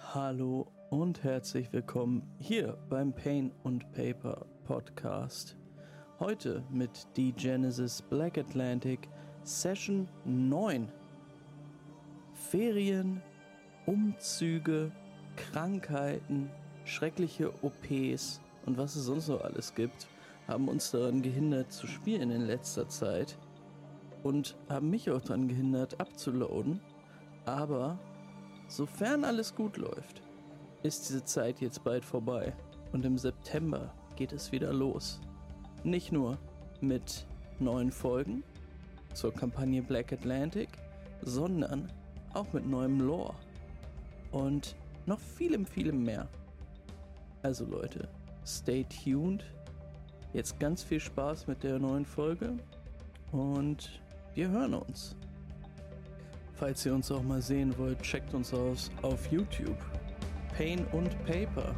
Hallo und herzlich willkommen hier beim Pain und Paper Podcast. Heute mit die Genesis Black Atlantic Session 9. Ferien, Umzüge, Krankheiten, schreckliche OPs und was es sonst noch alles gibt, haben uns daran gehindert zu spielen in letzter Zeit und haben mich auch daran gehindert abzuladen, aber sofern alles gut läuft, ist diese Zeit jetzt bald vorbei und im September geht es wieder los. Nicht nur mit neuen Folgen zur Kampagne Black Atlantic, sondern auch mit neuem Lore und noch vielem mehr. Also Leute, stay tuned. Jetzt ganz viel Spaß mit der neuen Folge und wir hören uns. Falls ihr uns auch mal sehen wollt, checkt uns aus auf YouTube. Pain und Paper.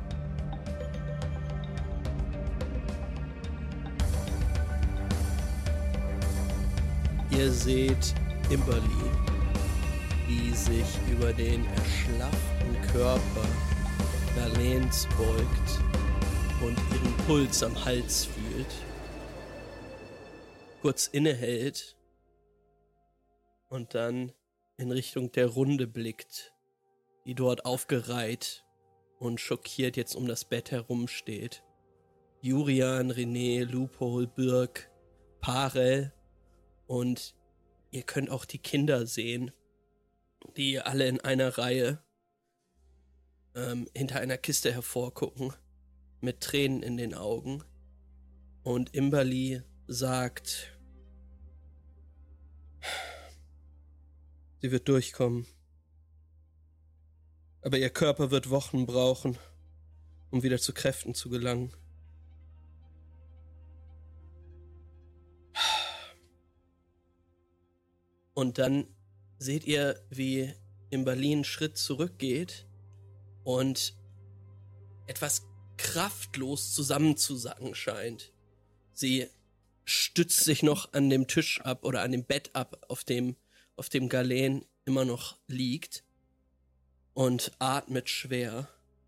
Ihr seht Imberly, die sich über den erschlafften Körper Galens beugt und ihren Puls am Hals fühlt. Kurz innehält und dann in Richtung der Runde blickt, die dort aufgereiht und schockiert jetzt um das Bett herumsteht. Jurian, René, Loophole, Birk, Parel und ihr könnt auch die Kinder sehen, die alle in einer Reihe hinter einer Kiste hervorgucken, mit Tränen in den Augen. Und Imberly sagt: Sie wird durchkommen. Aber ihr Körper wird Wochen brauchen, um wieder zu Kräften zu gelangen. Und dann seht ihr, wie Imberly einen Schritt zurückgeht und etwas kraftlos zusammenzusacken scheint. Sie stützt sich noch an dem Tisch ab oder an dem Bett ab, auf dem Galen immer noch liegt und atmet schwer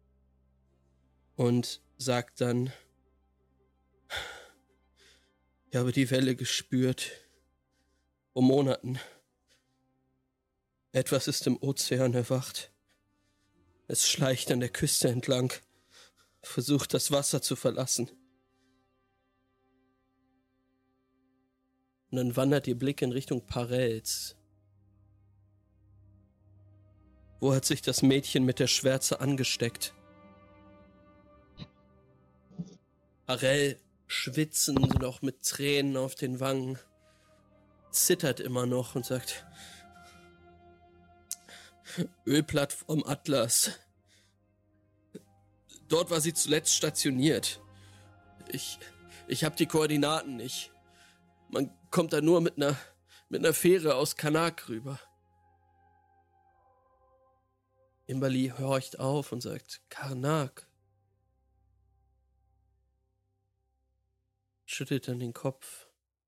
und sagt dann: Ich habe die Welle gespürt vor Monaten. Etwas ist im Ozean erwacht. Es schleicht an der Küste entlang, versucht das Wasser zu verlassen. Und dann wandert ihr Blick in Richtung Parels. Wo hat sich das Mädchen mit der Schwärze angesteckt? Parel, schwitzend und auch mit Tränen auf den Wangen, zittert immer noch und sagt: Ölplattform Atlas. Dort war sie zuletzt stationiert. Ich habe die Koordinaten nicht. Man kommt da nur mit einer Fähre aus Karnak rüber. Imberly horcht auf und sagt: Karnak. Schüttelt dann den Kopf.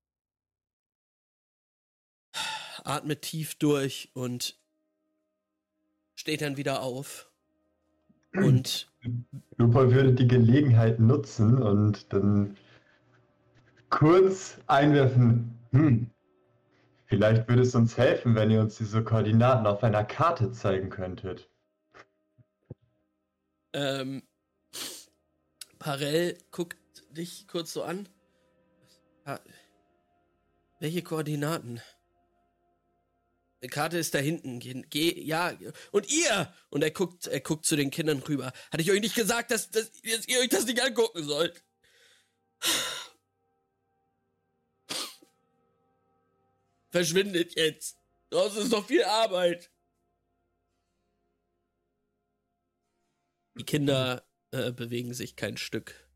Atmet tief durch und steht dann wieder auf. Und Lupol würde die Gelegenheit nutzen und dann kurz einwerfen: Vielleicht würde es uns helfen, wenn ihr uns diese Koordinaten auf einer Karte zeigen könntet. Parel guckt dich kurz so an. Welche Koordinaten? Die Karte ist da hinten. Geh, ja. Und ihr! Und er guckt zu den Kindern rüber. Hatte ich euch nicht gesagt, dass ihr euch das nicht angucken sollt? Verschwindet jetzt. Draußen ist noch viel Arbeit. Die Kinder bewegen sich kein Stück.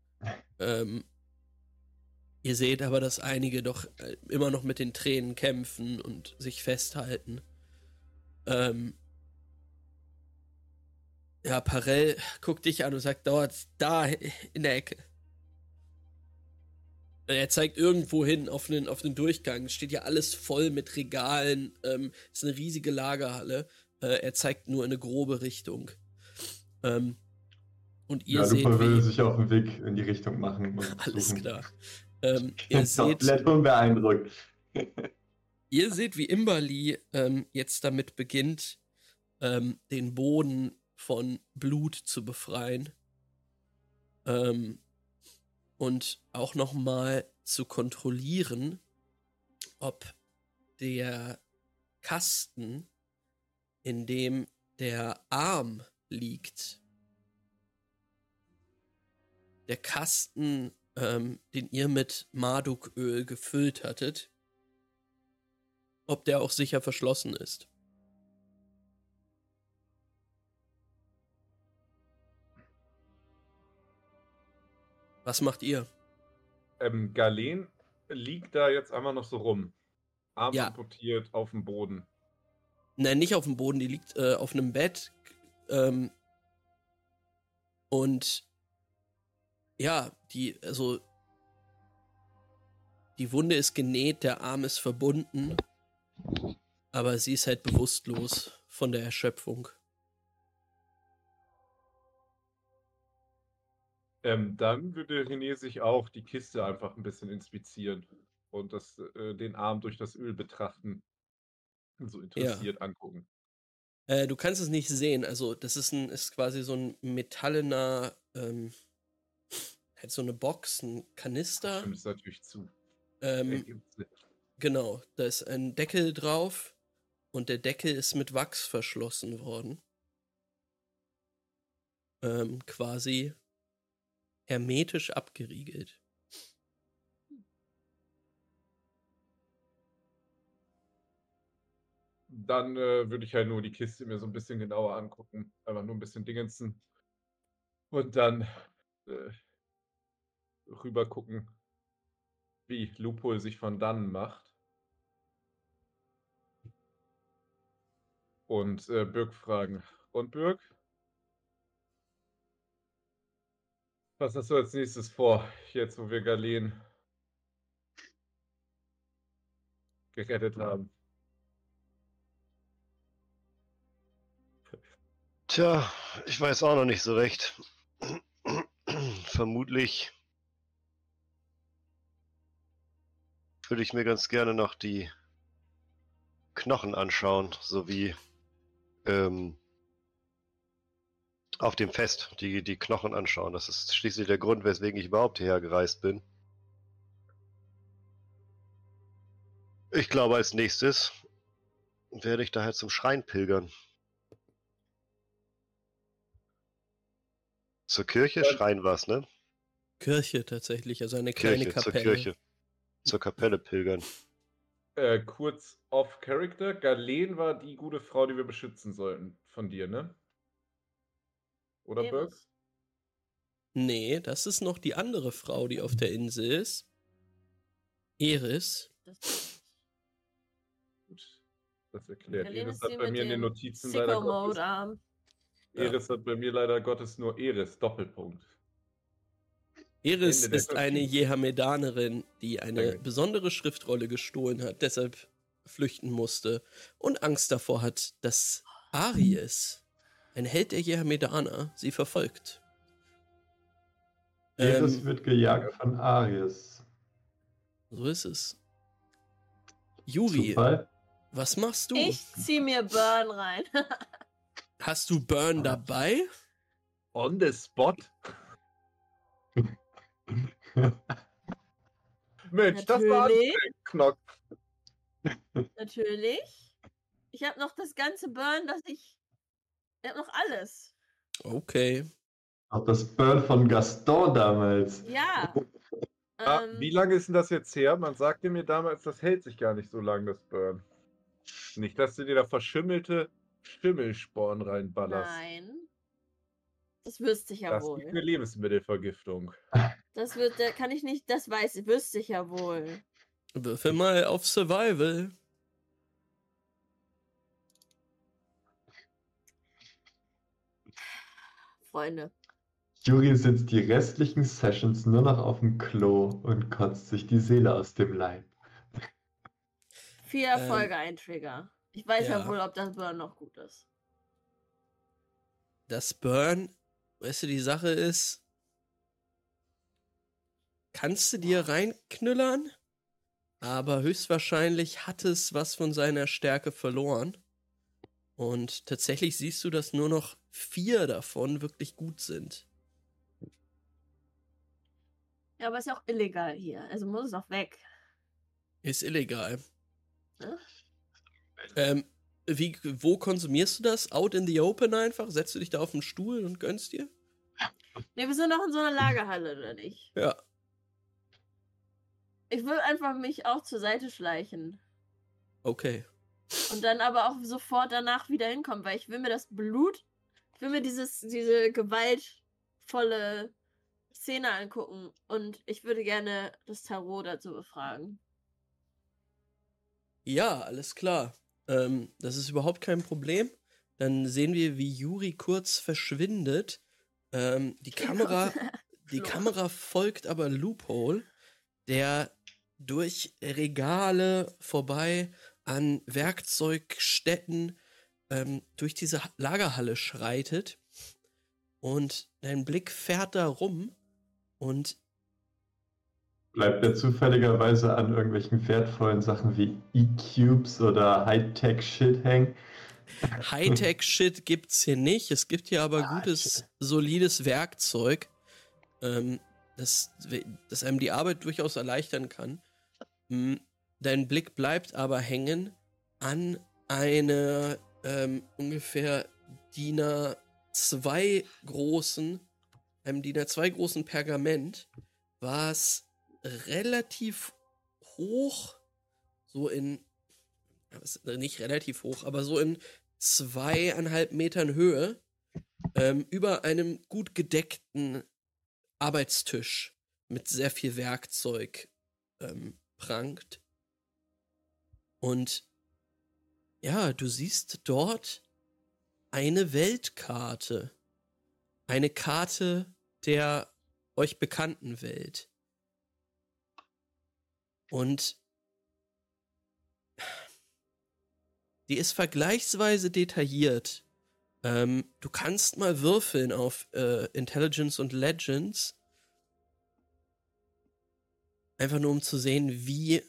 Ihr seht aber, dass einige doch immer noch mit den Tränen kämpfen und sich festhalten. Ja, Parel guckt dich an und sagt: Dort, da in der Ecke. Er zeigt irgendwo hin auf einen Durchgang. Es steht ja alles voll mit Regalen. Ist eine riesige Lagerhalle. Er zeigt nur in eine grobe Richtung. Und ihr Ja, seht, Lupo würde wie... sich auf den Weg in die Richtung machen und Alles suchen. klar. Ihr seht, Komplett unbeeindruckt. wie Imberly jetzt damit beginnt, den Boden von Blut zu befreien. Und auch nochmal zu kontrollieren, ob der Kasten, in dem der Arm liegt, der Kasten, den ihr mit Marduköl gefüllt hattet, ob der auch sicher verschlossen ist. Was macht ihr? Galen liegt da jetzt einmal noch so rum. Arm Ja. amputiert auf dem Boden. Nein, nicht auf dem Boden, die liegt auf einem Bett. Und ja, die Wunde ist genäht, der Arm ist verbunden, aber sie ist halt bewusstlos von der Erschöpfung. Dann würde René sich auch die Kiste einfach ein bisschen inspizieren und den Arm durch das Öl betrachten und so interessiert angucken. Du kannst es nicht sehen, also das ist quasi so ein metallener, halt so eine Box, ein Kanister. Stimmt, ist natürlich zu. Genau, da ist ein Deckel drauf und der Deckel ist mit Wachs verschlossen worden. Quasi hermetisch abgeriegelt. Dann würde ich halt nur die Kiste mir so ein bisschen genauer angucken. Einfach nur ein bisschen dingensen. Und dann rüber gucken, wie Lupol sich von dannen macht. Und Birk fragen. Und Birk? Was hast du als nächstes vor, jetzt wo wir Galen gerettet haben? Tja, ich weiß auch noch nicht so recht. Vermutlich würde ich mir ganz gerne noch die Knochen anschauen, sowie auf dem Fest die Knochen anschauen. Das ist schließlich der Grund, weswegen ich überhaupt hierher gereist bin. Ich glaube, als nächstes werde ich daher zum Schrein pilgern. Zur Kirche? Schrein war's, ne? Kirche tatsächlich, also eine kleine Kapelle. Zur Kirche. Zur Kapelle pilgern. Kurz off-Character. Galen war die gute Frau, die wir beschützen sollten von dir, ne? Oder Birk? Nee, das ist noch die andere Frau, die auf der Insel ist. Eris. Gut, das erklärt. Galen Eris ist hat die bei mit mir in den dem Notizen leider Gottes. Sicko-Mode-Arm. Eris hat bei mir leider Gottes nur Eris, Doppelpunkt. Eris Ende der ist eine Notiz. Jehamedanerin, die eine Okay. besondere Schriftrolle gestohlen hat, deshalb flüchten musste und Angst davor hat, dass Aries, ein Held der Jehamedaner, sie verfolgt. Eris wird gejagt von Aries. So ist es. Juri, Zufall? was machst du? Ich zieh mir Burn rein. Hast du Burn dabei? On the spot? Mensch, das war Natürlich. ein Knopf. Natürlich. Ich habe noch das ganze Burn, ich habe noch alles. Okay. Auch das Burn von Gaston damals. Ja. Wie lange ist denn das jetzt her? Man sagte mir damals, das hält sich gar nicht so lang, das Burn. Nicht, dass du dir da verschimmelte Schimmelsporen reinballerst. Nein. Das wüsste ich ja Das wohl. gibt eine Lebensmittelvergiftung. Das kann ich nicht, das wüsste ich ja wohl. Würfel mal auf Survival. Freunde. Juri sitzt die restlichen Sessions nur noch auf dem Klo und kotzt sich die Seele aus dem Leib. 4 Erfolge, ein Trigger. Ich weiß ja ja. wohl, ob das Burn noch gut ist. das Burn, weißt du, die Sache ist, kannst du dir reinknüllern, aber höchstwahrscheinlich hat es was von seiner Stärke verloren. Und tatsächlich siehst du, dass nur noch 4 davon wirklich gut sind. Ja, aber ist ja auch illegal hier. Also muss es auch weg. Ist illegal. Ne? Wo konsumierst du das? Out in the open einfach? Setzt du dich da auf den Stuhl und gönnst dir? Ne, wir sind noch in so einer Lagerhalle, oder nicht? Ja. Ich will einfach mich auch zur Seite schleichen. Okay. Und dann aber auch sofort danach wieder hinkommen, weil ich will mir das Blut, ich will mir diese gewaltvolle Szene angucken und ich würde gerne das Tarot dazu befragen. Ja, alles klar. Das ist überhaupt kein Problem. Dann sehen wir, wie Yuri kurz verschwindet. Die Kamera folgt aber Loophole, der durch Regale vorbei an Werkzeugstätten durch diese Lagerhalle schreitet. Und dein Blick fährt da rum und Bleibt er zufälligerweise an irgendwelchen wertvollen Sachen wie E-Cubes oder Hightech-Shit hängen? Hightech-Shit gibt's hier nicht. Es gibt hier aber gutes, solides Werkzeug, das einem die Arbeit durchaus erleichtern kann. Dein Blick bleibt aber hängen an eine ungefähr DIN A2 großen Pergament, was relativ hoch, nicht relativ hoch, aber so in 2,5 Metern Höhe, über einem gut gedeckten Arbeitstisch mit sehr viel Werkzeug prangt. Und ja, du siehst dort eine Weltkarte. Eine Karte der euch bekannten Welt. Und die ist vergleichsweise detailliert. Du kannst mal würfeln auf Intelligence und Legends. Einfach nur um zu sehen, wie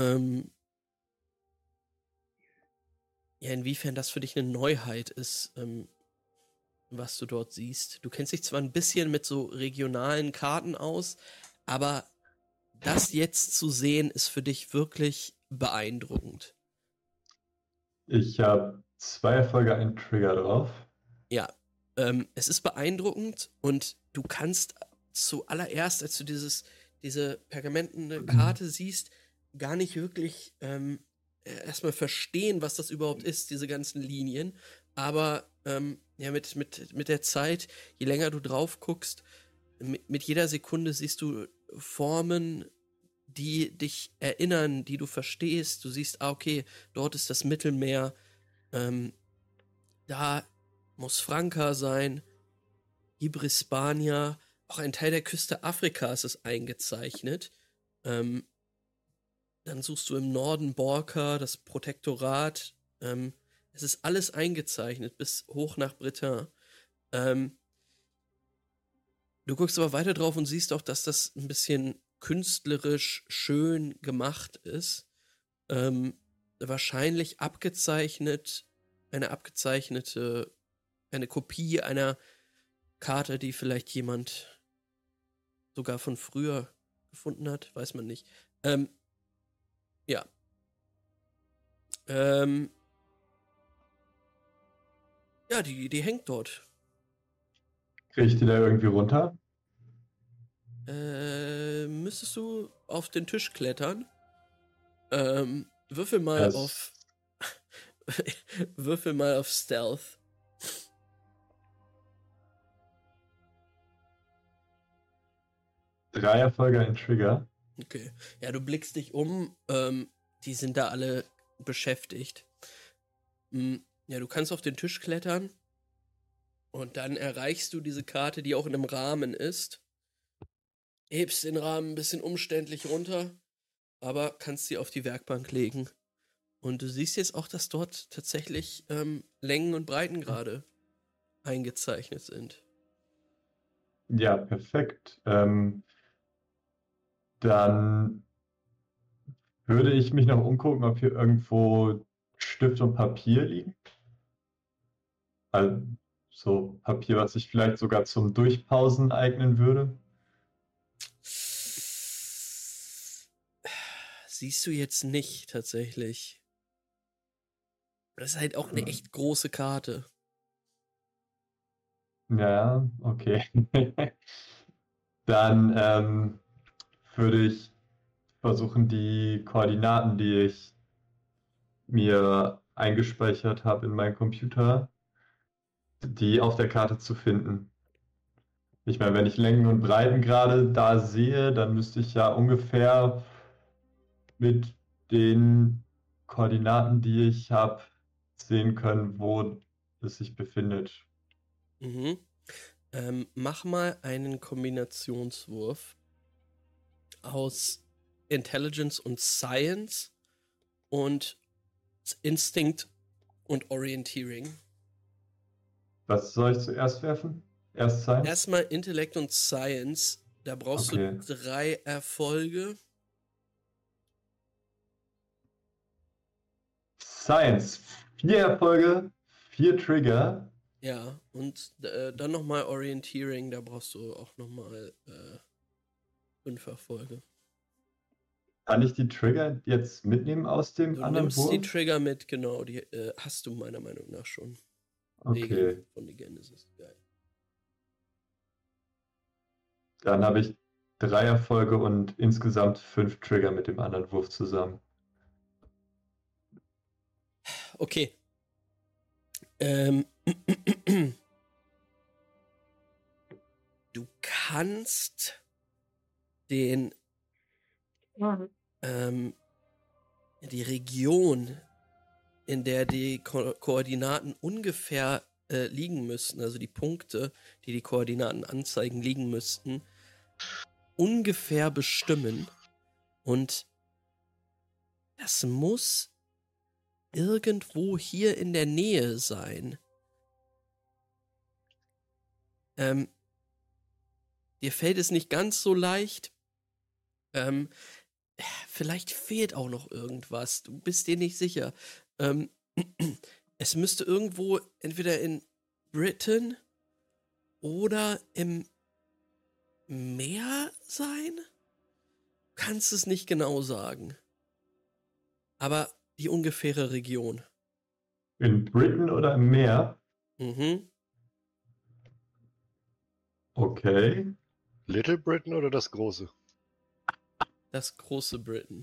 inwiefern das für dich eine Neuheit ist, was du dort siehst. Du kennst dich zwar ein bisschen mit so regionalen Karten aus, aber das jetzt zu sehen, ist für dich wirklich beeindruckend. Ich habe 2 Erfolge, einen Trigger drauf. Ja, es ist beeindruckend und du kannst zuallererst, als du diese pergamentene Karte siehst, gar nicht wirklich erstmal verstehen, was das überhaupt ist, diese ganzen Linien. Aber mit der Zeit, je länger du drauf guckst, mit jeder Sekunde siehst du Formen, die dich erinnern, die du verstehst. Du siehst, okay, dort ist das Mittelmeer, da muss Franka sein, Hispania, auch ein Teil der Küste Afrikas ist eingezeichnet. Dann suchst du im Norden Borka, das Protektorat. Es ist alles eingezeichnet, bis hoch nach Bretagne. Du guckst aber weiter drauf und siehst auch, dass das ein bisschen künstlerisch schön gemacht ist. Wahrscheinlich eine Kopie einer Karte, die vielleicht jemand sogar von früher gefunden hat, weiß man nicht. Ja. Ja, die hängt dort. Kriege ich die da irgendwie runter? Müsstest du auf den Tisch klettern? Würfel mal auf Würfel mal auf Stealth. Drei Erfolge, ein Trigger. Okay. Ja, du blickst dich um. Die sind da alle beschäftigt. Ja, du kannst auf den Tisch klettern. Und dann erreichst du diese Karte, die auch in einem Rahmen ist. Hebst den Rahmen ein bisschen umständlich runter, aber kannst sie auf die Werkbank legen. Und du siehst jetzt auch, dass dort tatsächlich Längen und Breitengrade eingezeichnet sind. Ja, perfekt. Dann würde ich mich noch umgucken, ob hier irgendwo Stift und Papier liegen. Also so Papier, was sich vielleicht sogar zum Durchpausen eignen würde. Siehst du jetzt nicht tatsächlich. Das ist halt auch eine echt große Karte. Ja, okay. Dann würde ich versuchen, die Koordinaten, die ich mir eingespeichert habe in meinem Computer, die auf der Karte zu finden. Ich meine, wenn ich Längen und Breiten gerade da sehe, dann müsste ich ja ungefähr mit den Koordinaten, die ich habe, sehen können, wo es sich befindet. Mhm. Mach mal einen Kombinationswurf aus Intelligence und Science und Instinct und Orienteering. Was soll ich zuerst werfen? Erst Science? Erstmal Intellekt und Science. Da brauchst du 3 Erfolge. Science. 4 Erfolge, 4 Trigger. Ja, und dann nochmal Orienteering. Da brauchst du auch nochmal 5 Erfolge. Kann ich die Trigger jetzt mitnehmen aus dem Du anderen nimmst Wurf? die Trigger mit, genau. Die hast du meiner Meinung nach schon. Okay. Regeln von der Genesis. Geil. Dann habe ich 3 Erfolge und insgesamt 5 Trigger mit dem anderen Wurf zusammen. Okay. Du kannst die Region, in der die Koordinaten ungefähr liegen müssten, also die Punkte, die die Koordinaten anzeigen, liegen müssten, ungefähr bestimmen. Und das muss irgendwo hier in der Nähe sein. Dir fällt es nicht ganz so leicht. Vielleicht fehlt auch noch irgendwas. Du bist dir nicht sicher. Es müsste irgendwo entweder in Britain oder im Meer sein? Kannst es nicht genau sagen. Aber die ungefähre Region. In Britain oder im Meer? Mhm. Okay. Little Britain oder das große? Das große Britain.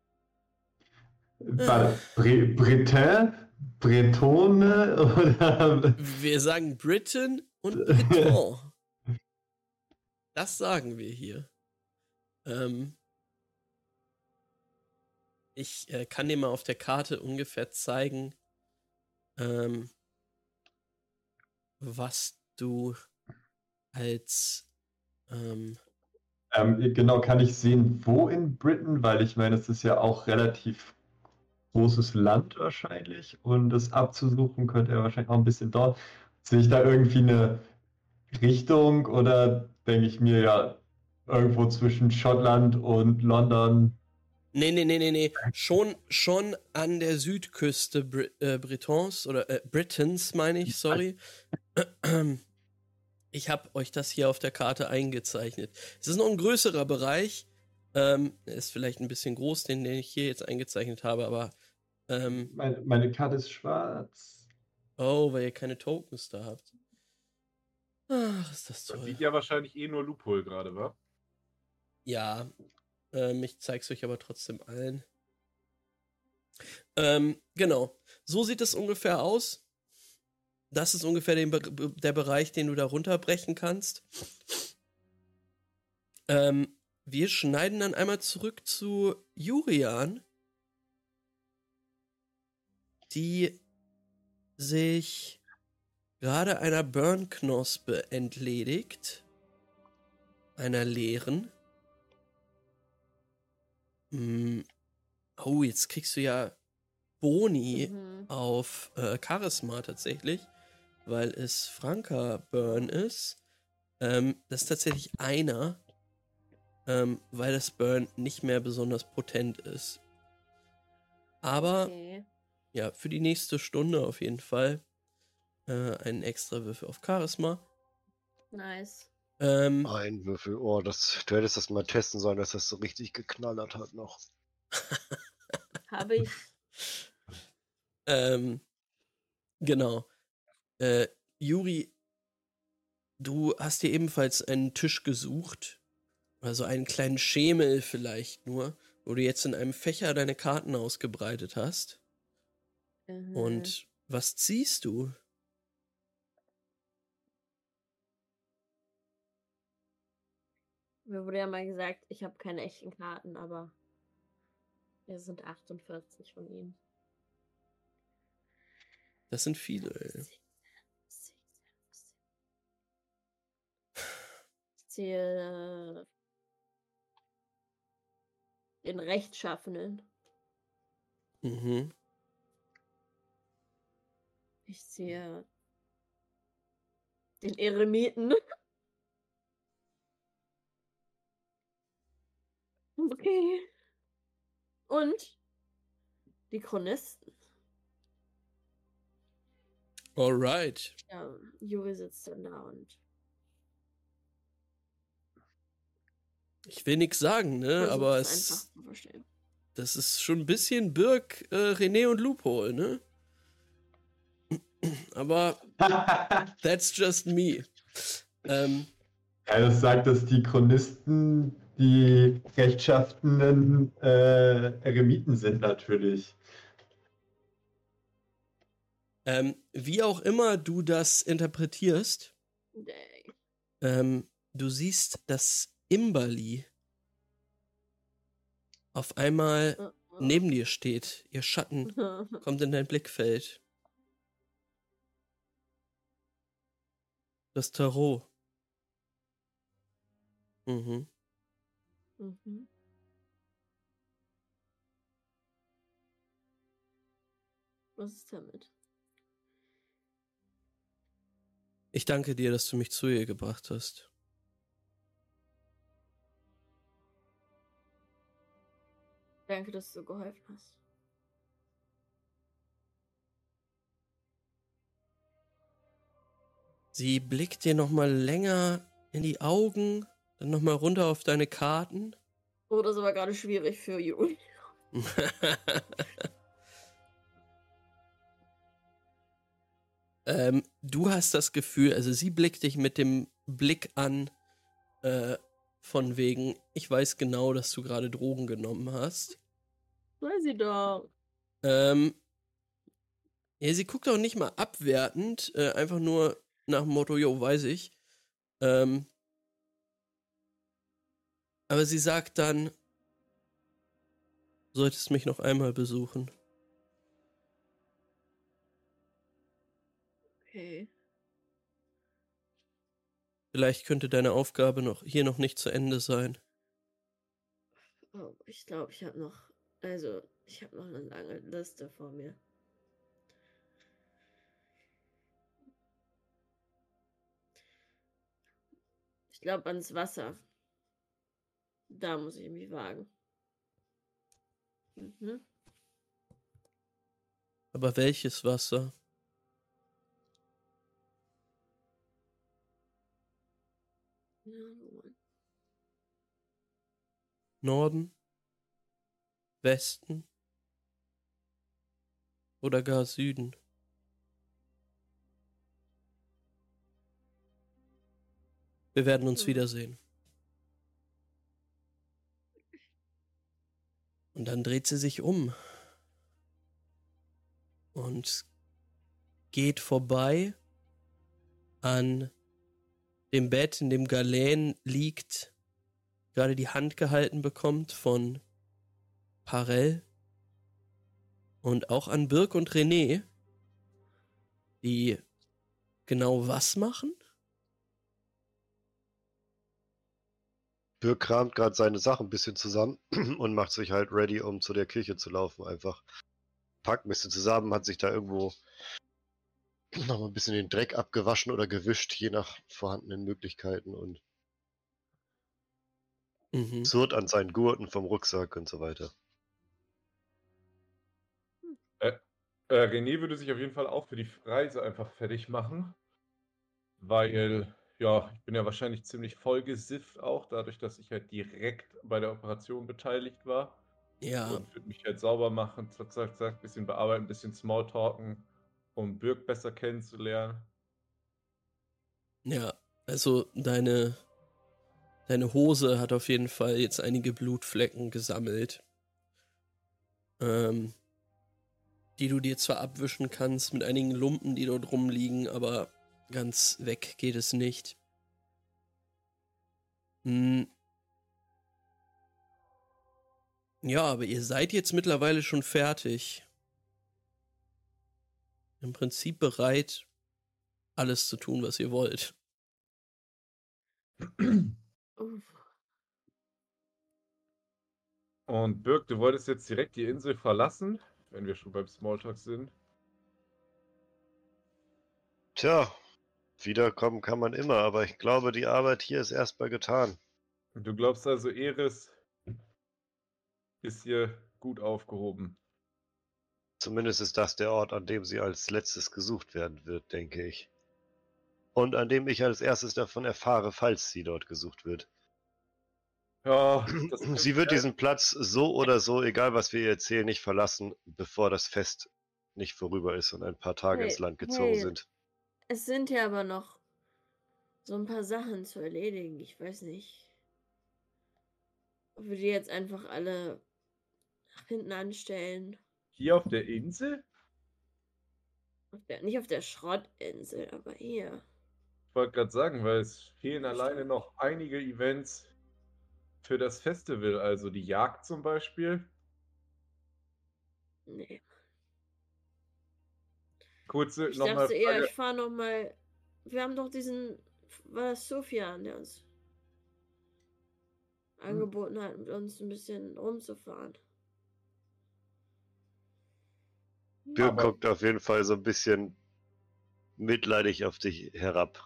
Warte, Breton? Bretone oder? Wir sagen Britain und Breton. Das sagen wir hier. Ich kann dir mal auf der Karte ungefähr zeigen, was du als Genau, kann ich sehen, wo in Britain, weil ich meine, es ist ja auch relativ großes Land wahrscheinlich und das abzusuchen könnte ja wahrscheinlich auch ein bisschen dauern. Sehe ich da irgendwie eine Richtung oder denke ich mir ja irgendwo zwischen Schottland und London? Nee. Schon an der Südküste Bretons oder Britons, meine ich, sorry. Ich habe euch das hier auf der Karte eingezeichnet. Es ist noch ein größerer Bereich. Ist vielleicht ein bisschen groß, den ich hier jetzt eingezeichnet habe, aber Meine Karte ist schwarz. oh, weil ihr keine Tokens da habt. Ach, ist das Man toll. sieht ja wahrscheinlich eh nur Loophole gerade, wa? Ja, ich zeig's euch aber trotzdem allen. Genau, so sieht es ungefähr aus. Das ist ungefähr der Bereich, den du da runterbrechen kannst. Wir schneiden dann einmal zurück zu Jurian, die sich gerade einer Burn-Knospe entledigt. Einer leeren. Oh, jetzt kriegst du ja Boni auf Charisma tatsächlich. weil es Franka Burn ist. Das ist tatsächlich einer, weil das Burn nicht mehr besonders potent ist. Aber Okay. ja, für die nächste Stunde auf jeden Fall einen extra Würfel auf Charisma. Nice. Ein Würfel. Oh, du hättest das mal testen sollen, dass das so richtig geknallert hat noch. Habe ich. Genau. Juri, du hast dir ebenfalls einen Tisch gesucht. Also einen kleinen Schemel vielleicht nur, wo du jetzt in einem Fächer deine Karten ausgebreitet hast. Und was ziehst du? Mir wurde ja mal gesagt, ich habe keine echten Karten, aber es sind 48 von ihnen. Das sind viele, ey. Ich ziehe den Rechtschaffenen. Mhm. Ich ziehe den Eremiten. Okay. Und die Chronisten. Alright. Ja, Juri sitzt dann da und Ich will nichts sagen, ne? versucht Aber es einfach zu verstehen. das ist schon ein bisschen Birk, René und Loophole, ne? Aber that's just me. Ja, das sagt, dass die Chronisten die rechtschaffenen Eremiten sind natürlich. Wie auch immer du das interpretierst, du siehst, dass Imberly auf einmal neben dir steht. Ihr Schatten kommt in dein Blickfeld. Das Tarot. Mhm. Mhm. Was ist damit? Ich danke dir, dass du mich zu ihr gebracht hast. Danke, dass du geholfen hast. Sie blickt dir nochmal länger in die Augen, dann nochmal runter auf deine Karten. Oh, das war gerade schwierig für Juri. Du hast das Gefühl, also sie blickt dich mit dem Blick an, von wegen, ich weiß genau, dass du gerade Drogen genommen hast. Weiß ich doch. Ja, sie guckt auch nicht mal abwertend, einfach nur nach dem Motto, jo, weiß ich. Aber sie sagt dann, du solltest mich noch einmal besuchen. Okay. Vielleicht könnte deine Aufgabe hier noch nicht zu Ende sein. Oh, ich glaube, ich habe noch eine lange Liste vor mir. Ich glaube ans Wasser. Da muss ich mich wagen. Mhm. Aber welches Wasser? Norden? Westen? Oder gar Süden? Wir werden uns wiedersehen. Und dann dreht sie sich um und geht vorbei an dem Bett, in dem Galen liegt, gerade die Hand gehalten bekommt von Parell, und auch an Birk und René, die genau was machen? Birk kramt gerade seine Sachen ein bisschen zusammen und macht sich halt ready, um zu der Kirche zu laufen. Einfach packt ein bisschen zusammen, hat sich da irgendwo Nochmal ein bisschen den Dreck abgewaschen oder gewischt, je nach vorhandenen Möglichkeiten und zurrt an seinen Gurten vom Rucksack und so weiter. René würde sich auf jeden Fall auch für die Reise einfach fertig machen, weil, ja, ich bin ja wahrscheinlich ziemlich vollgesifft auch, dadurch, dass ich halt direkt bei der Operation beteiligt war. Ja. Und würde mich halt sauber machen, zack, zack, zack, bisschen bearbeiten, bisschen Smalltalken, um Birk besser kennenzulernen. Ja, also deine Hose hat auf jeden Fall jetzt einige Blutflecken gesammelt, die du dir zwar abwischen kannst mit einigen Lumpen, die dort rumliegen, aber ganz weg geht es nicht. Ja, aber ihr seid jetzt mittlerweile schon fertig. Im Prinzip bereit, alles zu tun, was ihr wollt. Und Birk, du wolltest jetzt direkt die Insel verlassen, wenn wir schon beim Smalltalk sind. Tja, wiederkommen kann man immer, aber ich glaube, die Arbeit hier ist erstmal getan. Du glaubst also, Eris ist hier gut aufgehoben. Zumindest ist das der Ort, an dem sie als letztes gesucht werden wird, denke ich. Und an dem ich als erstes davon erfahre, falls sie dort gesucht wird. Ja, Sie wird diesen Platz so oder so, egal was wir ihr erzählen, nicht verlassen, bevor das Fest nicht vorüber ist und ein paar Tage ins Land gezogen sind. Es sind ja aber noch so ein paar Sachen zu erledigen. Ich weiß nicht, ob wir die jetzt einfach alle nach hinten anstellen. Hier auf der Insel? Nicht auf der Schrottinsel, aber hier. Ich wollte gerade sagen, weil es fehlen alleine noch einige Events für das Festival, also die Jagd zum Beispiel. Nee. Kurze Ich nochmal dachte eher, Frage. ich fahre nochmal. Wir haben doch diesen. War das Sofian, der uns angeboten hat, mit uns ein bisschen rumzufahren? Birk guckt auf jeden Fall so ein bisschen mitleidig auf dich herab.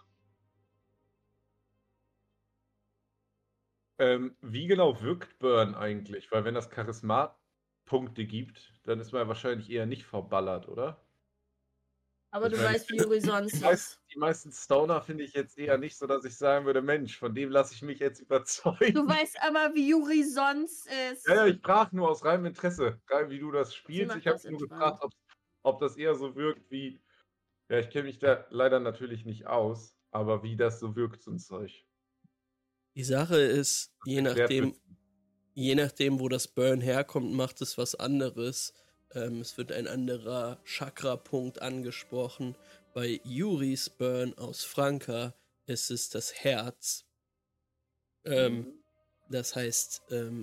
Wie genau wirkt Burn eigentlich? Weil wenn das Charisma-Punkte gibt, dann ist man wahrscheinlich eher nicht verballert, oder? Aber du weißt, wie Yuri sonst ist. Die meisten Stoner finde ich jetzt eher nicht so, dass ich sagen würde, Mensch, von dem lasse ich mich jetzt überzeugen. Du weißt aber, wie Yuri sonst ist. Ja, ich frage nur aus reinem Interesse, rein wie du das spielst. macht Ich habe das nur entspannt. gefragt, ob das eher so wirkt wie, ja, ich kenne mich da leider natürlich nicht aus, aber wie das so wirkt, so ein Zeug. Die Sache ist, je nachdem, wo das Burn herkommt, macht es was anderes. Es wird ein anderer Chakra-Punkt angesprochen. Bei Yuris Burn aus Franka ist es das Herz. Das heißt,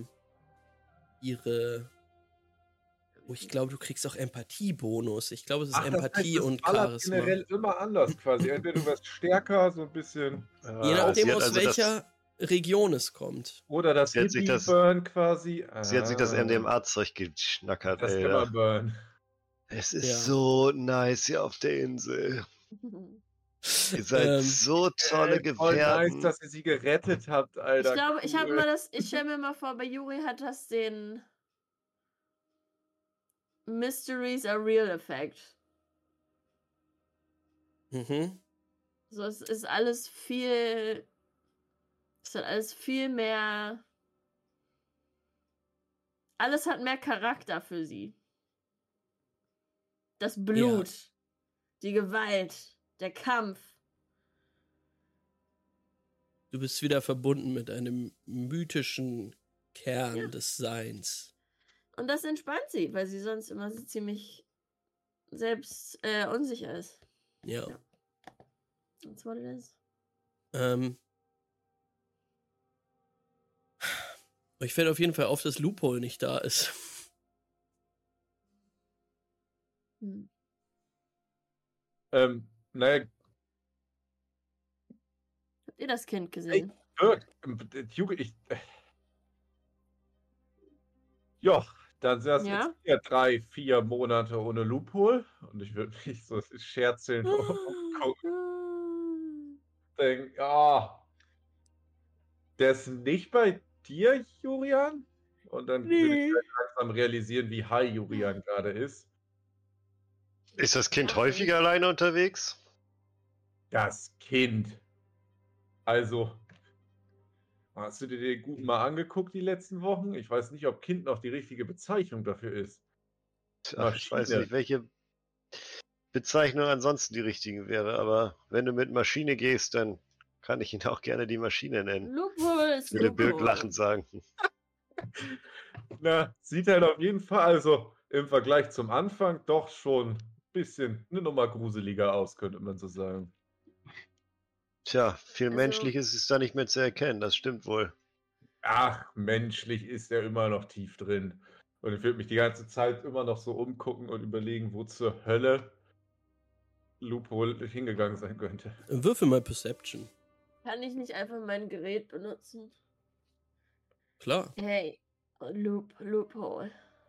ich glaube, du kriegst auch Empathiebonus. Ich glaube, es ist Empathie und Charisma. Generell immer anders quasi. Entweder du wirst stärker, so ein bisschen. Je nachdem, aus welcher Region es kommt. Oder das Hippie-Burn quasi. Sie hat sich das MDMA-Zeug geschnackert. Das Hammer-Burn. Es ist so nice hier auf der Insel. Ihr seid so tolle Gefährten. Voll nice, dass ihr sie gerettet habt, Alter. Ich glaube, ich stelle mir mal vor, bei Yuri hat das den Mysteries are real Effekt. So, es ist alles viel. Es hat alles viel mehr. Alles hat mehr Charakter für sie. Das Blut, die Gewalt, der Kampf. Du bist wieder verbunden mit einem mythischen Kern des Seins. Und das entspannt sie, weil sie sonst immer so ziemlich selbst unsicher ist. Ja. That's what it is. Ich fällt auf jeden Fall auf, dass Loophole nicht da ist. Naja. Habt ihr das Kind gesehen? Ja, Dann sind das Ja? jetzt 3-4 Monate ohne Loophole. Und ich würde mich so scherzelnd umgucken. Denken, der ist nicht bei dir, Julian? Und dann würde ich Nee. halt langsam realisieren, wie high Julian gerade ist. Ist das Kind häufiger alleine unterwegs? Das Kind. Also, hast du dir den Guten mal angeguckt die letzten Wochen? Ich weiß nicht, ob Kind noch die richtige Bezeichnung dafür ist. Ach, ich weiß Maschine. nicht, welche Bezeichnung ansonsten die richtige wäre, aber wenn du mit Maschine gehst, dann kann ich ihn auch gerne die Maschine nennen. Loophole ist Würde Birk Loophole. lachend sagen. Na, sieht halt auf jeden Fall, also im Vergleich zum Anfang, doch schon ein bisschen eine Nummer gruseliger aus, könnte man so sagen. Tja, viel Also- Menschliches ist da nicht mehr zu erkennen, das stimmt wohl. Ach, menschlich ist er immer noch tief drin. Und ich würde mich die ganze Zeit immer noch so umgucken und überlegen, wo zur Hölle Loophole hingegangen sein könnte. Würfel mal Perception. Kann ich nicht einfach mein Gerät benutzen? Klar. Hey, Loophole.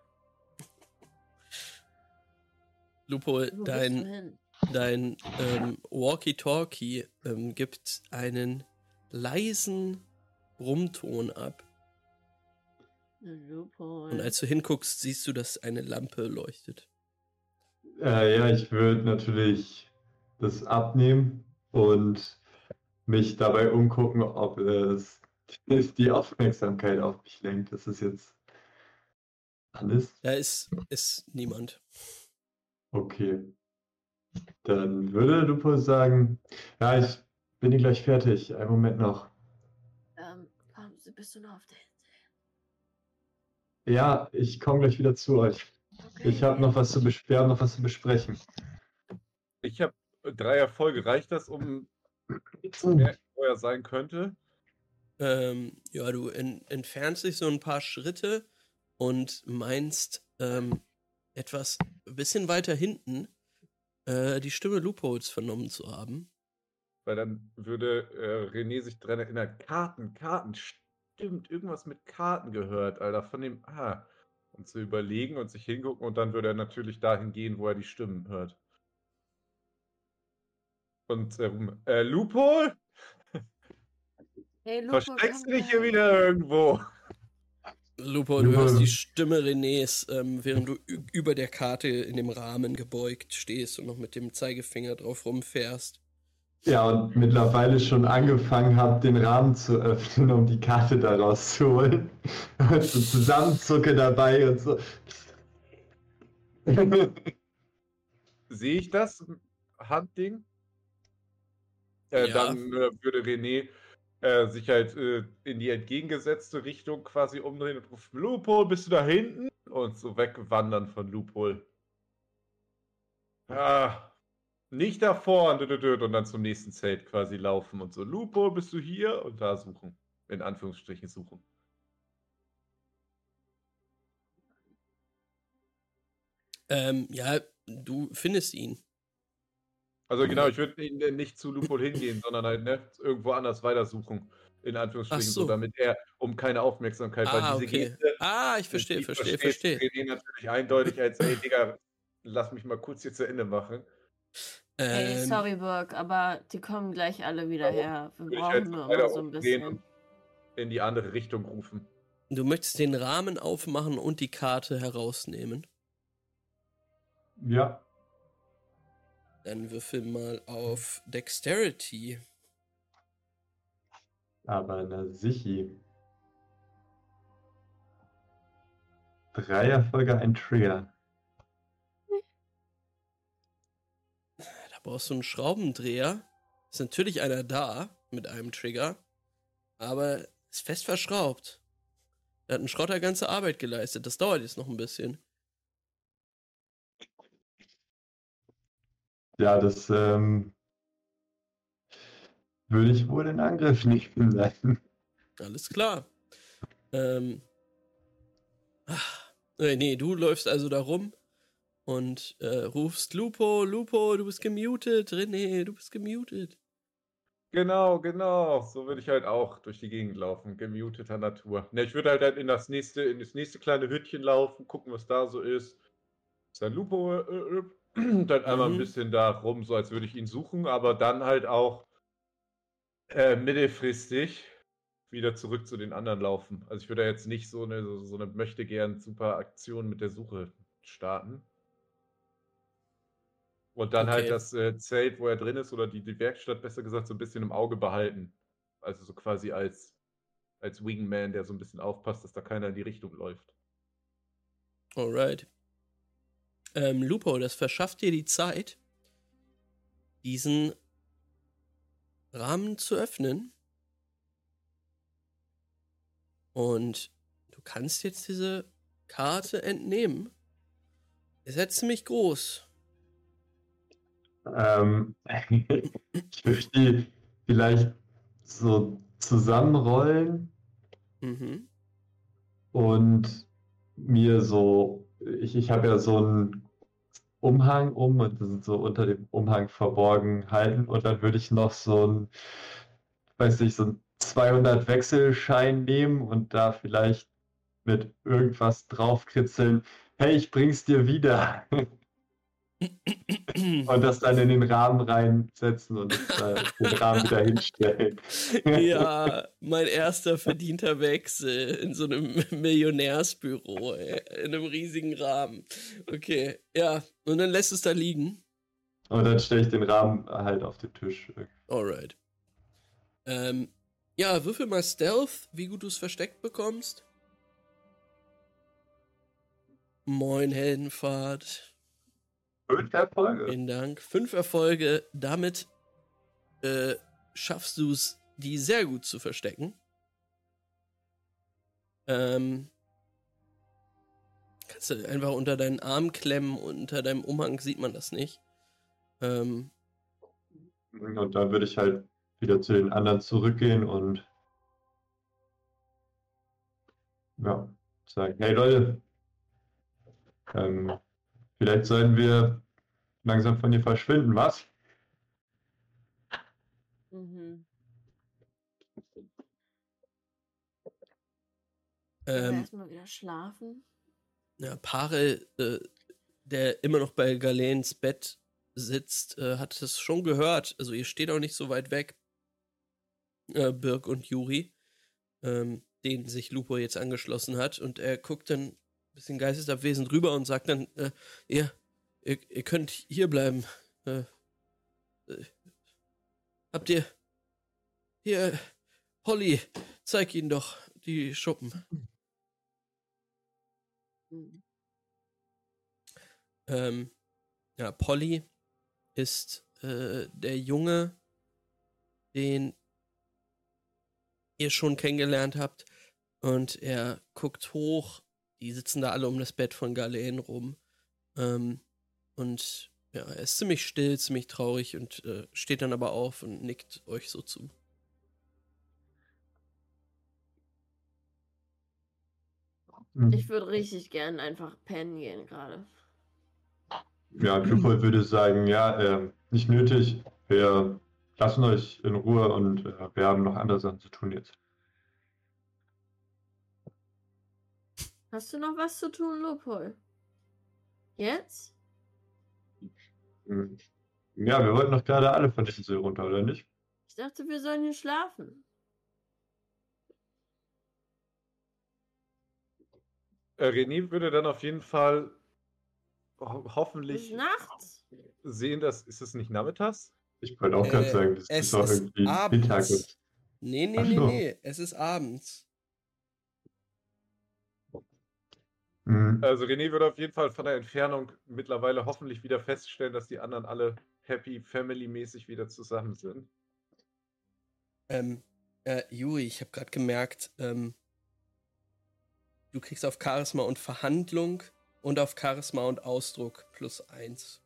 Loophole, Wo bist du dein hin? Walkie-Talkie gibt einen leisen Brummton ab. Loophole. Und als du hinguckst, siehst du, dass eine Lampe leuchtet. Ja, ich würde natürlich das abnehmen und mich dabei umgucken, ob es die Aufmerksamkeit auf mich lenkt. Das ist jetzt alles. Da ist niemand. Okay. Dann würde Lupo sagen, ja, ich bin hier gleich fertig. Einen Moment noch. Bist du noch auf der Insel? Ja, ich komme gleich wieder zu euch. Okay. Ich habe noch was zu besprechen. Ich habe 3 Erfolge. Reicht das, um zu merken, wo er sein könnte? Ja, du entfernst dich so ein paar Schritte und meinst ein bisschen weiter hinten die Stimme Loopholes vernommen zu haben. Weil dann würde René sich dran erinnern, Karten, stimmt, irgendwas mit Karten gehört, Alter, von dem, und zu überlegen und sich hingucken und dann würde er natürlich dahin gehen, wo er die Stimmen hört. Und Loophole? Hey, Loophole, Versteckst du komm dich hier her. wieder irgendwo? Lupo, du hörst die Stimme Renés, während du über der Karte in dem Rahmen gebeugt stehst und noch mit dem Zeigefinger drauf rumfährst. Ja, und mittlerweile schon angefangen habe, den Rahmen zu öffnen, um die Karte da rauszuholen. Und so zusammenzucke dabei und so. Sehe ich das Handding? Ja. Dann würde René sich halt in die entgegengesetzte Richtung quasi umdrehen und rufen, Loophole, bist du da hinten? Und so wegwandern von Loophole. Nicht da vorne und dann zum nächsten Zelt quasi laufen und so, Loophole, bist du hier? Und da suchen. In Anführungsstrichen suchen. Ja, du findest ihn. Also genau, ich würde nicht zu Loophole hingehen, sondern halt irgendwo anders weitersuchen. In Anführungsstrichen, Ach so. damit er um keine Aufmerksamkeit, weil diese Okay. Geste, Ich verstehe. René natürlich eindeutig als, ey Digga, lass mich mal kurz hier zu Ende machen. Hey, sorry, Burg, aber die kommen gleich alle wieder her. Wir Würde ich halt brauchen nur weiter immer so ein umdrehen bisschen. und in die andere Richtung rufen. Du möchtest den Rahmen aufmachen und die Karte herausnehmen. Ja. Dann würfel mal auf Dexterity. Aber na sichi. 3 Erfolge, ein Trigger. Da brauchst du einen Schraubendreher. Ist natürlich einer da mit einem Trigger, aber ist fest verschraubt. Da hat ein Schrotter ganze Arbeit geleistet. Das dauert jetzt noch ein bisschen. Ja, das würde ich wohl in Angriff nehmen lassen. Alles klar. Nee, du läufst also da rum und rufst Lupo, du bist gemutet. René, du bist gemutet. Genau. So würde ich halt auch durch die Gegend laufen, gemuteter Natur. Ne, ich würde halt in das nächste kleine Hüttchen laufen, gucken, was da so ist. Sein Lupo, dann einmal ein bisschen da rum, so als würde ich ihn suchen, aber dann halt auch mittelfristig wieder zurück zu den anderen laufen. Also ich würde jetzt nicht so eine möchtegern super Aktion mit der Suche starten. Und dann halt Okay. das Zelt, wo er drin ist, oder die Werkstatt, besser gesagt, so ein bisschen im Auge behalten. Also so quasi als Wingman, der so ein bisschen aufpasst, dass da keiner in die Richtung läuft. Alright. Lupo, das verschafft dir die Zeit, diesen Rahmen zu öffnen. Und du kannst jetzt diese Karte entnehmen. Ist ja ziemlich groß. Ich würde die vielleicht so zusammenrollen Mhm. und mir so, ich habe ja so einen Umhang und das sind so unter dem Umhang verborgen halten und dann würde ich noch so ein, weiß nicht, so ein 200 Wechselschein nehmen und da vielleicht mit irgendwas draufkritzeln. Hey, ich bring's dir wieder. Und das dann in den Rahmen reinsetzen und den Rahmen wieder hinstellen. Ja, mein erster verdienter Wechsel in so einem Millionärsbüro, in einem riesigen Rahmen. Okay, ja, und dann lässt es da liegen. Und dann stelle ich den Rahmen halt auf den Tisch. Alright. Ja, würfel mal Stealth, wie gut du es versteckt bekommst. Moin, Heldenfahrt. 5 Erfolge. Vielen Dank. 5 Erfolge. Damit schaffst du es, die sehr gut zu verstecken. Kannst du einfach unter deinen Arm klemmen, unter deinem Umhang sieht man das nicht. Und dann würde ich halt wieder zu den anderen zurückgehen und ja, sagen, hey Leute, vielleicht sollten wir langsam von hier verschwinden, was? Mhm. Erstmal wieder schlafen. Ja, Parel, der immer noch bei Galens Bett sitzt, hat es schon gehört. Also ihr steht auch nicht so weit weg, Birk und Juri, denen sich Lupo jetzt angeschlossen hat. Und er guckt dann ein bisschen geistesabwesend rüber und sagt dann, ihr könnt hier bleiben. Habt ihr... Hier, Polly, zeig ihnen doch die Schuppen. Mhm. Ja, Polly ist der Junge, den ihr schon kennengelernt habt. Und er guckt hoch. Die sitzen da alle um das Bett von Galen rum. Und ja, er ist ziemlich still, ziemlich traurig und steht dann aber auf und nickt euch so zu. Ich würde richtig gern einfach pennen gehen gerade. Ja, Lupol würde sagen, ja, nicht nötig. Wir lassen euch in Ruhe und wir haben noch andere Sachen zu tun jetzt. Hast du noch was zu tun, Lopol? Jetzt? Ja, wir wollten doch gerade alle von der Insel runter, oder nicht? Ich dachte, wir sollen hier schlafen. René würde dann auf jeden Fall Es hoffentlich ist nachts. sehen, dass... Ist es nicht nachmittags? Ich wollte auch gerade sagen, das Es ist doch ist irgendwie abends. Mittag. Nee, Ach so. es ist abends. Also René würde auf jeden Fall von der Entfernung mittlerweile hoffentlich wieder feststellen, dass die anderen alle happy, family-mäßig wieder zusammen sind. Juri, ich habe gerade gemerkt, du kriegst auf Charisma und Verhandlung und auf Charisma und Ausdruck +1.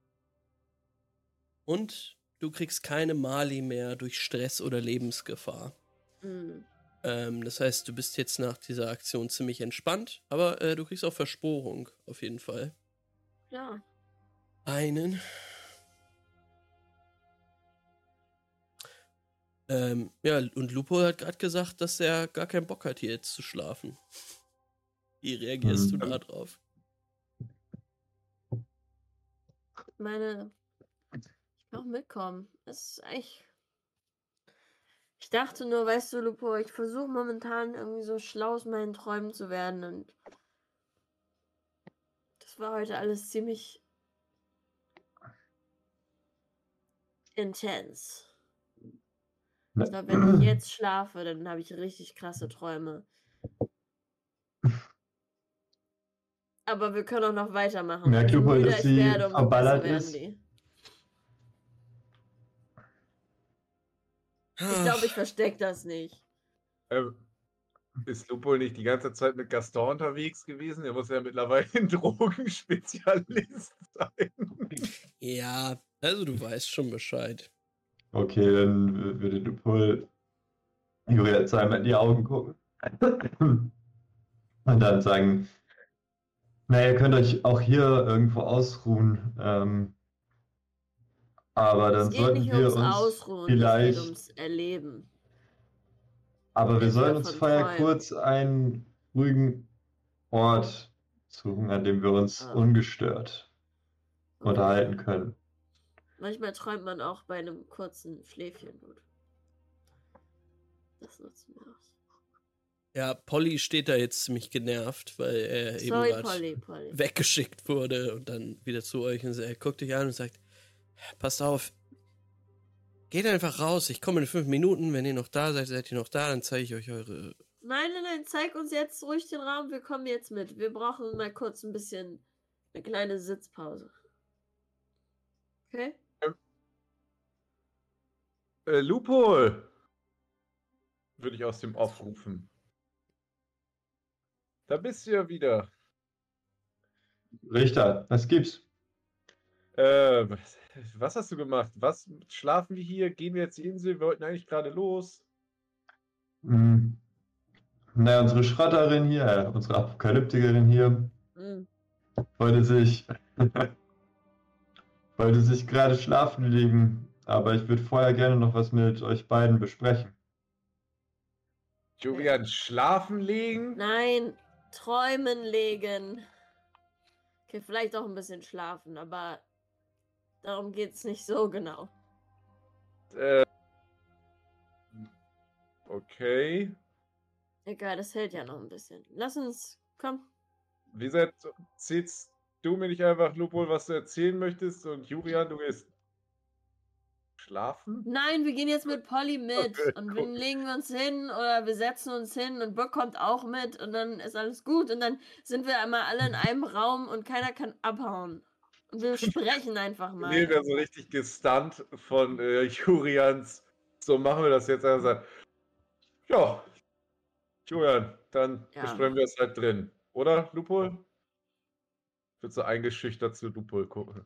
Und du kriegst keine Mali mehr durch Stress oder Lebensgefahr. Mhm. Das heißt, du bist jetzt nach dieser Aktion ziemlich entspannt, aber du kriegst auch Versporung, auf jeden Fall. Ja. Einen. Ja, und Lupo hat gerade gesagt, dass er gar keinen Bock hat, hier jetzt zu schlafen. Wie reagierst du da drauf? Ich meine, ich kann auch mitkommen. Das ist eigentlich. Ich dachte nur, weißt du, Lupo, ich versuche momentan irgendwie so schlau aus meinen Träumen zu werden und das war heute alles ziemlich intens. Ich glaube, wenn ich jetzt schlafe, dann habe ich richtig krasse Träume. Aber wir können auch noch weitermachen. Merkt Je Lupo, müder dass ich sie werde, umso besser verballert werden ist? die. Ich glaube, ich verstecke das nicht. Ist Lupo nicht die ganze Zeit mit Gaston unterwegs gewesen? Er muss ja mittlerweile ein Drogenspezialist sein. Ja, also du weißt schon Bescheid. Okay, dann würde Lupo Julia jetzt einmal in die Augen gucken. Und dann sagen, naja, ihr könnt euch auch hier irgendwo ausruhen. Aber Es dann geht sollten nicht wir ums uns Ausruhen, es vielleicht... geht ums Erleben. Aber wir Wenn sollen wir uns von vorher träumen. kurz einen ruhigen Ort suchen, an dem wir uns ungestört unterhalten können. Manchmal träumt man auch bei einem kurzen Schläfchen gut. Das nutzen wir aus. Ja, Polly steht da jetzt ziemlich genervt, weil er eben Sorry, gerade Polly. weggeschickt wurde und dann wieder zu euch und er guckt dich an und sagt, passt auf, geht einfach raus, ich komme in 5 Minuten, wenn ihr noch da seid, seid ihr noch da, dann zeige ich euch eure... Nein, zeig uns jetzt ruhig den Raum, wir kommen jetzt mit. Wir brauchen mal kurz ein bisschen eine kleine Sitzpause. Okay? Lupo! Würde ich aus dem Off rufen. Da bist du ja wieder. Richter, was gibt's? Was hast du gemacht? Was? Schlafen wir hier? Gehen wir jetzt die Insel? Wir wollten eigentlich gerade los. Naja, unsere Schrotterin hier, unsere Apokalyptikerin hier, wollte sich gerade schlafen legen, aber ich würde vorher gerne noch was mit euch beiden besprechen. Julian, schlafen legen? Nein, träumen legen. Okay, vielleicht auch ein bisschen schlafen, aber darum geht's nicht so genau. Okay. Egal, das hält ja noch ein bisschen. Lass uns, komm. Wie gesagt, erzählst du mir nicht einfach, Lupo, was du erzählen möchtest und Julian, du gehst schlafen? Nein, wir gehen jetzt mit Polly mit Okay, und cool. dann legen wir uns hin oder wir setzen uns hin und Bock kommt auch mit und dann ist alles gut und dann sind wir einmal alle in einem Raum und keiner kann abhauen. Und wir sprechen einfach mal. Nee, wäre so richtig gestunt von Julians. So machen wir das jetzt. Er sagt, ja, Julian, dann Ja. besprechen wir es halt drin. Oder, Lupo? Ich würde so eingeschüchtert zu Lupo gucken.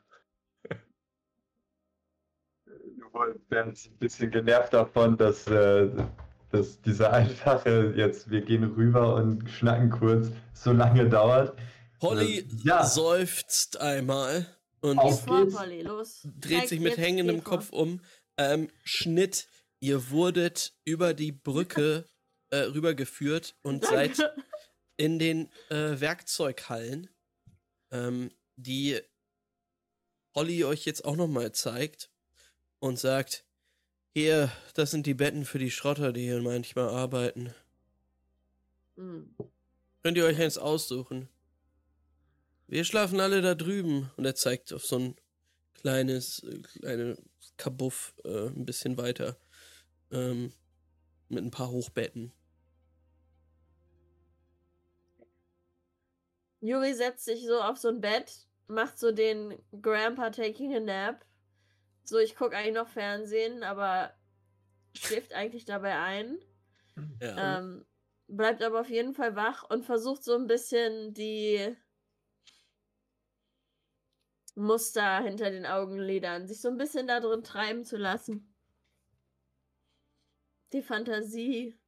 Wir werden ein bisschen genervt davon, dass diese einfache jetzt, wir gehen rüber und schnacken kurz, so lange dauert. Polly Ja. seufzt einmal und Auf Vor, geht's. Polly, los. dreht sich mit Jetzt hängendem geh vor. Kopf um. Schnitt, ihr wurdet über die Brücke rübergeführt und seid Danke. in den Werkzeughallen, die Polly euch jetzt auch nochmal zeigt und sagt, hier, das sind die Betten für die Schrotter, die hier manchmal arbeiten. Könnt ihr euch eins aussuchen? Wir schlafen alle da drüben. Und er zeigt auf so ein kleine Kabuff ein bisschen weiter. Mit ein paar Hochbetten. Yuri setzt sich so auf so ein Bett, macht so den Grandpa taking a nap. So, ich gucke eigentlich noch Fernsehen, aber schläft eigentlich dabei ein. Ja. Bleibt aber auf jeden Fall wach und versucht so ein bisschen die Muster hinter den Augenlidern, sich so ein bisschen da drin treiben zu lassen. Die Fantasie.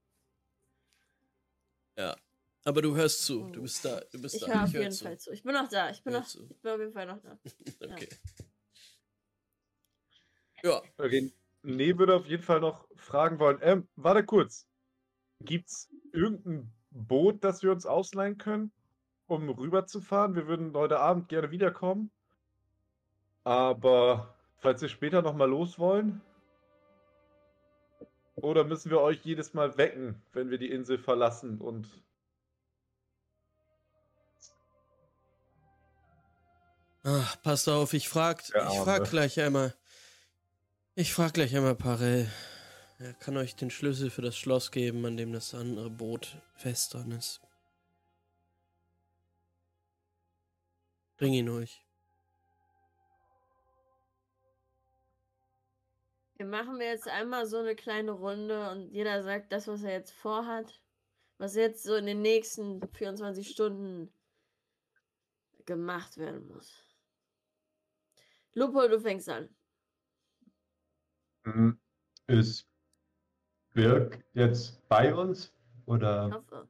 Ja. Aber du hörst zu. Du bist da. Ich höre auf jeden Fall zu. Ich bin noch da. Ich bin Hör auf zu. jeden Fall noch da. Okay. Ja. Nee, würde auf jeden Fall noch fragen wollen. Warte kurz. Gibt's irgendein Boot, das wir uns ausleihen können, um rüberzufahren? Wir würden heute Abend gerne wiederkommen. Aber falls wir später nochmal los wollen? Oder müssen wir euch jedes Mal wecken, wenn wir die Insel verlassen und. Ach, passt auf, ich frag Arme. gleich einmal. Ich frag gleich einmal Parell. Er kann euch den Schlüssel für das Schloss geben, an dem das andere Boot fest dran ist. Bring ihn euch. Wir machen jetzt einmal so eine kleine Runde und jeder sagt das, was er jetzt vorhat. Was jetzt so in den nächsten 24 Stunden gemacht werden muss. Lupo, du fängst an. Ist Birk jetzt bei uns? Ich Oder? hoffe.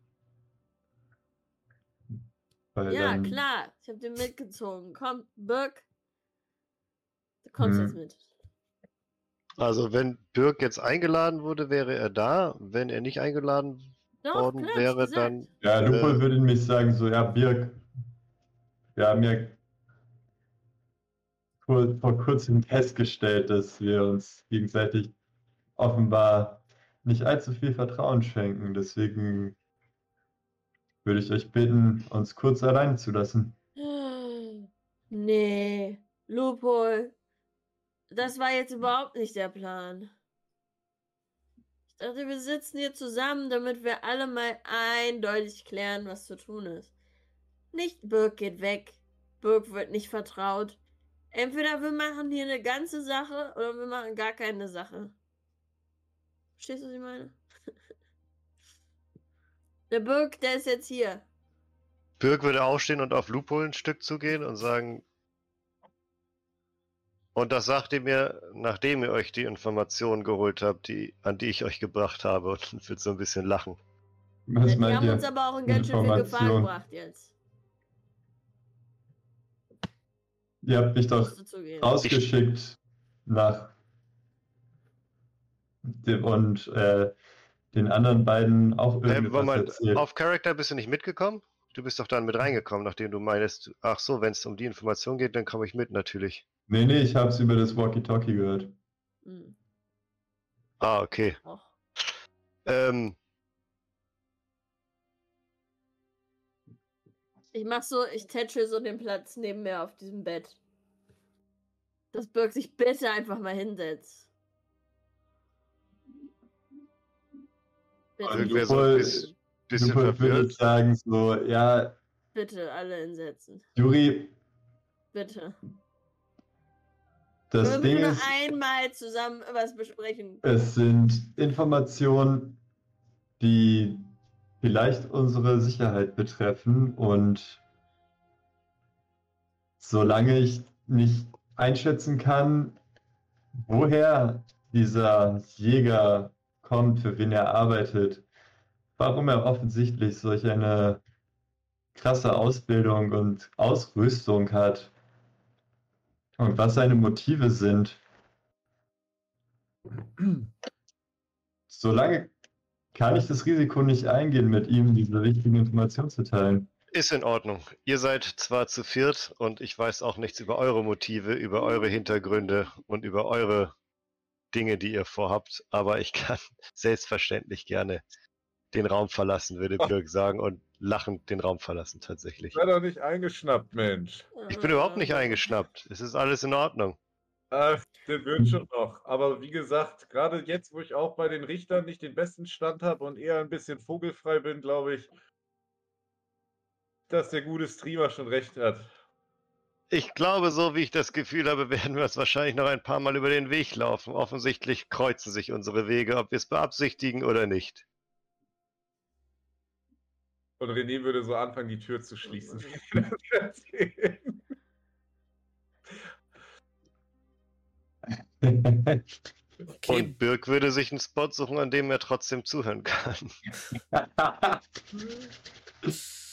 Weil Ja, dann, klar. Ich habe den mitgezogen. Komm, Birk. Du kommst jetzt mit. Also wenn Birk jetzt eingeladen wurde, wäre er da. Wenn er nicht eingeladen Doch, worden klar, wäre, hab ich dann... gesagt. Ja, Lupo würde nämlich sagen, so, ja, Birk, wir haben ja vor kurzem festgestellt, dass wir uns gegenseitig offenbar nicht allzu viel Vertrauen schenken. Deswegen würde ich euch bitten, uns kurz allein zu lassen. Nee, Lupo. Das war jetzt überhaupt nicht der Plan. Ich dachte, wir sitzen hier zusammen, damit wir alle mal eindeutig klären, was zu tun ist. Nicht Birk geht weg. Birk wird nicht vertraut. Entweder wir machen hier eine ganze Sache oder wir machen gar keine Sache. Verstehst du, was ich meine? Der Birk, der ist jetzt hier. Birk würde aufstehen und auf Lupo ein Stück zugehen und sagen... Und das sagt ihr mir, nachdem ihr euch die Informationen geholt habt, an die ich euch gebracht habe, und wird so ein bisschen lachen. Was Die meint haben ihr? uns aber auch in ganz schön viel Gefahr Information. gebracht jetzt. Ihr habt mich doch Musst du zugeben. rausgeschickt nach und den anderen beiden auch irgendwas Moment, erzählt. auf Charakter bist du nicht mitgekommen? Du bist doch dann mit reingekommen, nachdem du meinst, ach so, wenn es um die Information geht, dann komme ich mit, natürlich. Nee, ich habe es über das Walkie-Talkie gehört. Hm. Ah, okay. Och. Ich mach so, ich tätsche so den Platz neben mir auf diesem Bett. Dass Birk sich bitte einfach mal hinsetzt. Bitte. Irgendwer so Lupo- ein bisschen Lupo würde verwirrt. sagen so, ja, Bitte alle hinsetzen. Juri, Bitte. das Können Ding wir nur ist, einmal zusammen was besprechen? es sind Informationen, die vielleicht unsere Sicherheit betreffen, und solange ich nicht einschätzen kann, woher dieser Jäger kommt, für wen er arbeitet, warum er offensichtlich solch eine krasse Ausbildung und Ausrüstung hat und was seine Motive sind, solange kann ich das Risiko nicht eingehen, mit ihm diese wichtigen Informationen zu teilen. Ist in Ordnung. Ihr seid zwar zu viert und ich weiß auch nichts über eure Motive, über eure Hintergründe und über eure Dinge, die ihr vorhabt, aber ich kann selbstverständlich gerne den Raum verlassen, würde Birk sagen, und lachend den Raum verlassen tatsächlich. Sei doch nicht eingeschnappt, Mensch. Ich bin überhaupt nicht eingeschnappt. Es ist alles in Ordnung. Das wird schon noch. Aber wie gesagt, gerade jetzt, wo ich auch bei den Richtern nicht den besten Stand habe und eher ein bisschen vogelfrei bin, glaube ich, dass der gute Streamer schon recht hat. Ich glaube, so wie ich das Gefühl habe, werden wir uns wahrscheinlich noch ein paar Mal über den Weg laufen. Offensichtlich kreuzen sich unsere Wege, ob wir es beabsichtigen oder nicht. Und René würde so anfangen, die Tür zu schließen. wenn wir das erzählen. Okay, Und Birk würde sich einen Spot suchen, an dem er trotzdem zuhören kann.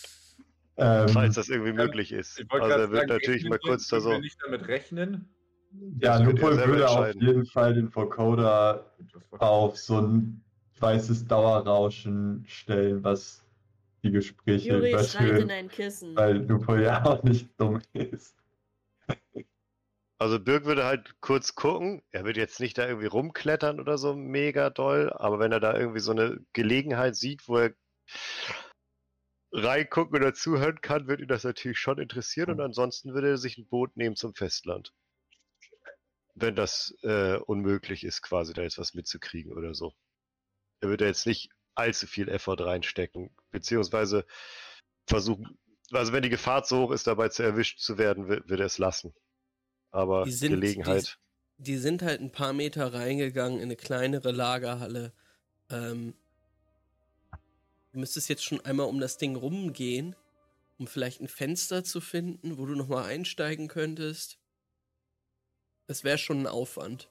Falls das irgendwie möglich ist. Ich wollte Also gerade er wird sagen, natürlich mal kurz da können wir so... nicht damit rechnen, Ja, Das könnt ihr Lupol selber würde auf entscheiden. jeden Fall den Vocoder Das war- auf so ein weißes Dauerrauschen stellen, was die Gespräche Juri schreit in übertönt, ein Kissen. weil Lupol ja auch nicht dumm ist. Also Birk würde halt kurz gucken. Er würde jetzt nicht da irgendwie rumklettern oder so mega doll, aber wenn er da irgendwie so eine Gelegenheit sieht, wo er reingucken oder zuhören kann, wird ihn das natürlich schon interessieren und ansonsten würde er sich ein Boot nehmen zum Festland. Wenn das unmöglich ist, quasi da jetzt was mitzukriegen oder so. Er würde jetzt nicht allzu viel Effort reinstecken, beziehungsweise versuchen, also wenn die Gefahr zu hoch ist, dabei zu erwischt zu werden, wird er es lassen. Aber Die sind- Gelegenheit. Die sind halt ein paar Meter reingegangen in eine kleinere Lagerhalle. Du müsstest jetzt schon einmal um das Ding rumgehen, um vielleicht ein Fenster zu finden, wo du nochmal einsteigen könntest. Das wäre schon ein Aufwand.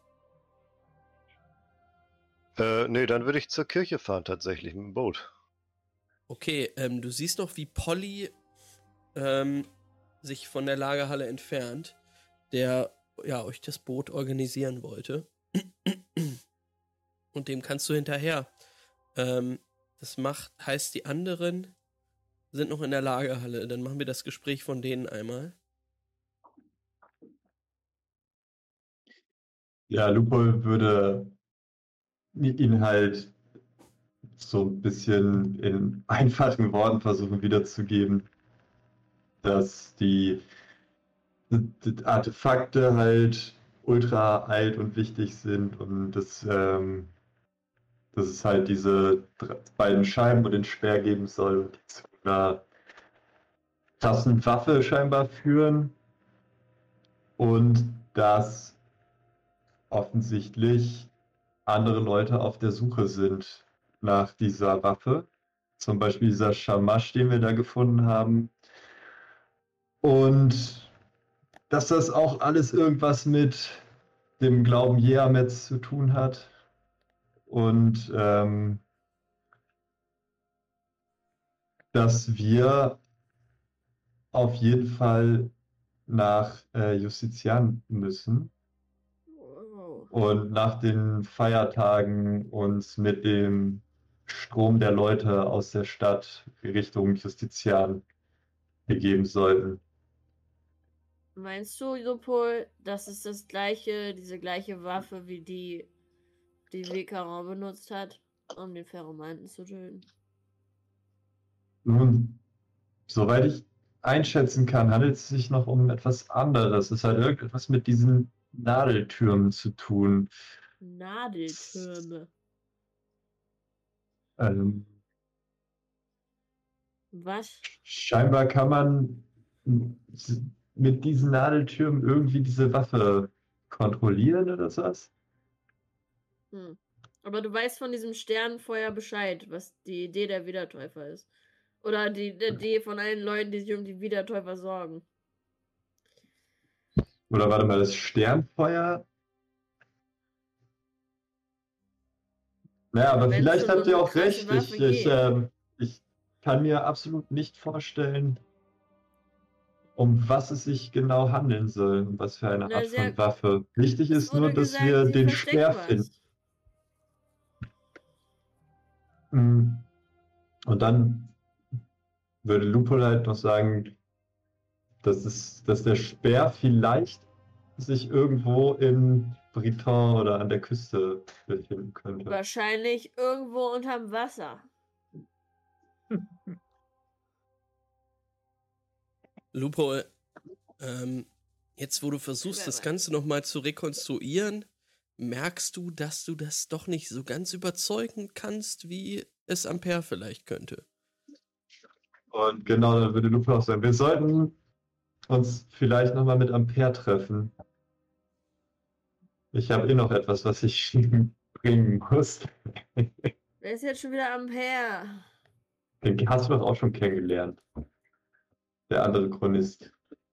Nee, dann würde ich zur Kirche fahren tatsächlich mit dem Boot. Okay, du siehst noch, wie Polly sich von der Lagerhalle entfernt, der ja euch das Boot organisieren wollte. Und dem kannst du hinterher. Das heißt, die anderen sind noch in der Lagerhalle. Dann machen wir das Gespräch von denen einmal. Ja, Lupol würde ihn halt so ein bisschen in einfachen Worten versuchen wiederzugeben, dass die Artefakte halt ultra alt und wichtig sind und dass es halt diese beiden Scheiben und den Speer geben soll und die zu einer krassen Waffe scheinbar führen und dass offensichtlich andere Leute auf der Suche sind nach dieser Waffe. Zum Beispiel dieser Shamash, den wir da gefunden haben. Und dass das auch alles irgendwas mit dem Glauben Jehamets zu tun hat. Und dass wir auf jeden Fall nach Justitian müssen. Wow. Und nach den Feiertagen uns mit dem Strom der Leute aus der Stadt Richtung Justitian begeben sollten. Meinst du, Jopol, das ist diese gleiche Waffe, wie die Vekaron benutzt hat, um den Pheromanten zu töten? Nun, soweit ich einschätzen kann, handelt es sich noch um etwas anderes. Es hat irgendetwas mit diesen Nadeltürmen zu tun. Nadeltürme. Was? Scheinbar kann man mit diesen Nadeltürmen irgendwie diese Waffe kontrollieren oder sowas. Hm. Aber du weißt von diesem Sternenfeuer Bescheid, was die Idee der Wiedertäufer ist. Oder die Idee von allen Leuten, die sich um die Wiedertäufer sorgen. Oder warte mal, das Sternfeuer? Naja, aber Wenn's vielleicht um habt so ihr eine auch krasse recht. Waffe Ich kann mir absolut nicht vorstellen, um was es sich genau handeln soll, um was für eine Na, Art von Waffe. Wichtig Es ist nur, wurde dass gesagt, wir sie den versteckt Speer was. finden. Und dann würde Lupol halt noch sagen, dass der Speer vielleicht sich irgendwo in Britain oder an der Küste befinden könnte. Wahrscheinlich irgendwo unterm Wasser. Lupo, jetzt wo du versuchst, das Ganze nochmal zu rekonstruieren, merkst du, dass du das doch nicht so ganz überzeugen kannst, wie es Ampere vielleicht könnte. Und genau, dann würde Lupo auch sagen, wir sollten uns vielleicht nochmal mit Ampere treffen. Ich habe noch etwas, was ich bringen muss. Wer ist jetzt schon wieder Ampere? Den hast du doch auch schon kennengelernt. Der andere Chronist.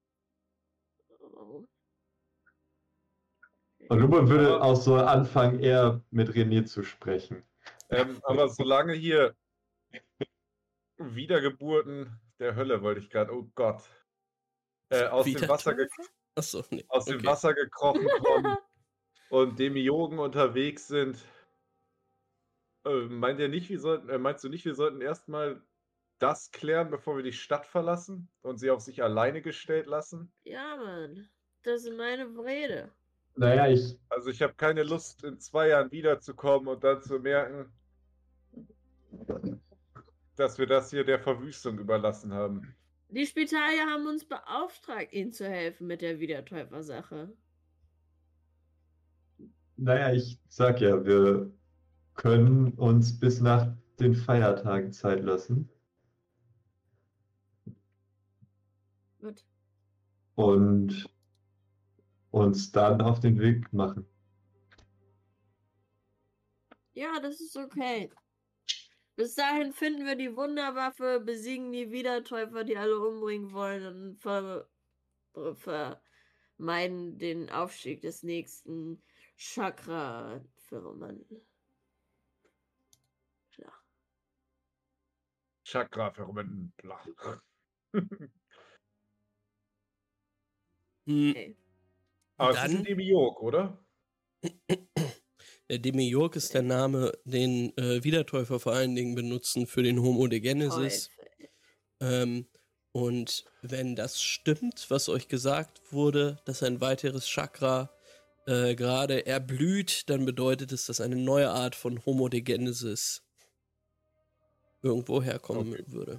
Und Lupo würde auch so anfangen, eher mit René zu sprechen. Aber solange hier Wiedergeburten der Hölle, wollte ich gerade, oh Gott, aus dem Wasser Achso, nee. aus dem Okay. Wasser gekrochen kommen und Demiurgen unterwegs sind. Meinst du nicht, wir sollten erstmal das klären, bevor wir die Stadt verlassen und sie auf sich alleine gestellt lassen? Ja, Mann. Das ist meine Rede. Naja, ich Also ich habe keine Lust, in 2 Jahren wiederzukommen und dann zu merken, dass wir das hier der Verwüstung überlassen haben. Die Spitalier haben uns beauftragt, ihnen zu helfen mit der Wiedertäufer-Sache. Naja, ich sag ja, wir können uns bis nach den Feiertagen Zeit lassen Gut. und uns dann auf den Weg machen. Ja, das ist okay. Bis dahin finden wir die Wunderwaffe, besiegen die Wiedertäufer, die alle umbringen wollen und vermeiden den Aufstieg des nächsten Chakra-Firmen. Klar. Chakra-Firmen. Bla. Okay. Aber es ist ein Demiurg, oder? Der Demiurg ist der Name, den Wiedertäufer vor allen Dingen benutzen für den Homo de Genesis. Teufel. Und wenn das stimmt, was euch gesagt wurde, dass ein weiteres Chakra gerade erblüht, dann bedeutet es, dass eine neue Art von Homo de Genesis irgendwo herkommen würde.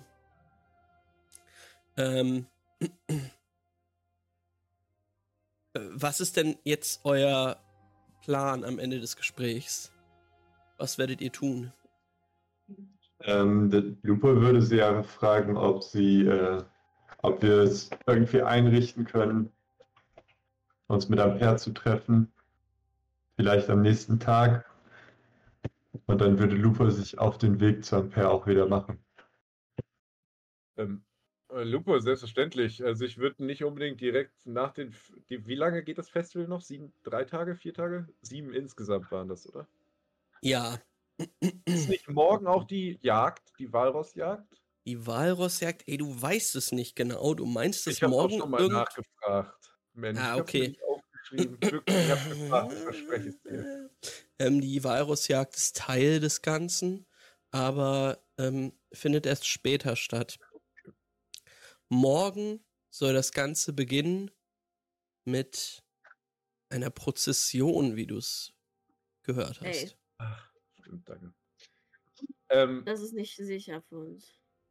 Was ist denn jetzt euer Plan am Ende des Gesprächs? Was werdet ihr tun? Lupo würde sie einfach fragen, ob wir es irgendwie einrichten können, uns mit Ampere zu treffen. Vielleicht am nächsten Tag. Und dann würde Lupo sich auf den Weg zu Ampere auch wieder machen. Lupo, selbstverständlich. Also ich würde nicht unbedingt direkt nach wie lange geht das Festival noch? 3 Tage, 4 Tage? 7 insgesamt waren das, oder? Ja. Ist nicht morgen auch die Jagd, die Walrossjagd? Die Walrossjagd? Ey, du weißt es nicht genau. Du meinst es Ich habe auch morgen schon mal nachgefragt. Mensch, Ah, ich hab's mir okay. nicht aufgeschrieben. Wirklich, ich habe gefragt, ich verspreche es dir. Die Walrossjagd ist Teil des Ganzen, aber findet erst später statt. Morgen soll das Ganze beginnen mit einer Prozession, wie du es gehört hast. Ey. Ach, stimmt, danke. Das ist nicht sicher für uns.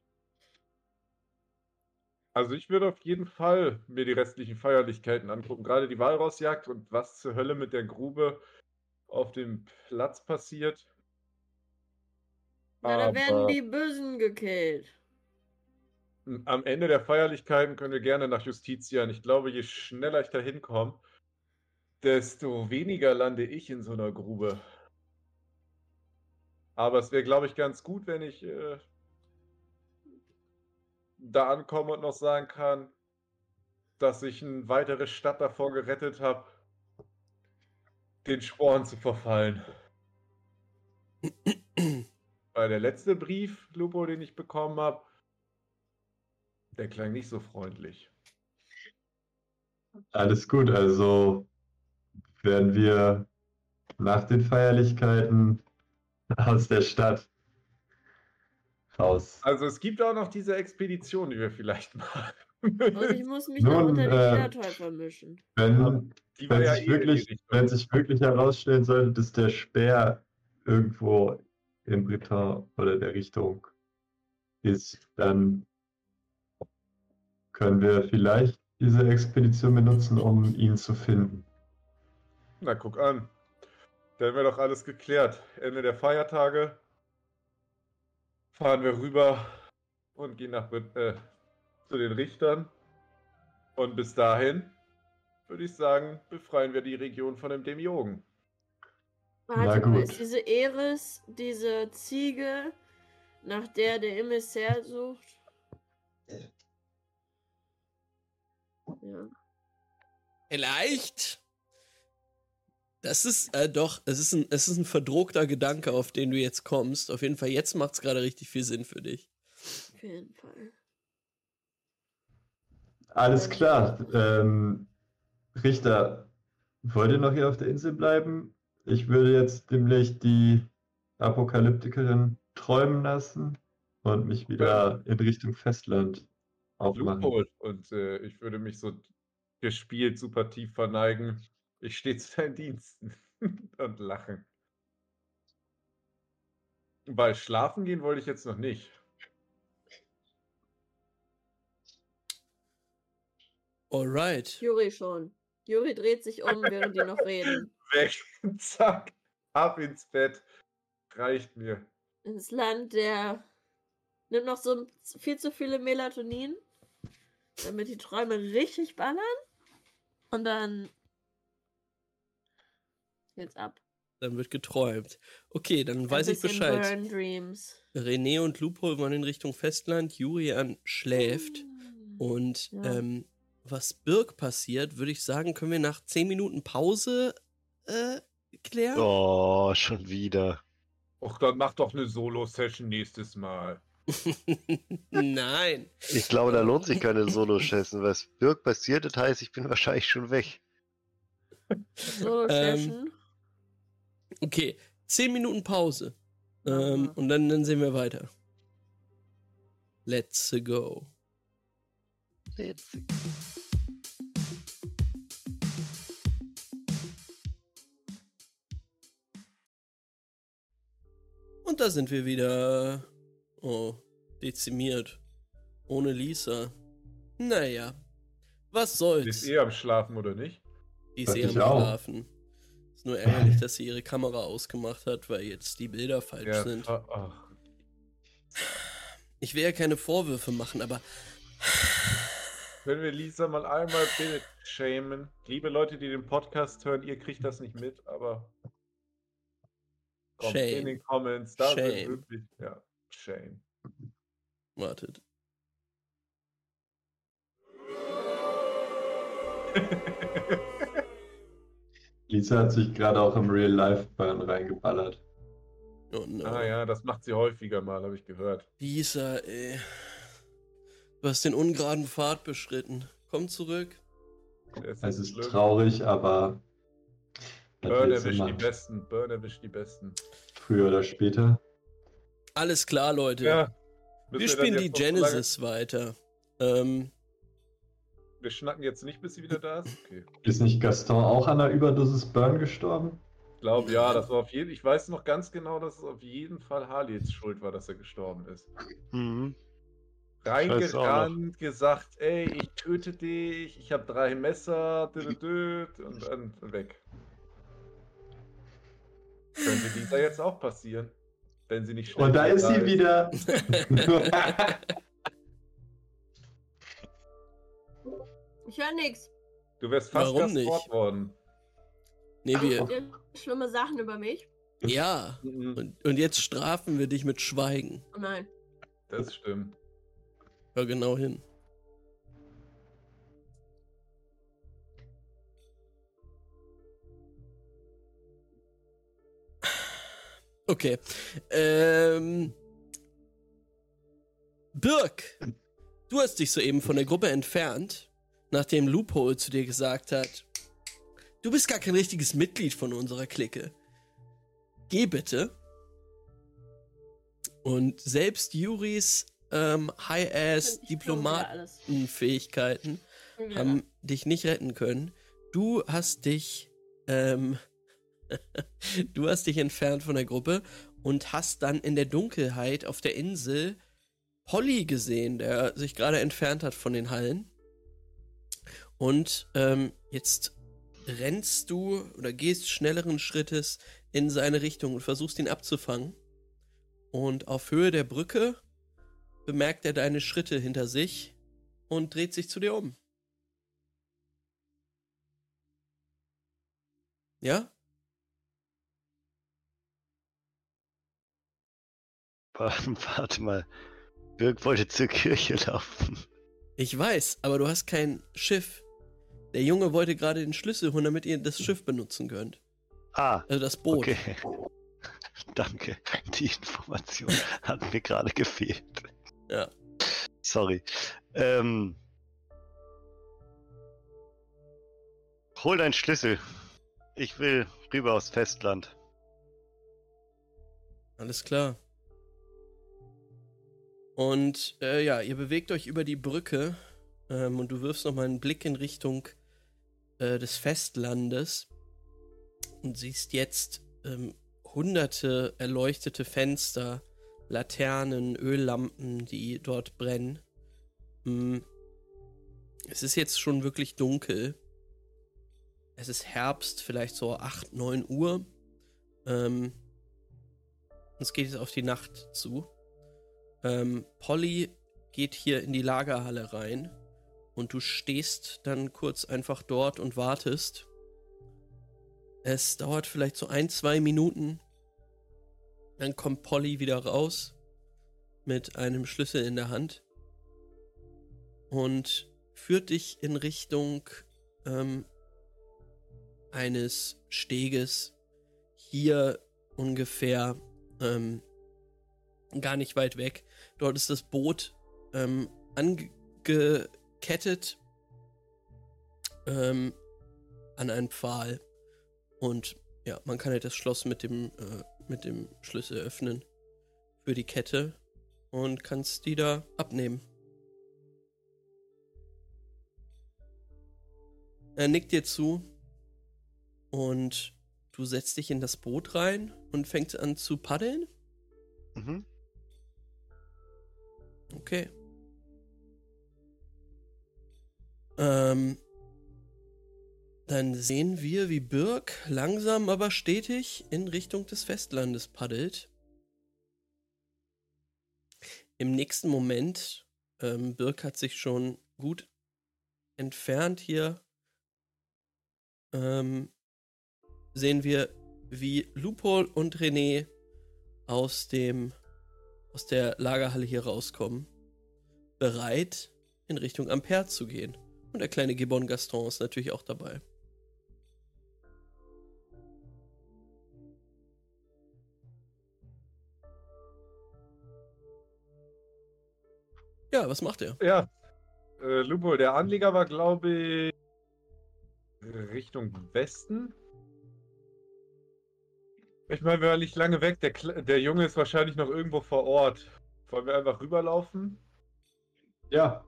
Also ich würde auf jeden Fall mir die restlichen Feierlichkeiten angucken. Gerade die Walrossjagd und was zur Hölle mit der Grube auf dem Platz passiert. Na, da werden Aber die Bösen gekillt. am Ende der Feierlichkeiten können wir gerne nach Justitia. Und ich glaube, je schneller ich da hinkomme, desto weniger lande ich in so einer Grube. Aber es wäre, glaube ich, ganz gut, wenn ich da ankomme und noch sagen kann, dass ich eine weitere Stadt davor gerettet habe, den Sporen zu verfallen. Weil der letzte Brief, Lupo, den ich bekommen habe, der klang nicht so freundlich. Alles gut, also werden wir nach den Feierlichkeiten aus der Stadt raus. Also es gibt auch noch diese Expedition, die wir vielleicht machen. Und ich muss mich noch Nun, unter die Wiedertäufer mischen. Die war ja Wenn sich eh in die Richtung. wirklich herausstellen sollte, dass der Speer irgendwo in Britain oder der Richtung ist, dann können wir vielleicht diese Expedition benutzen, um ihn zu finden. Na, guck an. Dann haben wir doch alles geklärt. Ende der Feiertage fahren wir rüber und gehen zu den Richtern. Und bis dahin, würde ich sagen, befreien wir die Region von dem Demiurgen. Warte Na mal, gut. ist diese Eris, diese Ziege, nach der der Emissär sucht? Ja. Vielleicht. Das ist es ist ein verdruckter Gedanke, auf den du jetzt kommst. Auf jeden Fall, jetzt macht es gerade richtig viel Sinn für dich. Auf jeden Fall. Alles klar. Richter, wollt ihr noch hier auf der Insel bleiben? Ich würde jetzt nämlich die Apokalyptikerin träumen lassen und mich wieder in Richtung Festland aufmachen. Loophole. Und ich würde mich so gespielt super tief verneigen. Ich stehe zu deinen Diensten und lachen. Weil schlafen gehen wollte ich jetzt noch nicht. Alright. Juri schon. Juri dreht sich um, während die noch reden. Weg, zack, ab ins Bett. Reicht mir. Ins Land, der nimmt noch so viel zu viele Melatonin, damit die Träume richtig ballern. Und dann geht's ab. Dann wird geträumt. Okay, dann Ein weiß ich bisschen Bescheid. Burn Dreams. René und Lupo wollen in Richtung Festland. Julian schläft. Und Ja. was Birk passiert, würde ich sagen, können wir nach 10 Minuten Pause klären. Oh, schon wieder. Och, dann mach doch eine Solo-Session nächstes Mal. Nein. Ich glaube, da lohnt sich keine Solo-Session. Was Birk passiert, das heißt, ich bin wahrscheinlich schon weg. Solo-Session. Okay, 10 Minuten Pause. Aha. Und dann sehen wir weiter. Let's go. Und da sind wir wieder. Oh, dezimiert. Ohne Lisa. Naja. Was Die ist soll's? am Schlafen, oder nicht? Die ist Ich eher am auch. Schlafen. Ist nur ärgerlich, dass sie ihre Kamera ausgemacht hat, weil jetzt die Bilder falsch sind. Ach. Ich will ja keine Vorwürfe machen, aber Können wir Lisa mal einmal bitte shamen? Liebe Leute, die den Podcast hören, ihr kriegt das nicht mit, aber kommt in Shame. den Comments, da wird Shame. wirklich, ja, shame. wartet. Lisa hat sich gerade auch im Real-Life-Burn reingeballert. Oh no. Ah ja, das macht sie häufiger mal, habe ich gehört. Lisa, ey. Du hast den ungeraden Pfad beschritten. Komm zurück. Es ist traurig, aber das Burn wird's erwischt immer. die Besten, Burn erwischt die Besten. Früher oder später. Alles klar, Leute. Ja. wir spielen die Genesis weiter. Wir schnacken jetzt nicht, bis sie wieder da ist? Okay. Ist nicht Gaston auch an einer Überdosis Burn gestorben? Ich glaube, ja, das war auf jeden ich weiß noch ganz genau, dass es auf jeden Fall Harleys Schuld war, dass er gestorben ist. Mhm. Reingerannt, gesagt, ey, ich töte dich, ich habe 3 Messer, und dann weg. Könnte dieser jetzt auch passieren, wenn sie nicht schnell Und da ist sie wieder. Ich höre nichts. Du wärst fast Warum nicht? Gastwort worden. Nee, wir. Habt ihr schlimme Sachen über mich? Ja. Und jetzt strafen wir dich mit Schweigen. Oh nein. Das stimmt. Hör genau hin. Okay. Birk, du hast dich soeben von der Gruppe entfernt, nachdem Loophole zu dir gesagt hat, du bist gar kein richtiges Mitglied von unserer Clique. Geh bitte. Und selbst Juris High-Ass Diplomatenfähigkeiten haben dich nicht retten können. Du hast dich du hast dich entfernt von der Gruppe und hast dann in der Dunkelheit auf der Insel Polly gesehen, der sich gerade entfernt hat von den Hallen. Und jetzt rennst du oder gehst schnelleren Schrittes in seine Richtung und versuchst ihn abzufangen. Und auf Höhe der Brücke bemerkt er deine Schritte hinter sich und dreht sich zu dir um. Ja? Warte mal. Birk wollte zur Kirche laufen. Ich weiß, aber du hast kein Schiff. Der Junge wollte gerade den Schlüssel holen, damit ihr das Schiff benutzen könnt. Ah, Also das Boot. okay. Danke. Die Information hat mir gerade gefehlt. Ja. Sorry. Hol deinen Schlüssel. Ich will rüber aufs Festland. Alles klar. Und ja, ihr bewegt euch über die Brücke und du wirfst nochmal einen Blick in Richtung des Festlandes und siehst jetzt hunderte erleuchtete Fenster, Laternen, Öllampen, die dort brennen. Es ist jetzt schon wirklich dunkel. Es ist Herbst, vielleicht so 8, 9 Uhr. Es geht jetzt auf die Nacht zu. Polly geht hier in die Lagerhalle rein und du stehst dann kurz einfach dort und wartest. Es dauert vielleicht so 1, 2 Minuten. Dann kommt Polly wieder raus mit einem Schlüssel in der Hand und führt dich in Richtung eines Steges. Hier ungefähr gar nicht weit weg. Dort ist das Boot angekettet an einen Pfahl. Und ja, man kann halt das Schloss mit dem Schlüssel öffnen für die Kette und kannst die da abnehmen. Er nickt dir zu und du setzt dich in das Boot rein und fängst an zu paddeln. Mhm. Okay. Dann sehen wir, wie Birk langsam aber stetig in Richtung des Festlandes paddelt. Im nächsten Moment, Birk hat sich schon gut entfernt hier, sehen wir, wie Lupol und René aus der Lagerhalle hier rauskommen, bereit in Richtung Ampere zu gehen. Und der kleine Gibbon Gaston ist natürlich auch dabei. Ja, was macht er? Ja, Lupo, der Anleger war, glaube ich, Richtung Westen. Ich meine, wir waren nicht lange weg. Der Junge ist wahrscheinlich noch irgendwo vor Ort. Wollen wir einfach rüberlaufen? Ja.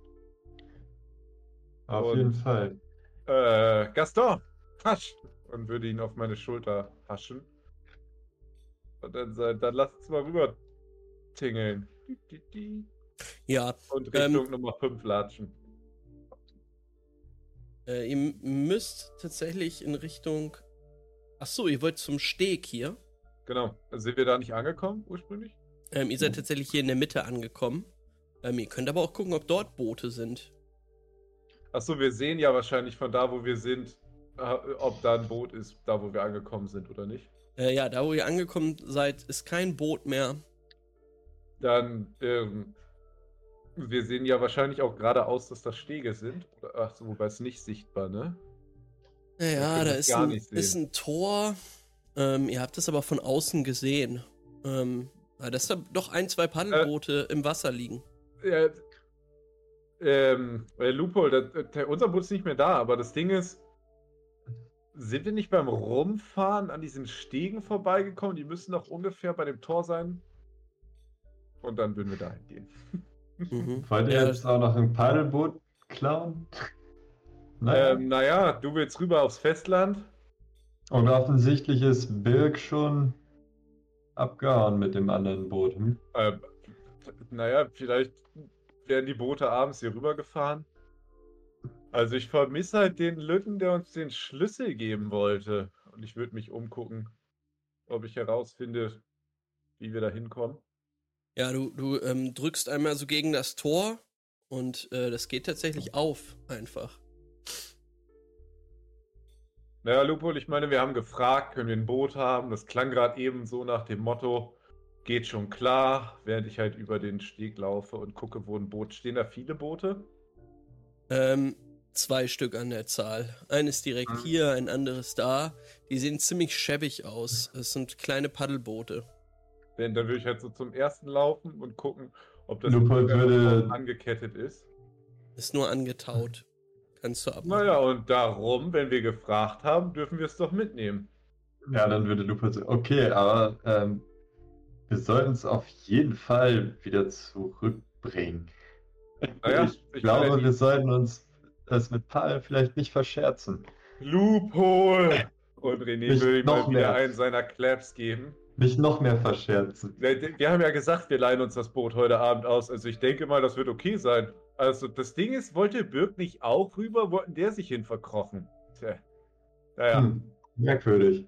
Auf Und, jeden Fall. Gaston, hasch! Und würde ihn auf meine Schulter haschen. Und dann sagen, dann lass uns mal rüber tingeln. Ja. Und Richtung Nummer 5 latschen. Ihr müsst tatsächlich in Richtung... Achso, ihr wollt zum Steg hier. Genau. Sind wir da nicht angekommen ursprünglich? Ihr seid tatsächlich hier in der Mitte angekommen. Ihr könnt aber auch gucken, ob dort Boote sind. Achso, wir sehen ja wahrscheinlich von da, wo wir sind, ob da ein Boot ist, da wo wir angekommen sind oder nicht. Ja, da wo ihr angekommen seid, ist kein Boot mehr. Dann, wir sehen ja wahrscheinlich auch geradeaus, dass das Stege sind. Achso, wobei es nicht sichtbar, ne? Naja, da ist ein Tor. Ihr habt es aber von außen gesehen. Dass da doch 1, 2 Paddelboote im Wasser liegen. Ja, Lupo, unser Boot ist nicht mehr da, aber das Ding ist, sind wir nicht beim Rumfahren an diesen Stegen vorbeigekommen? Die müssen doch ungefähr bei dem Tor sein. Und dann würden wir dahin gehen. Wollt ihr jetzt auch noch ein Paddelboot klauen? Naja, du willst rüber aufs Festland. Und offensichtlich ist Birk schon abgehauen mit dem anderen Boot. Naja, vielleicht werden die Boote abends hier rübergefahren. Also ich vermisse halt den Lütten, der uns den Schlüssel geben wollte. Und ich würde mich umgucken, ob ich herausfinde, wie wir da hinkommen. Ja, du drückst einmal so gegen das Tor und das geht tatsächlich auf, einfach. Naja, Lupol, ich meine, wir haben gefragt, können wir ein Boot haben? Das klang gerade eben so nach dem Motto, geht schon klar, während ich halt über den Steg laufe und gucke, wo ein Boot. Stehen da viele Boote? 2 Stück an der Zahl. Eines direkt hier, ein anderes da. Die sehen ziemlich schäbig aus. Es sind kleine Paddelboote. Dann würde ich halt so zum ersten laufen und gucken, ob das Lupol würde angekettet ist. Ist nur angetaut. Kannst du abmachen. Naja, und darum, wenn wir gefragt haben, dürfen wir es doch mitnehmen. Ja, dann würde Lupo sagen, okay, aber wir sollten es auf jeden Fall wieder zurückbringen. Naja, Ich glaube, wir sollten uns das mit Paul vielleicht nicht verscherzen. Loophole! Und René Nicht will ihm noch mal wieder mehr. einen seiner Claps geben. Nicht noch mehr verscherzen. Wir haben ja gesagt, wir leihen uns das Boot heute Abend aus. Also ich denke mal, das wird okay sein. Also das Ding ist, wollte Birk nicht auch rüber, wollten der sich hin verkrochen. Tja. Naja. Merkwürdig.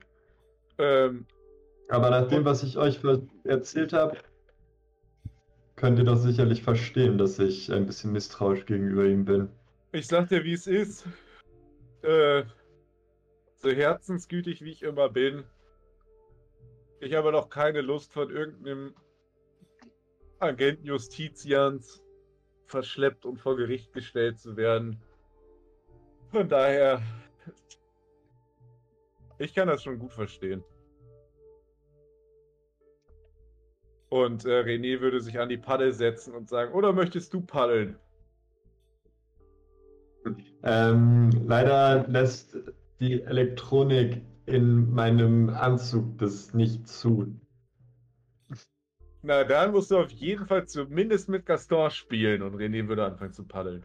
Aber nach dem, und- was ich euch erzählt habe, könnt ihr doch sicherlich verstehen, dass ich ein bisschen misstrauisch gegenüber ihm bin. Ich sag dir, wie es ist. So herzensgütig wie ich immer bin. Ich habe noch keine Lust, von irgendeinem Agent Justitians verschleppt und vor Gericht gestellt zu werden. Von daher, ich kann das schon gut verstehen. Und René würde sich an die Paddel setzen und sagen, oder möchtest du paddeln? Leider lässt die Elektronik in meinem Anzug das nicht zu. Na, dann musst du auf jeden Fall zumindest mit Gaston spielen und René würde anfangen zu paddeln.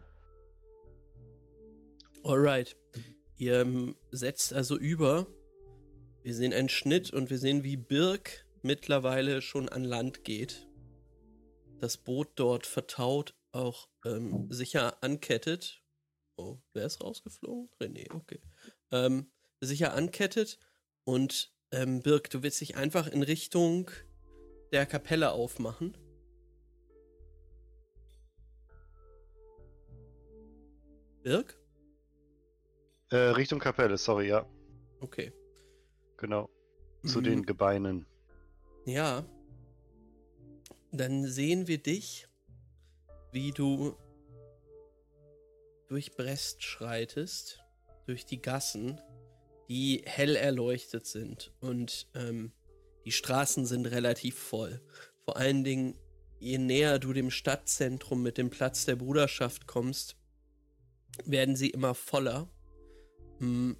Alright. Ihr setzt also über. Wir sehen einen Schnitt und wir sehen, wie Birk mittlerweile schon an Land geht. Das Boot dort vertaut, auch sicher ankettet. Oh, wer ist rausgeflogen? René, okay. Sicher ankettet und Birk, du willst dich einfach in Richtung der Kapelle aufmachen. Birk? Richtung Kapelle, sorry, ja. Okay. Genau. Zu den Gebeinen. Ja. Dann sehen wir dich, wie du durch Brest schreitest, durch die Gassen, die hell erleuchtet sind. Und die Straßen sind relativ voll. Vor allen Dingen, je näher du dem Stadtzentrum mit dem Platz der Bruderschaft kommst, werden sie immer voller. Du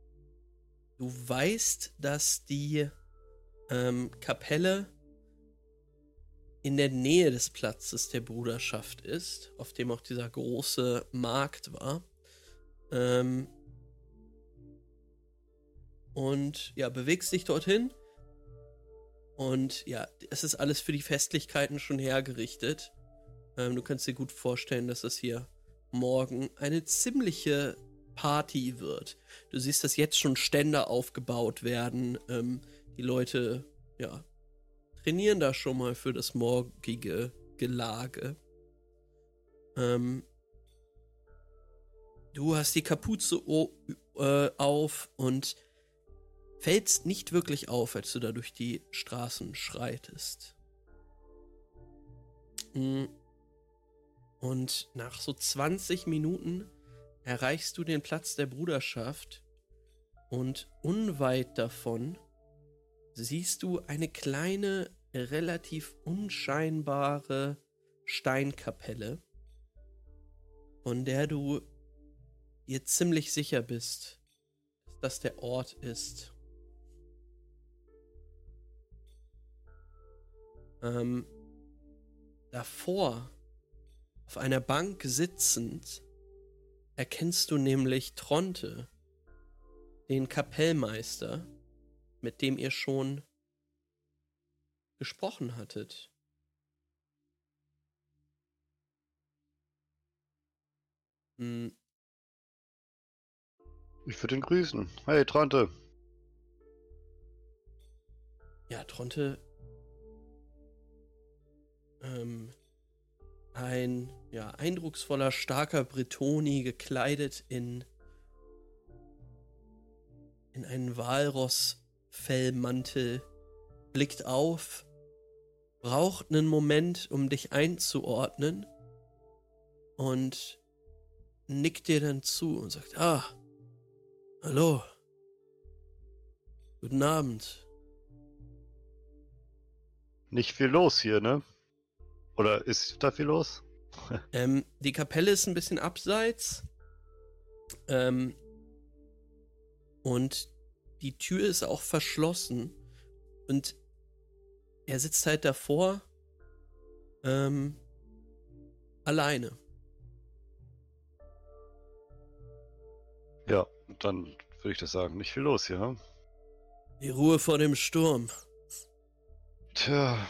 weißt, dass die Kapelle in der Nähe des Platzes der Bruderschaft ist, auf dem auch dieser große Markt war. Und ja, bewegst dich dorthin. Und ja, es ist alles für die Festlichkeiten schon hergerichtet. Du kannst dir gut vorstellen, dass es hier morgen eine ziemliche Party wird. Du siehst, dass jetzt schon Stände aufgebaut werden. Die Leute, ja, trainieren da schon mal für das morgige Gelage. Du hast die Kapuze auf und fällst nicht wirklich auf, als du da durch die Straßen schreitest. Und nach so 20 Minuten erreichst du den Platz der Bruderschaft und unweit davon siehst du eine kleine, relativ unscheinbare Steinkapelle, von der du dir ziemlich sicher bist, dass das der Ort ist. Davor, auf einer Bank sitzend, erkennst du nämlich Tronte, den Kapellmeister, mit dem ihr schon gesprochen hattet. Ich würde ihn grüßen. Hey, Tronte. Ja, Tronte. Ein eindrucksvoller, starker Bretoni, gekleidet in einen Walrossfellmantel, blickt auf, braucht einen Moment, um dich einzuordnen und nickt dir dann zu und sagt, hallo, guten Abend. Nicht viel los hier, ne? Oder ist da viel los? Die Kapelle ist ein bisschen abseits. Und die Tür ist auch verschlossen. Und er sitzt halt davor, alleine. Ja, dann würde ich das sagen. Nicht viel los hier, ne? Die Ruhe vor dem Sturm. Tja.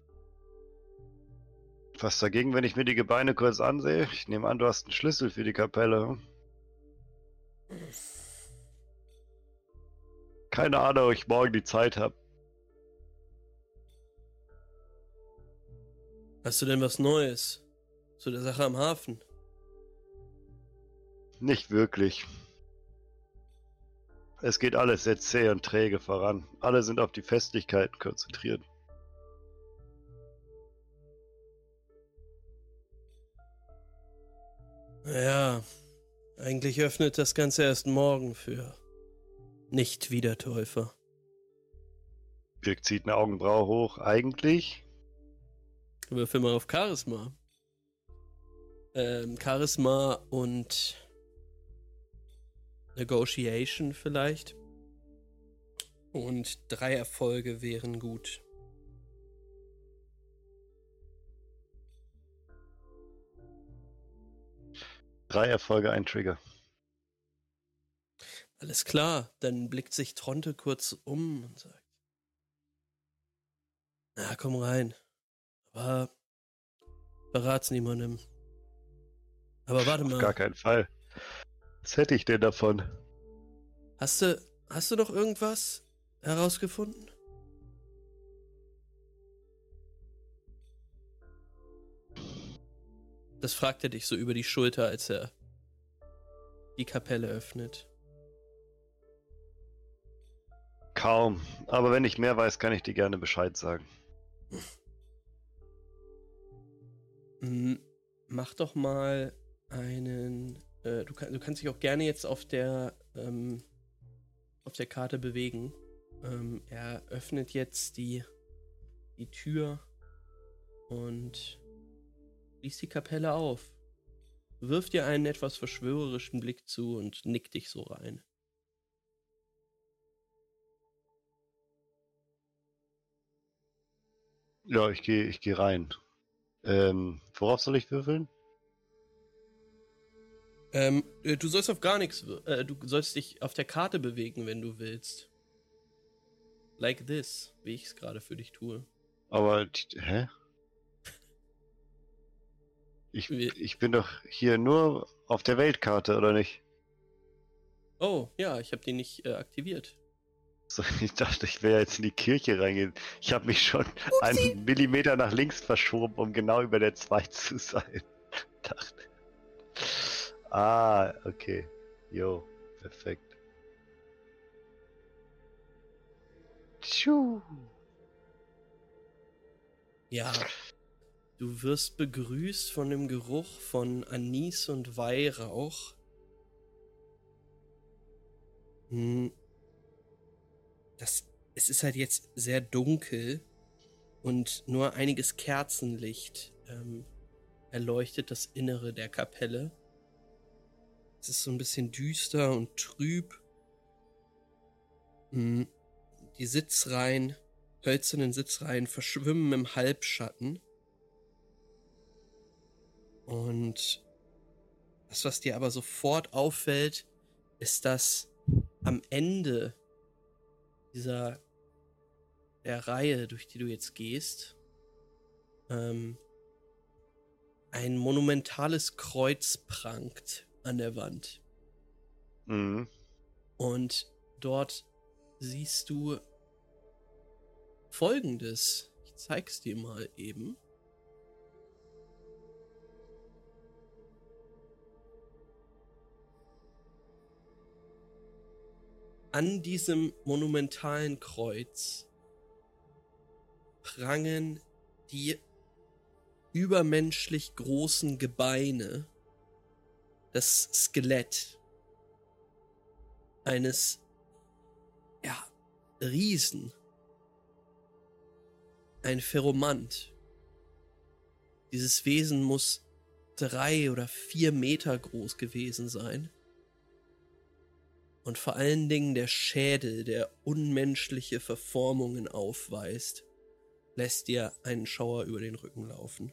Was dagegen, wenn ich mir die Gebeine kurz ansehe? Ich nehme an, du hast einen Schlüssel für die Kapelle. Keine Ahnung, ob ich morgen die Zeit habe. Hast du denn was Neues zu der Sache am Hafen? Nicht wirklich. Es geht alles sehr zäh und träge voran. Alle sind auf die Festlichkeiten konzentriert. Ja, eigentlich öffnet das Ganze erst morgen für Nicht-Wiedertäufer. Birk zieht eine Augenbraue hoch. Eigentlich? Würfel mal auf Charisma. Charisma und Negotiation vielleicht. Und 3 Erfolge wären gut. Drei Erfolge, ein Trigger. Alles klar, dann blickt sich Tronte kurz um und sagt: Na, komm rein. Aber verrat's niemandem. Aber warte Auf mal. gar keinen Fall. Was hätte ich denn davon? Hast du noch irgendwas herausgefunden? Das fragt er dich so über die Schulter, als er die Kapelle öffnet. Kaum. Aber wenn ich mehr weiß, kann ich dir gerne Bescheid sagen. Mach doch mal einen... Du kannst dich auch gerne jetzt auf der Karte bewegen. Er öffnet jetzt die Tür und schließt die Kapelle auf. Wirft dir einen etwas verschwörerischen Blick zu und nickt dich so rein. Ja, ich geh rein. Worauf soll ich würfeln? Du sollst auf gar nichts, du sollst dich auf der Karte bewegen, wenn du willst. Like this, wie ich es gerade für dich tue. Aber, hä? Ich bin doch hier nur auf der Weltkarte, oder nicht? Oh, ja, ich habe die nicht aktiviert. So, ich dachte, ich wäre jetzt in die Kirche reingehen. Ich habe mich schon einen Millimeter nach links verschoben, um genau über der 2 zu sein. Dachte. Ah, okay. Jo, perfekt. Tschu. Ja, du wirst begrüßt von dem Geruch von Anis und Weihrauch. Es ist halt jetzt sehr dunkel und nur einiges Kerzenlicht erleuchtet das Innere der Kapelle. Es ist so ein bisschen düster und trüb. Die Sitzreihen, hölzernen Sitzreihen verschwimmen im Halbschatten. Und das, was dir aber sofort auffällt, ist, dass am Ende der Reihe, durch die du jetzt gehst, ein monumentales Kreuz prangt an der Wand. Mhm. Und dort siehst du Folgendes. Ich zeig's dir mal eben. An diesem monumentalen Kreuz prangen die übermenschlich großen Gebeine, das Skelett eines, Riesen, ein Feromant. Dieses Wesen muss 3 oder 4 Meter groß gewesen sein und vor allen Dingen der Schädel, der unmenschliche Verformungen aufweist, lässt dir einen Schauer über den Rücken laufen.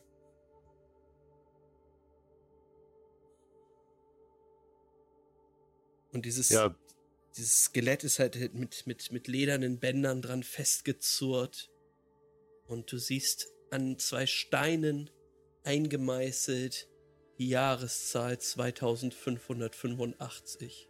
Und dieses Skelett ist halt mit ledernen Bändern dran festgezurrt. Und du siehst an 2 Steinen eingemeißelt die Jahreszahl 2585.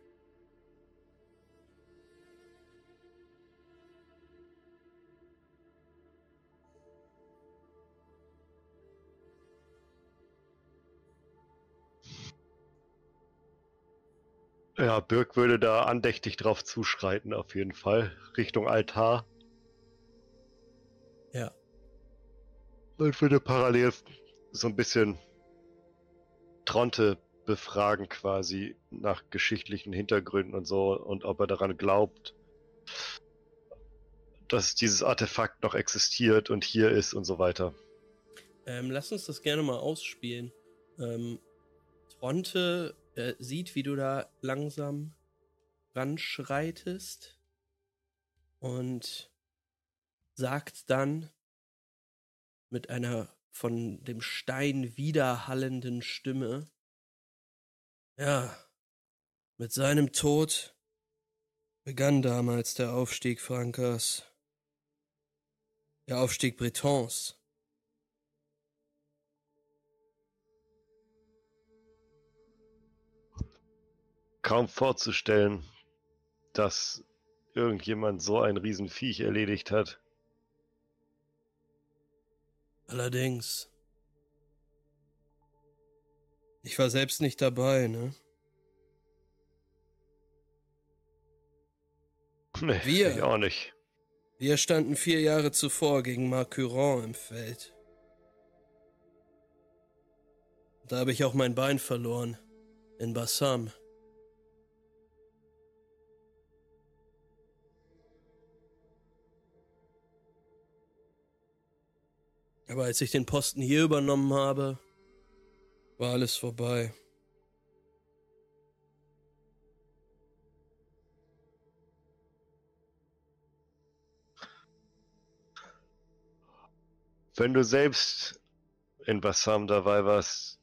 Ja, Birk würde da andächtig drauf zuschreiten, auf jeden Fall. Richtung Altar. Ja. Und würde parallel so ein bisschen Tronte befragen quasi nach geschichtlichen Hintergründen und so und ob er daran glaubt, dass dieses Artefakt noch existiert und hier ist und so weiter. Lass uns das gerne mal ausspielen. Tronte sieht, wie du da langsam ranschreitest und sagt dann mit einer von dem Stein widerhallenden Stimme: Ja, mit seinem Tod begann damals der Aufstieg Frankas, der Aufstieg Bretons. Kaum vorzustellen, dass irgendjemand so ein Riesenviech erledigt hat. Allerdings. Ich war selbst nicht dabei, ne? Nee, Wir? ich auch nicht. Wir standen 4 Jahre zuvor gegen Marcuron im Feld. Da habe ich auch mein Bein verloren. In Bassam. Aber als ich den Posten hier übernommen habe, war alles vorbei. Wenn du selbst in Bassam dabei warst,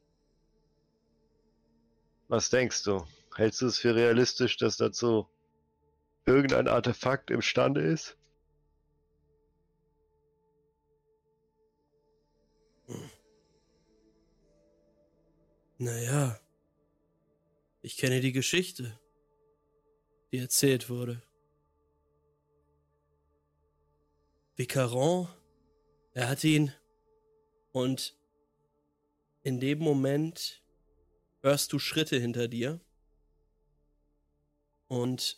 was denkst du? Hältst du es für realistisch, dass dazu irgendein Artefakt imstande ist? Naja, ich kenne die Geschichte, die erzählt wurde. Vicaron, er hat ihn, und in dem Moment hörst du Schritte hinter dir und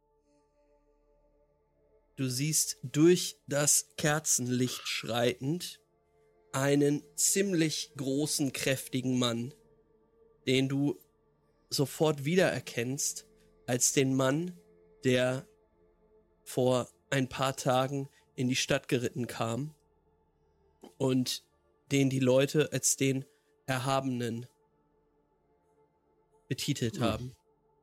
du siehst durch das Kerzenlicht schreitend einen ziemlich großen, kräftigen Mann, den du sofort wiedererkennst als den Mann, der vor ein paar Tagen in die Stadt geritten kam und den die Leute als den Erhabenen betitelt haben.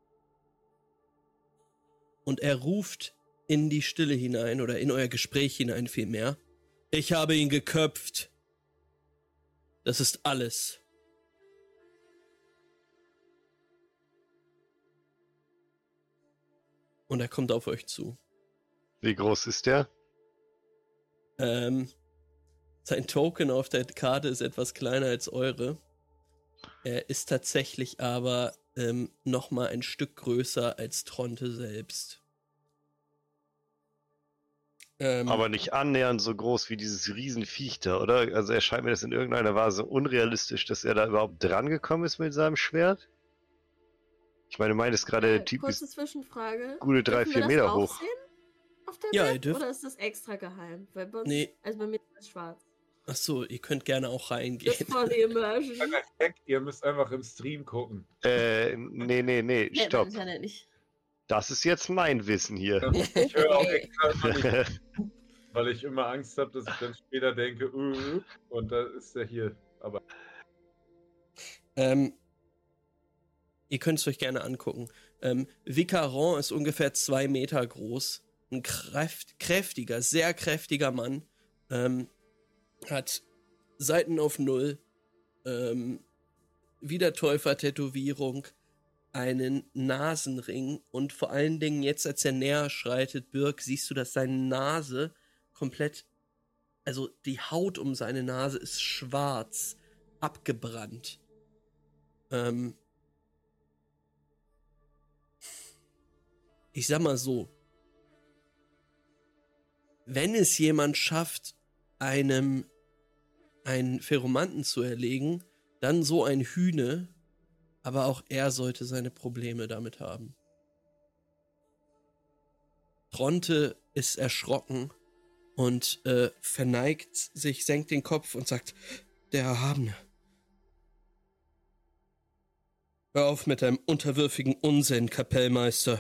Und er ruft in die Stille hinein, oder in euer Gespräch hinein vielmehr: Ich habe ihn geköpft. Das ist alles. Und er kommt auf euch zu. Wie groß ist der? Sein Token auf der Karte ist etwas kleiner als eure. Er ist tatsächlich aber noch mal ein Stück größer als Tronte selbst. Aber nicht annähernd so groß wie dieses Riesenviech da, oder? Also erscheint mir das in irgendeiner Weise unrealistisch, dass er da überhaupt dran gekommen ist mit seinem Schwert. Ich meine, du meintest gerade, der Typ kurze ist Zwischenfrage. gute 3-4 Meter hoch. Auf der Ja, Map, ihr dürft. oder ist das extra geheim? Weil bei uns, Nee. also bei mir ist es schwarz. Achso, ihr könnt gerne auch Das reingehen. ist voll die Immersion. Kleiner Hack, ihr müsst einfach im Stream gucken. Nee, Nee, stopp. mein Internet nicht. Das ist jetzt mein Wissen hier. Ich höre auch extra immer nicht, weil ich immer Angst habe, dass ich dann später denke, und da ist er hier. Aber Ihr könnt es euch gerne angucken. Vicaron ist ungefähr 2 Meter groß. Ein kräftiger, sehr kräftiger Mann. Hat Seiten auf 0. Wiedertäufer-Tätowierung. Einen Nasenring. Und vor allen Dingen jetzt, als er näher schreitet, Birk, siehst du, dass seine Nase komplett... Also die Haut um seine Nase ist schwarz, abgebrannt. Ich sag mal so, wenn es jemand schafft, einen Pheromanten zu erlegen, dann so ein Hühne, aber auch er sollte seine Probleme damit haben. Tronte ist erschrocken und verneigt sich, senkt den Kopf und sagt, der Erhabene. Hör auf mit deinem unterwürfigen Unsinn, Kapellmeister.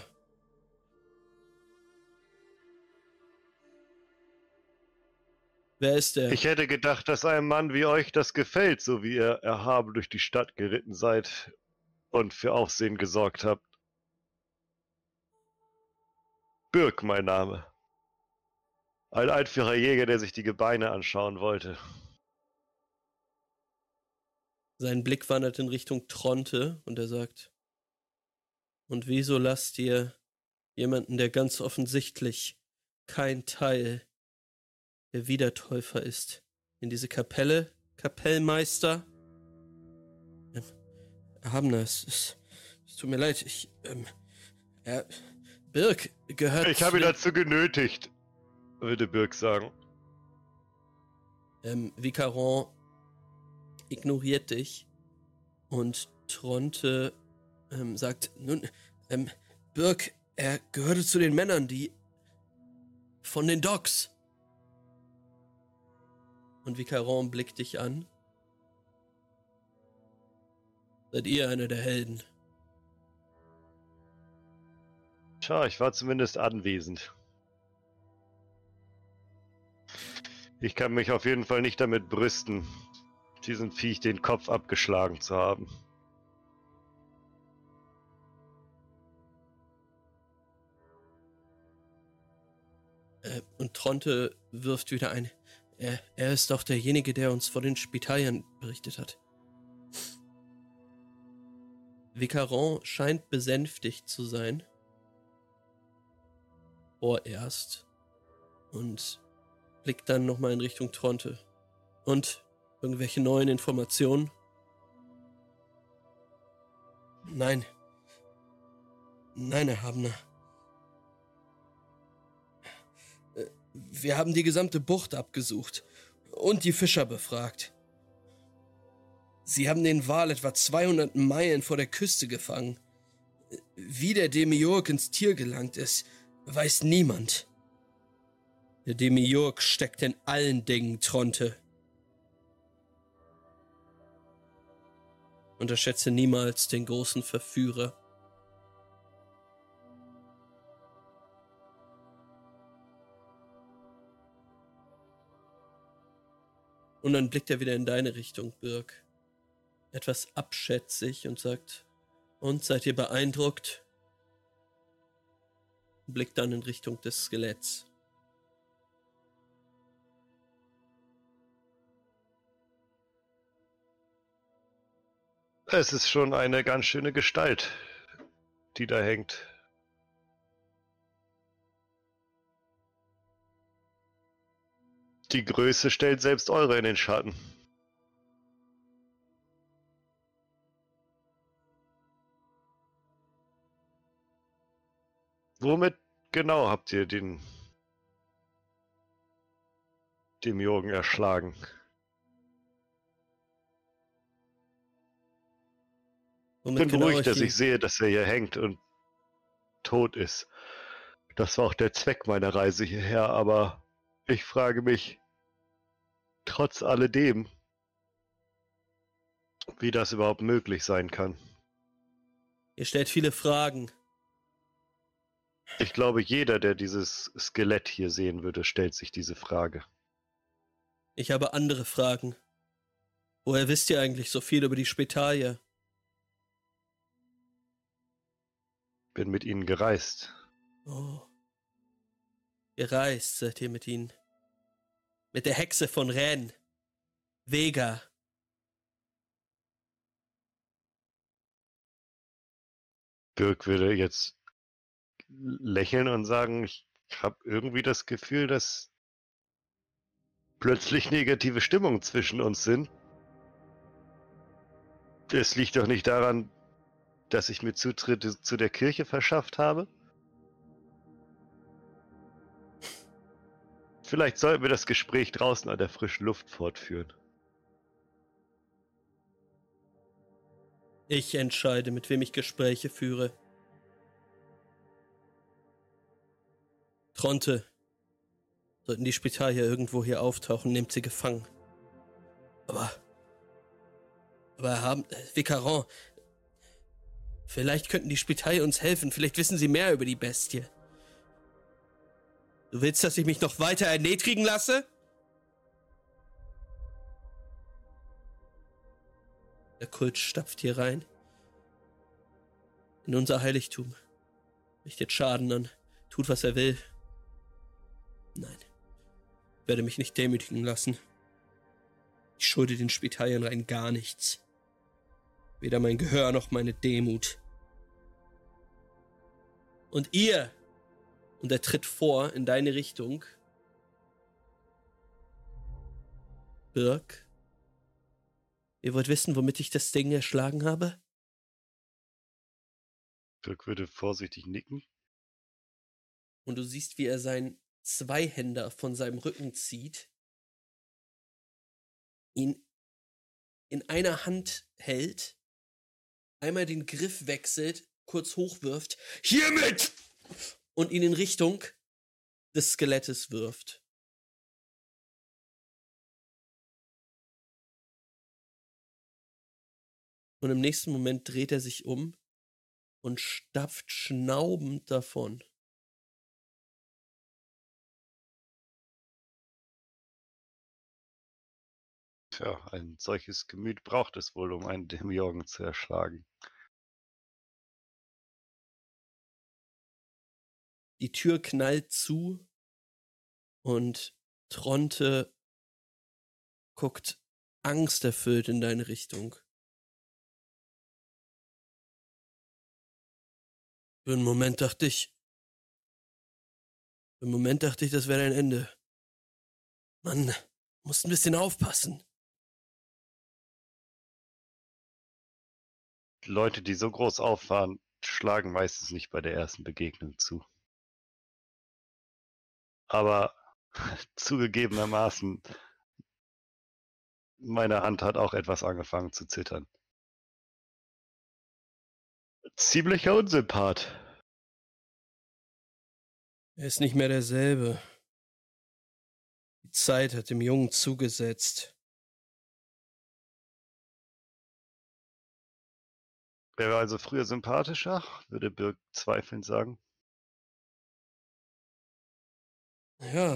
Wer ist der? Ich hätte gedacht, dass einem Mann wie euch das gefällt, so wie ihr erhaben durch die Stadt geritten seid und für Aufsehen gesorgt habt. Birk, mein Name. Ein einfacher Jäger, der sich die Gebeine anschauen wollte. Sein Blick wandert in Richtung Tronte und er sagt, und wieso lasst ihr jemanden, der ganz offensichtlich kein Teil der Wiedertäufer ist, in diese Kapelle, Kapellmeister? Erhabener, es tut mir leid, Birk gehört... Ich habe ihn dazu genötigt, würde Birk sagen. Vicaron ignoriert dich und Tronte sagt, nun, Birk, er gehörte zu den Männern, die von den Docks. Und Vicaron blickt dich an. Seid ihr einer der Helden? Tja, ich war zumindest anwesend. Ich kann mich auf jeden Fall nicht damit brüsten, diesem Viech den Kopf abgeschlagen zu haben. Und Tronte wirft wieder ein. Er ist doch derjenige, der uns vor den Spitaliern berichtet hat. Vicaron scheint besänftigt zu sein. Vorerst. Und blickt dann nochmal in Richtung Tronte. Und irgendwelche neuen Informationen? Nein. Nein, Erhabener. Wir haben die gesamte Bucht abgesucht und die Fischer befragt. Sie haben den Wal etwa 200 Meilen vor der Küste gefangen. Wie der Demiurg ins Tier gelangt ist, weiß niemand. Der Demiurg steckt in allen Dingen, Tronte. Unterschätze niemals den großen Verführer. Und dann blickt er wieder in deine Richtung, Birk. Etwas abschätzig und sagt, und seid ihr beeindruckt? Blickt dann in Richtung des Skeletts. Es ist schon eine ganz schöne Gestalt, die da hängt. Die Größe stellt selbst eure in den Schatten. Womit genau habt ihr den Demiurgen erschlagen? Ich bin beruhigt, dass ich sehe, dass er hier hängt und tot ist. Das war auch der Zweck meiner Reise hierher, aber ich frage mich, trotz alledem, wie das überhaupt möglich sein kann. Ihr stellt viele Fragen. Ich glaube, jeder, der dieses Skelett hier sehen würde, stellt sich diese Frage. Ich habe andere Fragen. Woher wisst ihr eigentlich so viel über die Spitalier? bin mit ihnen gereist. Oh. Gereist seid ihr mit ihnen. Mit der Hexe von Rennes. Vega. Birk würde jetzt lächeln und sagen, ich habe irgendwie das Gefühl, dass plötzlich negative Stimmungen zwischen uns sind. Es liegt doch nicht daran, dass ich mir Zutritt zu der Kirche verschafft habe. Vielleicht sollten wir das Gespräch draußen an der frischen Luft fortführen. Ich entscheide, mit wem ich Gespräche führe. Tronte. Sollten die Spitalier irgendwo hier auftauchen, nehmt sie gefangen. Aber Vicaron, vielleicht könnten die Spitalier uns helfen, vielleicht wissen sie mehr über die Bestie. Du willst, dass ich mich noch weiter erniedrigen lasse? Der Kult stapft hier rein. In unser Heiligtum. Richtet Schaden an. Tut, was er will. Nein. Ich werde mich nicht demütigen lassen. Ich schulde den Spitaliern rein gar nichts. Weder mein Gehör noch meine Demut. Und ihr, und er tritt vor in deine Richtung, Birk, ihr wollt wissen, womit ich das Ding erschlagen habe? Birk würde vorsichtig nicken. Und du siehst, wie er seinen Zweihänder von seinem Rücken zieht, ihn in einer Hand hält, einmal den Griff wechselt, kurz hochwirft, hiermit! Und ihn in Richtung des Skelettes wirft. Und im nächsten Moment dreht er sich um und stapft schnaubend davon. Tja, ein solches Gemüt braucht es wohl, um einen Demiurgen zu erschlagen. Die Tür knallt zu und Tronte guckt angsterfüllt in deine Richtung. Für einen Moment dachte ich, das wäre dein Ende. Mann, musst ein bisschen aufpassen. Leute, die so groß auffahren, schlagen meistens nicht bei der ersten Begegnung zu. Aber zugegebenermaßen, meine Hand hat auch etwas angefangen zu zittern. Ziemlicher Unsympath. Er ist nicht mehr derselbe. Die Zeit hat dem Jungen zugesetzt. Er war also früher sympathischer, würde Birk zweifelnd sagen. Ja.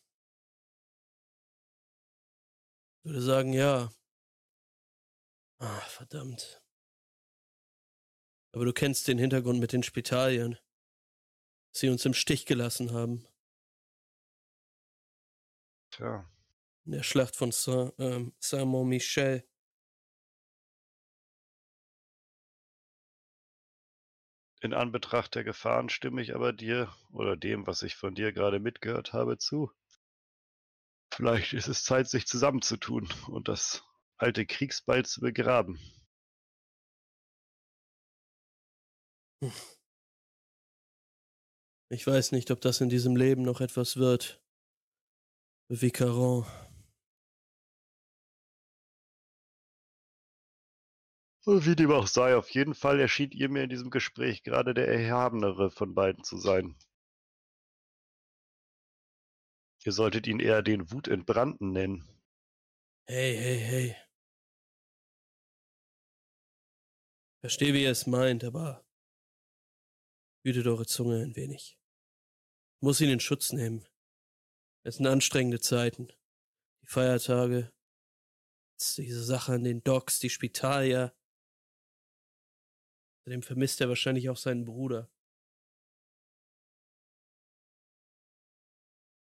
Ich würde sagen, ja. Ah, verdammt. Aber du kennst den Hintergrund mit den Spitalien. Sie uns im Stich gelassen haben. Tja, In der Schlacht von Saint-Mont-Michel. in Anbetracht der Gefahren stimme ich aber dir oder dem, was ich von dir gerade mitgehört habe, zu. Vielleicht ist es Zeit, sich zusammenzutun und das alte Kriegsbeil zu begraben. Ich weiß nicht, ob das in diesem Leben noch etwas wird. Vicaron. Wie dem auch sei, auf jeden Fall erschien ihr mir in diesem Gespräch gerade der erhabenere von beiden zu sein. Ihr solltet ihn eher den Wutentbrannten nennen. Hey. Verstehe, wie ihr es meint, aber hütet eure Zunge ein wenig. Ich muss ihn in Schutz nehmen. Es sind anstrengende Zeiten. Die Feiertage, diese Sache an den Docks, die Spitalier. Außerdem vermisst er wahrscheinlich auch seinen Bruder.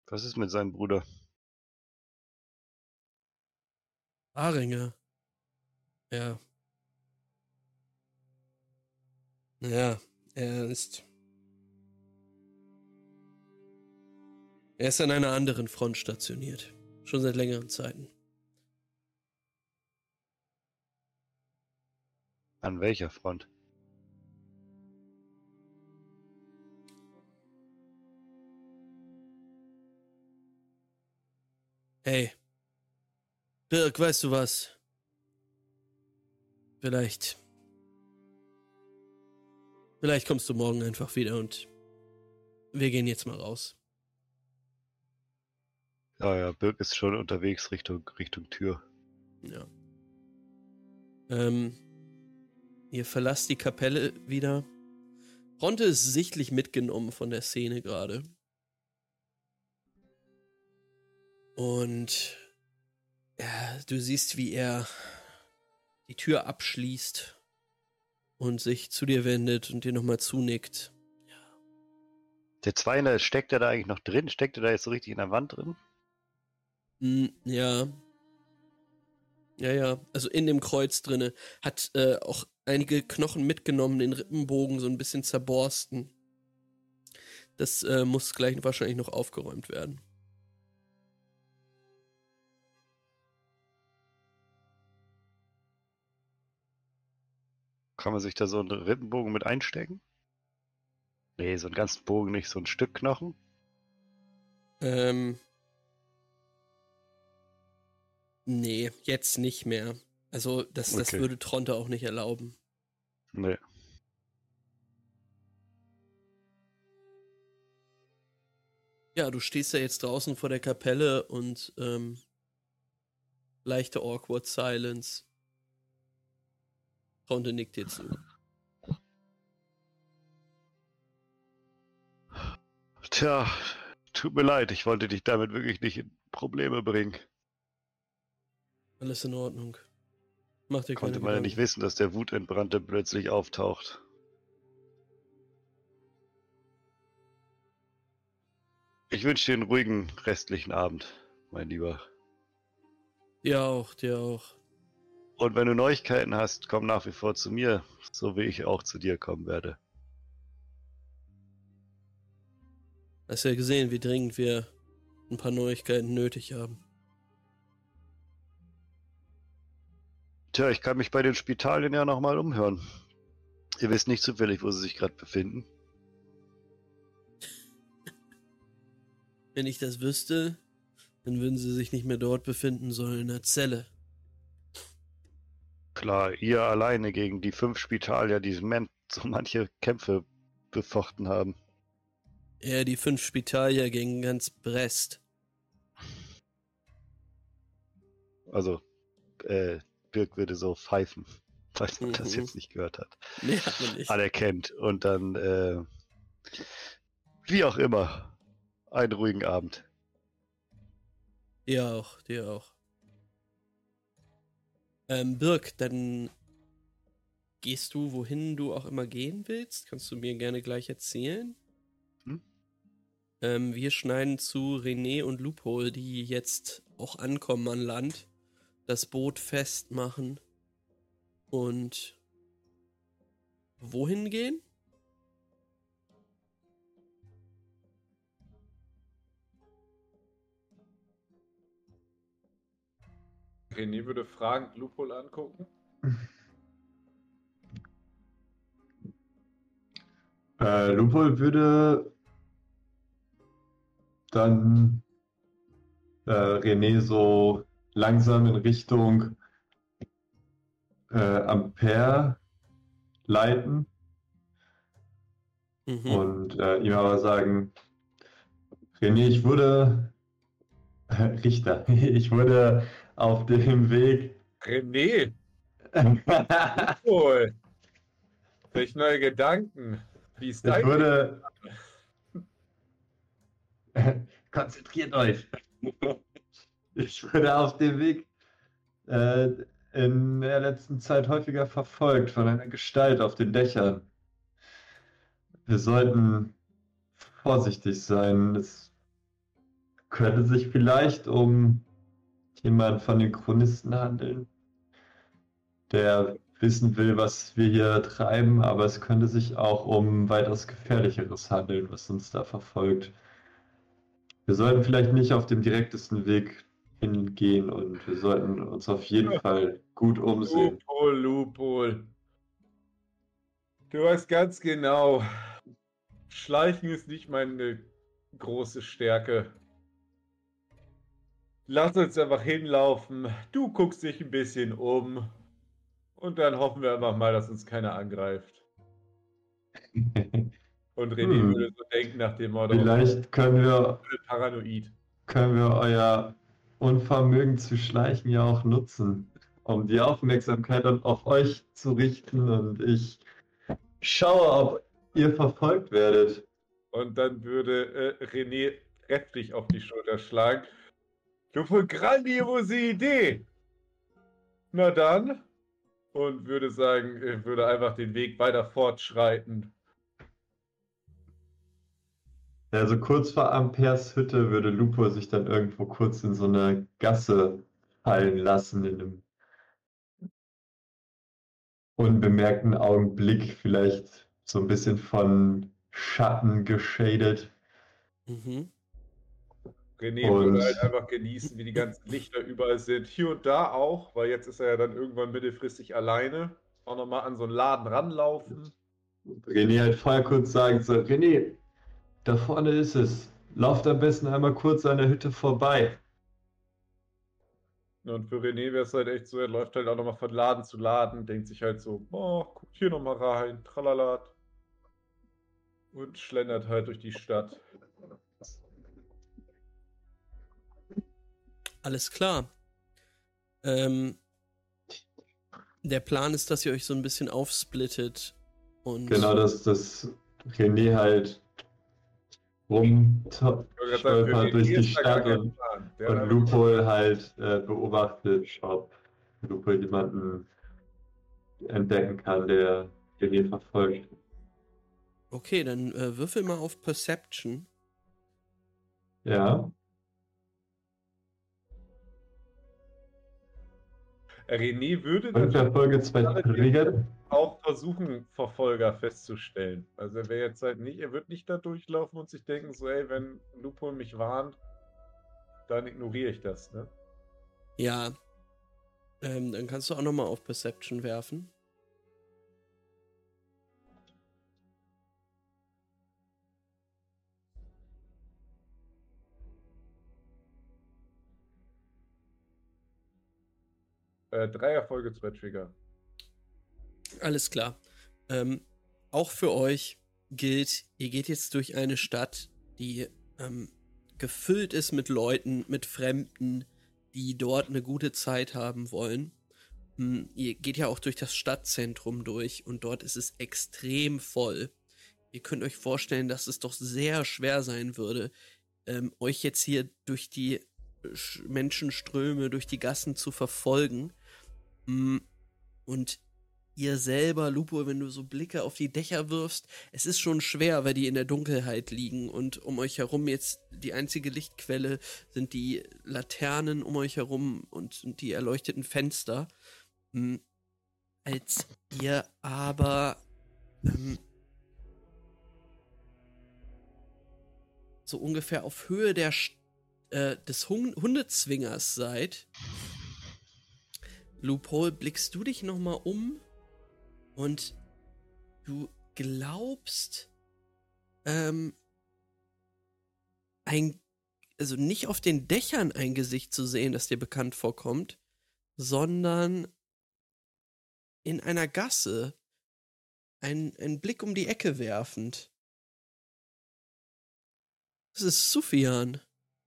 Was ist mit seinem Bruder? Aringer. Ja. Ja, er ist an einer anderen Front stationiert. Schon seit längeren Zeiten. An welcher Front? Hey. Birk, weißt du was? Vielleicht kommst du morgen einfach wieder und wir gehen jetzt mal raus. Ja, Birk ist schon unterwegs Richtung Tür. Ja. Ihr verlasst die Kapelle wieder. Bronte ist sichtlich mitgenommen von der Szene gerade. Und ja, du siehst, wie er die Tür abschließt und sich zu dir wendet und dir nochmal zunickt. Der Zweiner, steckt er da eigentlich noch drin? Steckt er da jetzt so richtig in der Wand drin? Ja. Ja, also in dem Kreuz drinne. Hat auch einige Knochen mitgenommen, den Rippenbogen so ein bisschen zerborsten. Das muss gleich wahrscheinlich noch aufgeräumt werden. Kann man sich da so einen Rippenbogen mit einstecken? Nee, so einen ganzen Bogen nicht, so ein Stück Knochen? Nee, jetzt nicht mehr. Also, das Okay. würde Tronte auch nicht erlauben. Nee. Ja, du stehst ja jetzt draußen vor der Kapelle und leichte awkward silence. Tronte nickt dir zu. Tja, tut mir leid, ich wollte dich damit wirklich nicht in Probleme bringen. Alles in Ordnung. Mach dir keine Konnte man ja nicht Gedanken. wissen, dass der Wutentbrannte plötzlich auftaucht. Ich wünsche dir einen ruhigen restlichen Abend, mein Lieber. Dir auch. Und wenn du Neuigkeiten hast, komm nach wie vor zu mir, so wie ich auch zu dir kommen werde. Hast ja gesehen, wie dringend wir ein paar Neuigkeiten nötig haben. Tja, ich kann mich bei den Spitalien ja nochmal umhören. Ihr wisst nicht zufällig, wo sie sich gerade befinden. Wenn ich das wüsste, dann würden sie sich nicht mehr dort befinden, sondern in der Zelle. Klar, ihr alleine gegen die 5 Spitalier, die so manche Kämpfe befochten haben. Ja, die 5 Spitalier gegen ganz Brest. Also, Birk würde so pfeifen, falls man das Mhm. jetzt nicht gehört hat. Nee, hat man nicht. Anerkennt. Und dann, wie auch immer, einen ruhigen Abend. Dir auch. Birk, dann gehst du, wohin du auch immer gehen willst? Kannst du mir gerne gleich erzählen? Wir schneiden zu René und Loophole, die jetzt auch ankommen an Land, das Boot festmachen und wohin gehen? René würde fragend Loophole angucken. Lupol würde dann René so langsam in Richtung Ampere leiten und ihm aber sagen, René, ich wurde Richter, ich wurde auf dem Weg. René! Loophole! Welch neue Gedanken! Wie ist Ich dein wurde. Konzentriert euch! Ich wurde auf dem Weg in der letzten Zeit häufiger verfolgt von einer Gestalt auf den Dächern. Wir sollten vorsichtig sein. Es könnte sich vielleicht um jemanden von den Chronisten handeln, der wissen will, was wir hier treiben, aber es könnte sich auch um weitaus Gefährlicheres handeln, was uns da verfolgt. Wir sollten vielleicht nicht auf dem direktesten Weg hingehen und wir sollten uns auf jeden Fall gut umsehen. Lupol. Du weißt ganz genau, Schleichen ist nicht meine große Stärke. Lass uns einfach hinlaufen. Du guckst dich ein bisschen um. Und dann hoffen wir einfach mal, dass uns keiner angreift. Und René würde so denken nach dem Motto. Vielleicht können wir paranoid. Euer Unvermögen zu schleichen ja auch nutzen, um die Aufmerksamkeit dann auf euch zu richten und ich schaue, ob ihr verfolgt werdet. Und dann würde René kräftig auf die Schulter schlagen. Du voll grandiose Idee! Na dann. Und würde sagen, würde einfach den Weg weiter fortschreiten. Also kurz vor Ampers Hütte würde Lupo sich dann irgendwo kurz in so eine Gasse fallen lassen, in einem unbemerkten Augenblick, vielleicht so ein bisschen von Schatten geschadet. Mhm. René würde halt einfach genießen, wie die ganzen Lichter überall sind. Hier und da auch, weil jetzt ist er ja dann irgendwann mittelfristig alleine. Auch nochmal an so einen Laden ranlaufen. René halt vorher kurz sagen so, René, da vorne ist es. Lauft am besten einmal kurz an der Hütte vorbei. Und für René wäre es halt echt so, er läuft halt auch nochmal von Laden zu Laden, denkt sich halt so, oh, guck hier nochmal rein, tralalat. Und schlendert halt durch die Stadt. Alles klar. Der Plan ist, dass ihr euch so ein bisschen aufsplittet. Und genau, dass René halt rumstolpert durch die Stadt und Lupo halt beobachtet, ob Lupo jemanden entdecken kann, der René verfolgt. Okay, dann würfel mal auf Perception. Ja. René würde und Folge 2 Trigger auch versuchen, Verfolger festzustellen. Also er wäre jetzt halt nicht, er wird nicht da durchlaufen und sich denken, so, ey, wenn Lupo mich warnt, dann ignoriere ich das, ne? Ja. Dann kannst du auch nochmal auf Perception werfen. Drei Erfolge, 2 Trigger. Alles klar. Auch für euch gilt, ihr geht jetzt durch eine Stadt, die gefüllt ist mit Leuten, mit Fremden, die dort eine gute Zeit haben wollen. Ihr geht ja auch durch das Stadtzentrum durch und dort ist es extrem voll. Ihr könnt euch vorstellen, dass es doch sehr schwer sein würde, euch jetzt hier durch die Menschenströme, durch die Gassen zu verfolgen. Und ihr selber, Lupo, wenn du so Blicke auf die Dächer wirfst, es ist schon schwer, weil die in der Dunkelheit liegen und um euch herum jetzt die einzige Lichtquelle sind die Laternen um euch herum und die erleuchteten Fenster. Als ihr aber so ungefähr auf Höhe des Hundezwingers seid, Loophole, blickst du dich nochmal um und du glaubst, also nicht auf den Dächern ein Gesicht zu sehen, das dir bekannt vorkommt, sondern in einer Gasse einen Blick um die Ecke werfend. Das ist Sufjan.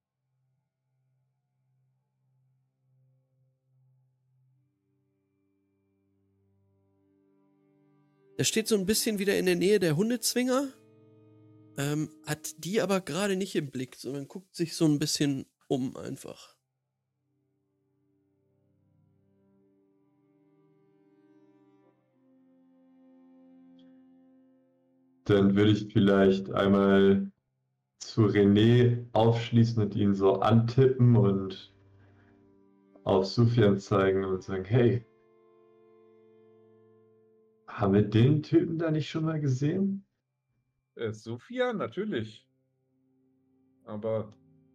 Er steht so ein bisschen wieder in der Nähe der Hundezwinger, hat die aber gerade nicht im Blick, sondern guckt sich so ein bisschen um einfach. Dann würde ich vielleicht einmal zu René aufschließen und ihn so antippen und auf Sufjan zeigen und sagen, hey, haben wir den Typen da nicht schon mal gesehen? Sophia, natürlich. Aber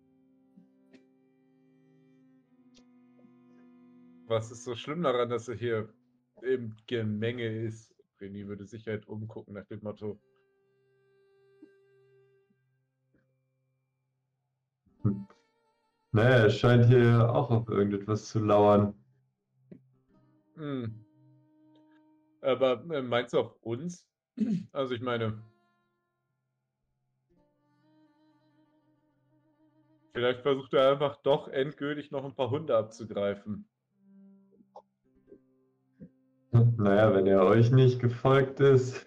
was ist so schlimm daran, dass er hier im Gemenge ist? René würde sich halt umgucken nach dem Motto. Naja, er scheint hier auch auf irgendetwas zu lauern. Hm. Aber meinst du auf uns? Also ich meine, vielleicht versucht er einfach doch endgültig noch ein paar Hunde abzugreifen. Naja, wenn er euch nicht gefolgt ist,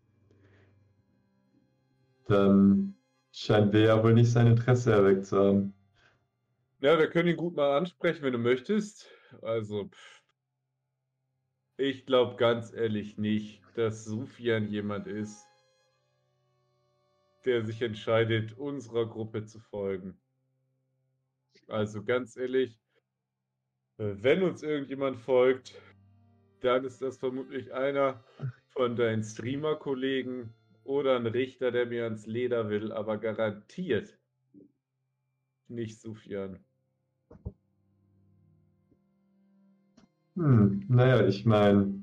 dann scheint wir ja wohl nicht sein Interesse erweckt zu haben. Ja, wir können ihn gut mal ansprechen, wenn du möchtest. Also, ich glaube ganz ehrlich nicht, dass Sufjan jemand ist, der sich entscheidet, unserer Gruppe zu folgen. Also ganz ehrlich, wenn uns irgendjemand folgt, dann ist das vermutlich einer von deinen Streamer-Kollegen oder ein Richter, der mir ans Leder will, aber garantiert nicht Sufjan. Naja, ich meine,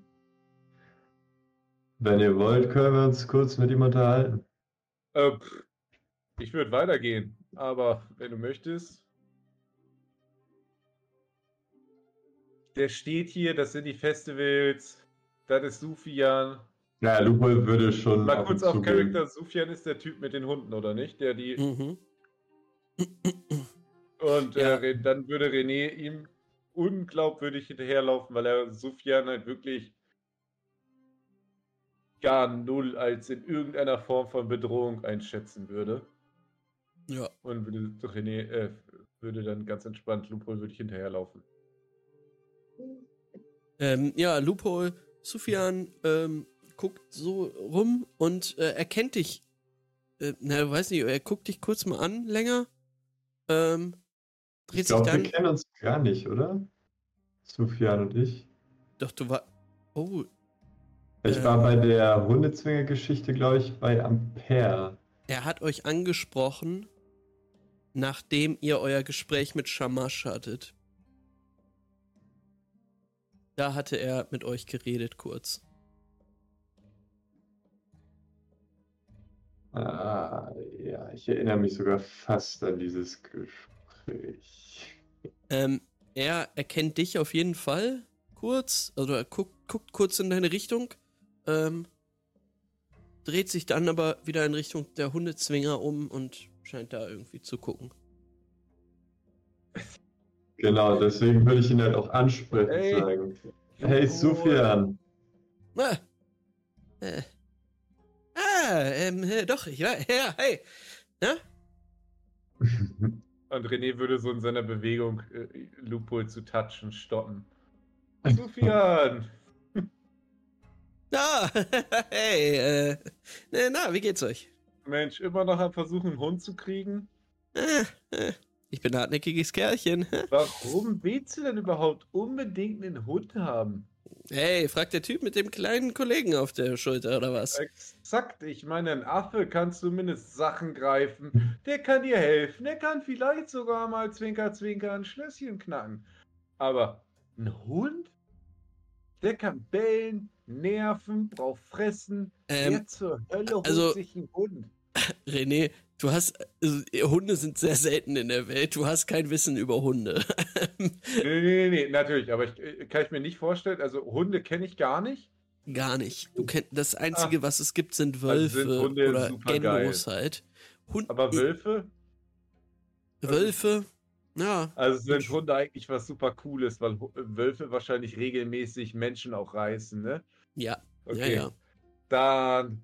wenn ihr wollt, können wir uns kurz mit ihm unterhalten. Ich würde weitergehen, aber wenn du möchtest. Der steht hier, das sind die Festivals, das ist Sufjan. Ja, Lupol würde schon Mal auf kurz ihn auf zugehen. Charakter, Sufjan ist der Typ mit den Hunden, oder nicht? Der die. Mhm. Und Ja. dann würde René ihm unglaubwürdig hinterherlaufen, weil er Sufjan halt wirklich gar null als in irgendeiner Form von Bedrohung einschätzen würde. Ja. Und René würde dann ganz entspannt, Lupol würde ich hinterherlaufen. Ja, Lupol, Sufjan guckt so rum und erkennt dich. Na, weiß nicht, er guckt dich kurz mal an, länger. Dreht Ich sich glaube, wir dann. kennen uns gar nicht, oder? Sufjan und ich. Doch, du war. Oh, Ich war bei der Hundezwinger-Geschichte, glaube ich, bei Ampere. er hat euch angesprochen, nachdem ihr euer Gespräch mit Shamash hattet. Da hatte er mit euch geredet kurz. Ah, ja, ich erinnere mich sogar fast an dieses Gespräch. Er erkennt dich auf jeden Fall kurz, also er guckt kurz in deine Richtung, dreht sich dann aber wieder in Richtung der Hundezwinger um und scheint da irgendwie zu gucken. Genau, deswegen würde ich ihn halt auch ansprechen, Hey, sagen. Hey, Sufjan. Doch, ja, hey, ja? Und René würde so in seiner Bewegung Lupol zu touchen stoppen. Sufjan! Ah, hey, na, wie geht's euch? Mensch, immer noch am Versuchen, einen Hund zu kriegen? Ich bin ein hartnäckiges Kerlchen. Warum willst du denn überhaupt unbedingt einen Hund haben? Hey, fragt der Typ mit dem kleinen Kollegen auf der Schulter, oder was? Exakt, ich meine, ein Affe kann zumindest Sachen greifen. Der kann dir helfen, der kann vielleicht sogar mal Zwinker, Zwinker ein Schlösschen knacken. Aber ein Hund? Der kann bellen, nerven, braucht fressen. Wer zur Hölle holt sich einen Hund? René, Hunde sind sehr selten in der Welt. Du hast kein Wissen über Hunde. Nee, natürlich. Aber kann ich mir nicht vorstellen. Also Hunde kenne ich gar nicht. Gar nicht. Das Einzige, was es gibt, sind Wölfe Also sind Hunde oder supergeil. Genos halt. Aber Wölfe? Wölfe? Ja. Also sind Hunde eigentlich was super Cooles, weil Wölfe wahrscheinlich regelmäßig Menschen auch reißen, ne? Ja. Okay. Ja. Dann.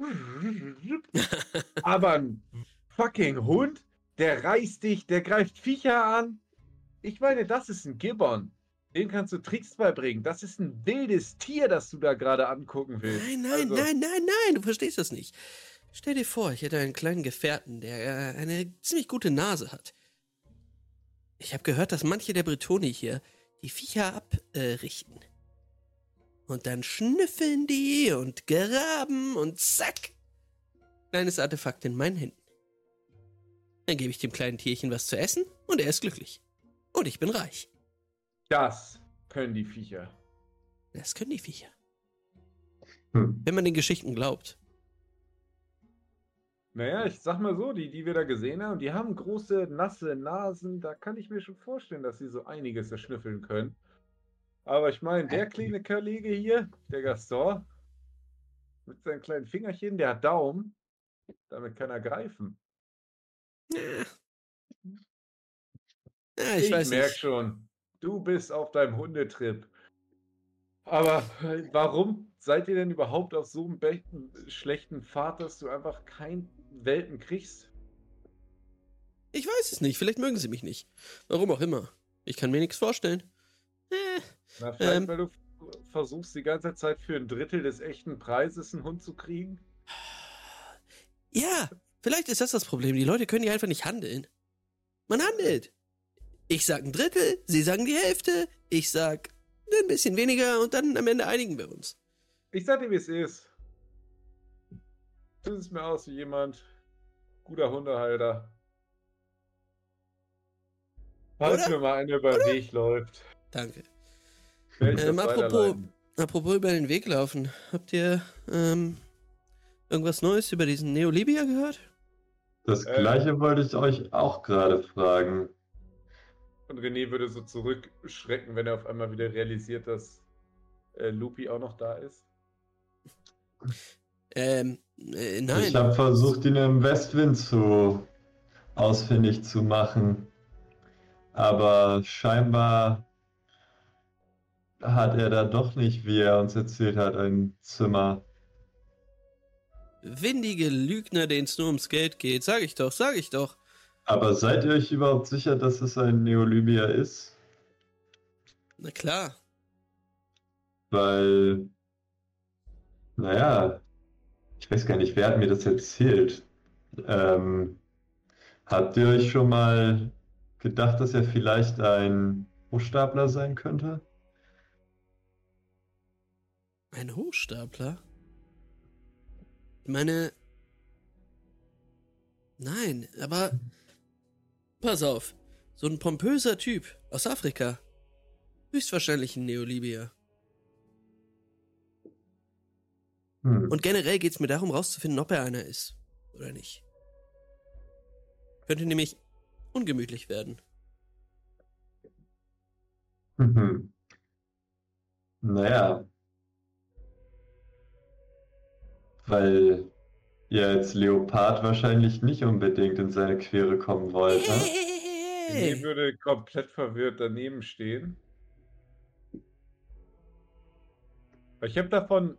Aber ein fucking Hund, der reißt dich, der greift Viecher an. Ich meine, das ist ein Gibbon. Dem kannst du Tricks beibringen. Das ist ein wildes Tier, das du da gerade angucken willst. Nein, du verstehst das nicht. Stell dir vor, ich hätte einen kleinen Gefährten, der eine ziemlich gute Nase hat. Ich habe gehört, dass manche der Bretoni hier die Viecher abrichten. Und dann schnüffeln die und graben und zack. Kleines Artefakt in meinen Händen. Dann gebe ich dem kleinen Tierchen was zu essen und er ist glücklich. Und ich bin reich. Das können die Viecher. Das können die Viecher. Hm. Wenn man den Geschichten glaubt. Naja, ich sag mal so, die wir da gesehen haben, die haben große, nasse Nasen. Da kann ich mir schon vorstellen, dass sie so einiges erschnüffeln können. Aber ich meine, der kleine Kollege hier, der Gaston, mit seinem kleinen Fingerchen, der hat Daumen. Damit kann er greifen. Ja, Ich weiß merke nicht. schon, du bist auf deinem Hundetrip. Aber warum seid ihr denn überhaupt auf so einem schlechten Pfad, dass du einfach keinen Welpen kriegst? Ich weiß es nicht. Vielleicht mögen sie mich nicht. Warum auch immer. Ich kann mir nichts vorstellen. Na, vielleicht, weil du versuchst die ganze Zeit für ein Drittel des echten Preises einen Hund zu kriegen? Ja, vielleicht ist das Problem. Die Leute können ja einfach nicht handeln. Man handelt. Ich sag ein Drittel, sie sagen die Hälfte, ich sag ein bisschen weniger und dann am Ende einigen wir uns. Ich sag dir, wie es ist. Du siehst mir aus wie jemand, guter Hundehalter. Falls Oder? mir mal einer über den Weg läuft, Danke. werde ich das weiterleiten. Apropos über den Weg laufen. Habt ihr irgendwas Neues über diesen Neolibia gehört? Das gleiche wollte ich euch auch gerade fragen. Und René würde so zurückschrecken, wenn er auf einmal wieder realisiert, dass Lupi auch noch da ist. Nein. Ich habe versucht, ihn im Westwind ausfindig zu machen. Aber scheinbar hat er da doch nicht, wie er uns erzählt hat, ein Zimmer. Windige Lügner, denen es nur ums Geld geht. Sag ich doch. Aber seid ihr euch überhaupt sicher, dass es ein Neolibia ist? Na klar. Weil, naja, ich weiß gar nicht, wer hat mir das erzählt? Habt ihr euch schon mal gedacht, dass er vielleicht ein Hochstapler sein könnte? Ein Hochstapler? Ich meine... Nein, aber... Pass auf. So ein pompöser Typ aus Afrika. Höchstwahrscheinlich ein Neolibia. Und generell geht es mir darum, rauszufinden, ob er einer ist. Oder nicht. Könnte nämlich ungemütlich werden. Mhm. Naja. Weil ihr als Leopard wahrscheinlich nicht unbedingt in seine Quere kommen wollt, ne? René würde komplett verwirrt daneben stehen. Ich habe davon...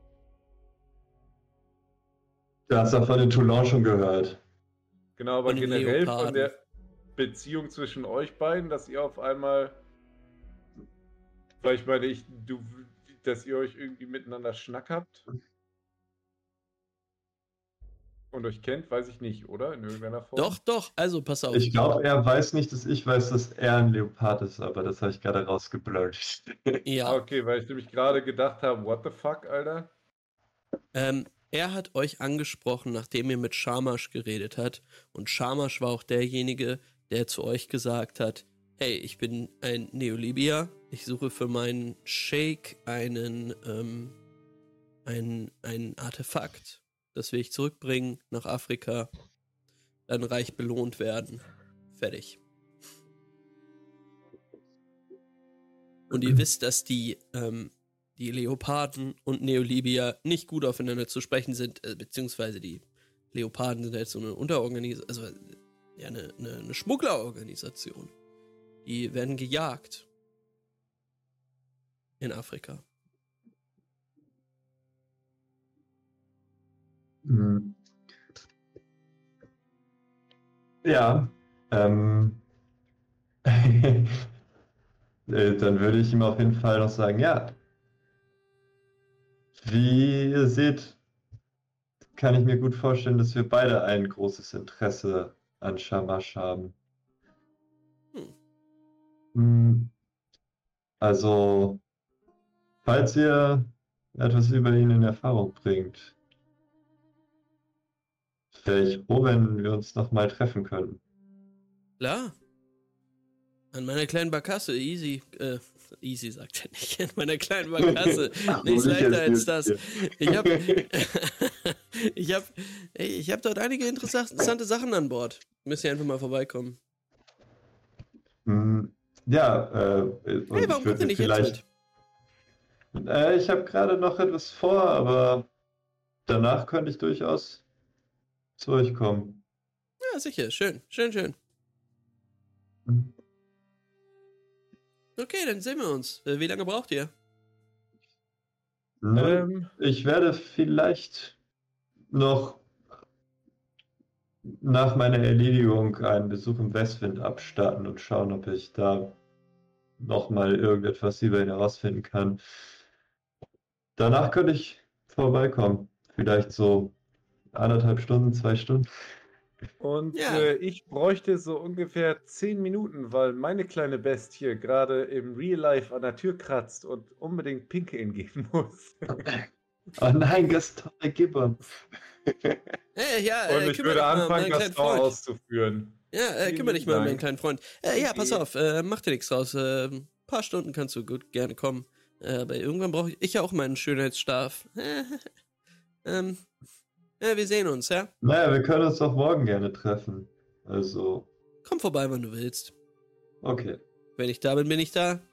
Du hast davon in Toulon schon gehört. Genau, aber Von den generell Leoparden. von der Beziehung zwischen euch beiden, dass ihr auf einmal... Weil ich meine, dass ihr euch irgendwie miteinander Schnack habt. Und euch kennt, weiß ich nicht, oder? In irgendeiner Form? Doch, also pass auf. Ich glaube, er weiß nicht, dass ich weiß, dass er ein Leopard ist, aber das habe ich gerade rausgeblurrt. Ja, Okay, weil ich nämlich gerade gedacht habe, what the fuck, Alter? er hat euch angesprochen, nachdem ihr mit Shamash geredet hat. Und Shamash war auch derjenige, der zu euch gesagt hat, hey, ich bin ein Neolibia, ich suche für meinen Sheikh ein Artefakt. Das will ich zurückbringen nach Afrika, dann reich belohnt werden. Fertig. Und ihr wisst, dass die Leoparden und Neolibia nicht gut aufeinander zu sprechen sind, beziehungsweise die Leoparden sind halt so eine Unterorganisation, also ja, eine Schmugglerorganisation. Die werden gejagt in Afrika. Ja, dann würde ich ihm auf jeden Fall noch sagen, ja, wie ihr seht, kann ich mir gut vorstellen, dass wir beide ein großes Interesse an Shamash haben. Also, falls ihr etwas über ihn in Erfahrung bringt, wäre ich froh, wenn wir uns nochmal treffen könnten. Klar. An meiner kleinen Barkasse, easy. Easy sagt er nicht. An meiner kleinen Barkasse. Nichts leichter als das. Ich hab dort einige interessante Sachen an Bord. Müsst ihr einfach mal vorbeikommen. Ja, und Hey, ich warum kommt würde ihr nicht vielleicht. jetzt mit? Ich habe gerade noch etwas vor, aber danach könnte ich durchaus zu euch kommen. Ja, sicher. Schön. Schön. Okay, dann sehen wir uns. Wie lange braucht ihr? Ich werde vielleicht noch nach meiner Erledigung einen Besuch im Westwind abstatten und schauen, ob ich da nochmal irgendetwas über ihn herausfinden kann. Danach könnte ich vorbeikommen. Vielleicht so 1,5 Stunden, 2 Stunden. Und Ja. ich bräuchte so ungefähr 10 Minuten, weil meine kleine Bestie gerade im Real Life an der Tür kratzt und unbedingt pinkeln gehen muss. Oh nein, Gaston Gibbon. Ja, Und ich würde anfangen, das Tor auszuführen. Ja, Vielen kümmere dich mal um deinen Dank. kleinen Freund. Ja, pass auf, mach dir nichts draus. Ein paar Stunden kannst du gut gerne kommen. Aber irgendwann brauche ich ja auch meinen Schönheitsstab. Ja, wir sehen uns, ja? Naja, wir können uns doch morgen gerne treffen. Also, Komm vorbei, wann du willst. okay. Wenn ich da bin, bin ich da.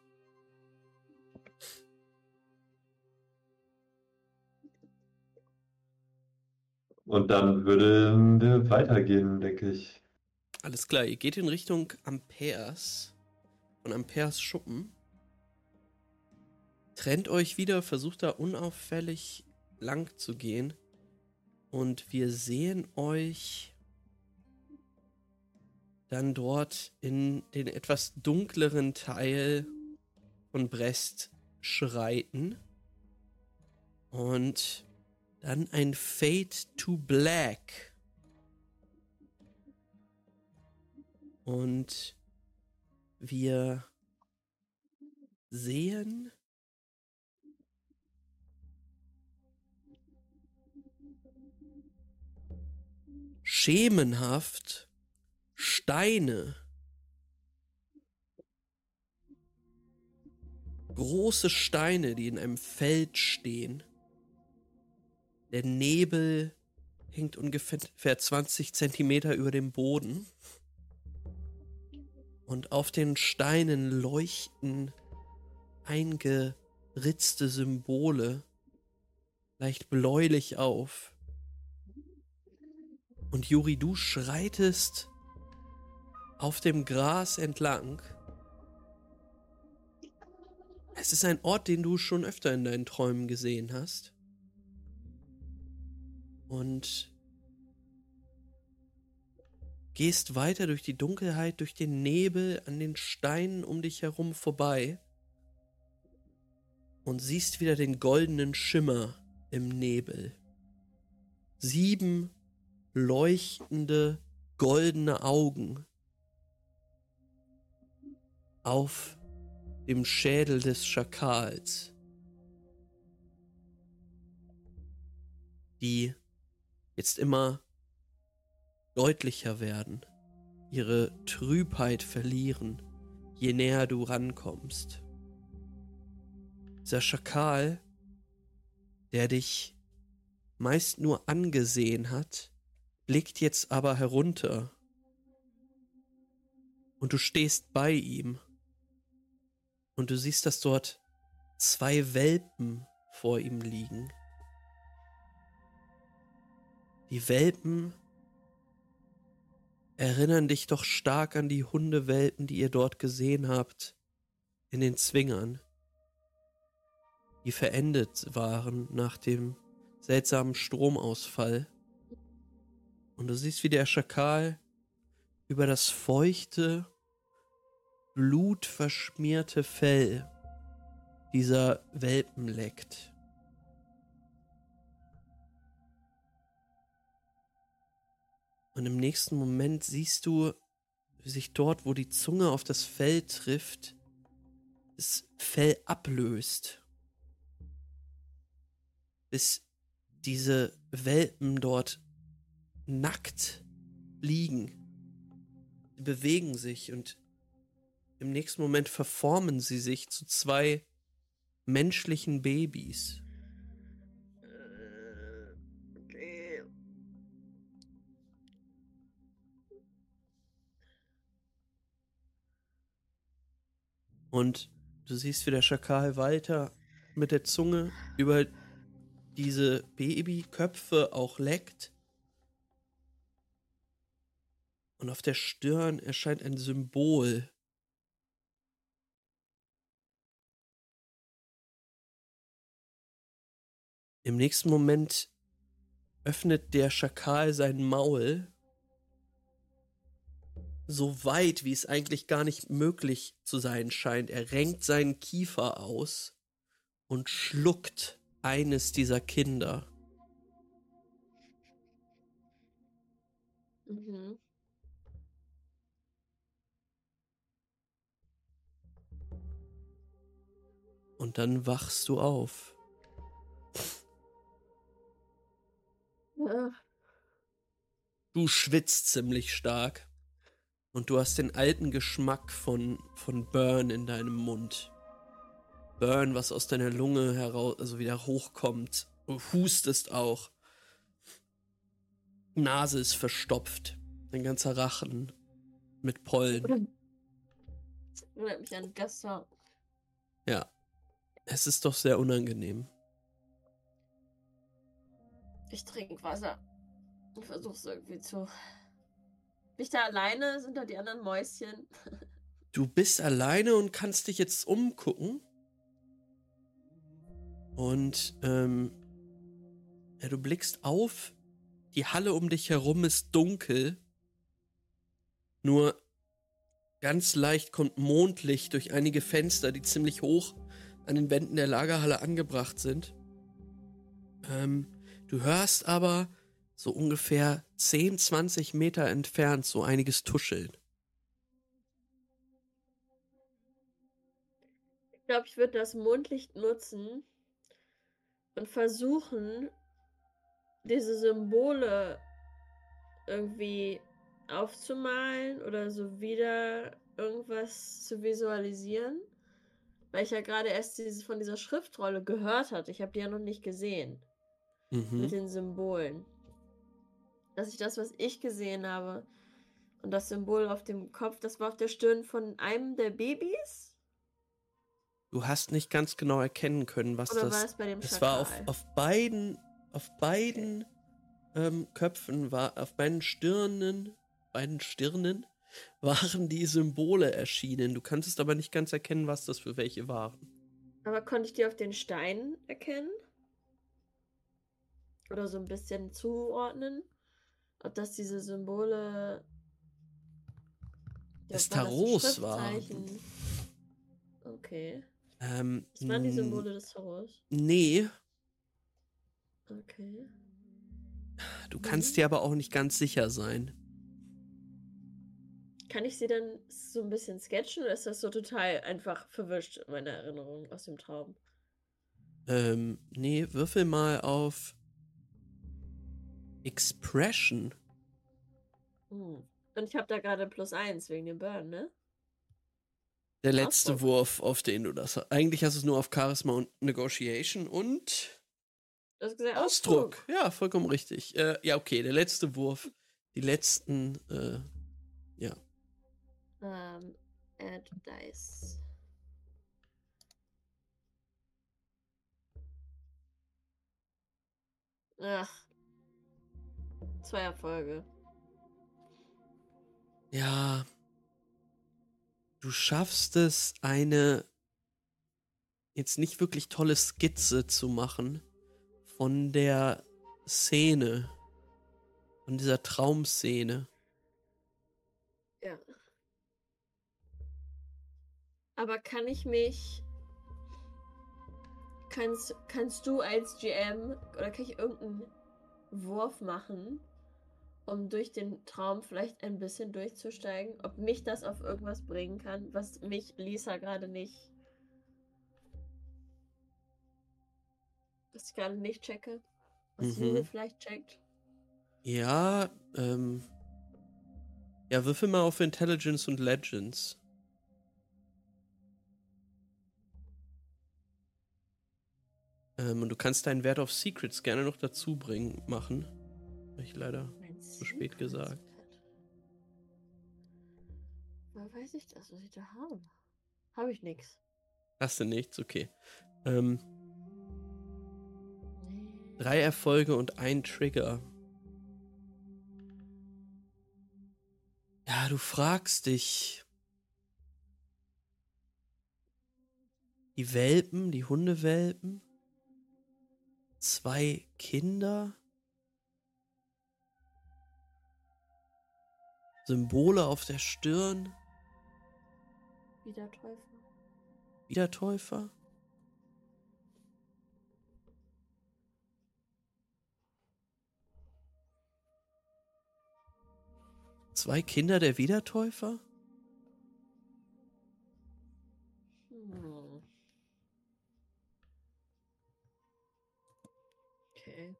Und dann würden wir weitergehen, denke ich. Alles klar, ihr geht in Richtung Ampers. Von Ampers Schuppen. Trennt euch wieder, versucht da unauffällig lang zu gehen. Und wir sehen euch dann dort in den etwas dunkleren Teil von Brest schreiten. Und dann ein Fade to Black. Und wir sehen schemenhaft Steine. Große Steine, die in einem Feld stehen. Der Nebel hängt ungefähr 20 Zentimeter über dem Boden. Und auf den Steinen leuchten eingeritzte Symbole leicht bläulich auf. Und Juri, du schreitest auf dem Gras entlang. Es ist ein Ort, den du schon öfter in deinen Träumen gesehen hast. Und gehst weiter durch die Dunkelheit, durch den Nebel, an den Steinen um dich herum vorbei und siehst wieder den goldenen Schimmer im Nebel. 7 leuchtende, goldene Augen auf dem Schädel des Schakals, die jetzt immer deutlicher werden, ihre Trübheit verlieren, je näher du rankommst. Dieser Schakal, der dich meist nur angesehen hat, blickt jetzt aber herunter. Und du stehst bei ihm. Und du siehst, dass dort 2 Welpen vor ihm liegen. Die Welpen erinnern dich doch stark an die Hundewelpen, die ihr dort gesehen habt, in den Zwingern, die verendet waren nach dem seltsamen Stromausfall. Und du siehst, wie der Schakal über das feuchte, blutverschmierte Fell dieser Welpen leckt. Und im nächsten Moment siehst du, wie sich dort, wo die Zunge auf das Fell trifft, das Fell ablöst. Bis diese Welpen dort nackt liegen. Sie bewegen sich und im nächsten Moment verformen sie sich zu 2 menschlichen Babys. Okay. Und du siehst, wie der Schakal weiter mit der Zunge über diese Babyköpfe auch leckt. Und auf der Stirn erscheint ein Symbol. Im nächsten Moment öffnet der Schakal sein Maul so weit, wie es eigentlich gar nicht möglich zu sein scheint. Er renkt seinen Kiefer aus und schluckt eines dieser Kinder. Mhm. Und dann wachst du auf. Ja. Du schwitzt ziemlich stark. Und du hast den alten Geschmack von Burn in deinem Mund. Burn, was aus deiner Lunge heraus, also wieder hochkommt. Du hustest auch. Nase ist verstopft. Dein ganzer Rachen mit Pollen. Das erinnert mich an gestern. Ja. Es ist doch sehr unangenehm. Ich trinke Wasser. Ich versuche es irgendwie zu. Bin ich da alleine? Sind da die anderen Mäuschen? Du bist alleine und kannst dich jetzt umgucken. Und ja, du blickst auf. Die Halle um dich herum ist dunkel. Nur ganz leicht kommt Mondlicht durch einige Fenster, die ziemlich hoch an den Wänden der Lagerhalle angebracht sind. Du hörst aber so ungefähr 10, 20 Meter entfernt so einiges tuscheln. Ich glaube, ich würde das Mondlicht nutzen und versuchen, diese Symbole irgendwie aufzumalen oder so wieder irgendwas zu visualisieren. Weil ich ja gerade erst von dieser Schriftrolle gehört hatte. Ich habe die ja noch nicht gesehen. Mit den Symbolen. Dass ich das, was ich gesehen habe, und das Symbol auf dem Kopf, das war auf der Stirn von einem der Babys? Du hast nicht ganz genau erkennen können, was Oder das... war es bei dem Es Schakal? war auf beiden Köpfen, auf beiden Stirnen waren die Symbole erschienen. Du kanntest aber nicht ganz erkennen, was das für welche waren. Aber konnte ich die auf den Steinen erkennen? Oder so ein bisschen zuordnen? Ob das diese Symbole Des war das so Tarots waren. Schriftzeichen? Okay. Das waren die Symbole des Tarots. Nee, Okay. du kannst dir aber auch nicht ganz sicher sein. Kann ich sie dann so ein bisschen sketchen oder ist das so total einfach verwischt, meine Erinnerung aus dem Traum? Nee, würfel mal auf Expression. Und ich habe da gerade +1 wegen dem Burn, ne? Der letzte Ausdruck. Wurf, auf den du das hast. Eigentlich hast du es nur auf Charisma und Negotiation und Du hast gesagt Ausdruck. Ja, vollkommen richtig. Ja, okay, der letzte Wurf. Die letzten, ja. Add Dice. Ach. 2 Erfolge. Ja. Du schaffst es, eine jetzt nicht wirklich tolle Skizze zu machen von der Szene, von dieser Traumszene. Ja. Aber kann ich mich. Kannst du als GM oder kann ich irgendeinen Wurf machen, um durch den Traum vielleicht ein bisschen durchzusteigen, ob mich das auf irgendwas bringen kann, was mich Lisa gerade nicht. Was ich gerade nicht checke. Was Juri vielleicht checkt. Ja, ja, würfel mal auf Intelligence und Legends. Und du kannst deinen Wert auf Secrets gerne noch dazu machen. Hab ich leider zu spät gesagt. Woher weiß ich das, was ich da habe? Habe ich nichts. Hast du nichts? Okay. Nee. 3 Erfolge und ein Trigger. Ja, du fragst dich. Die Welpen, die Hundewelpen. 2 Kinder. Symbole auf der Stirn. Wiedertäufer. Zwei Kinder der Wiedertäufer? Okay.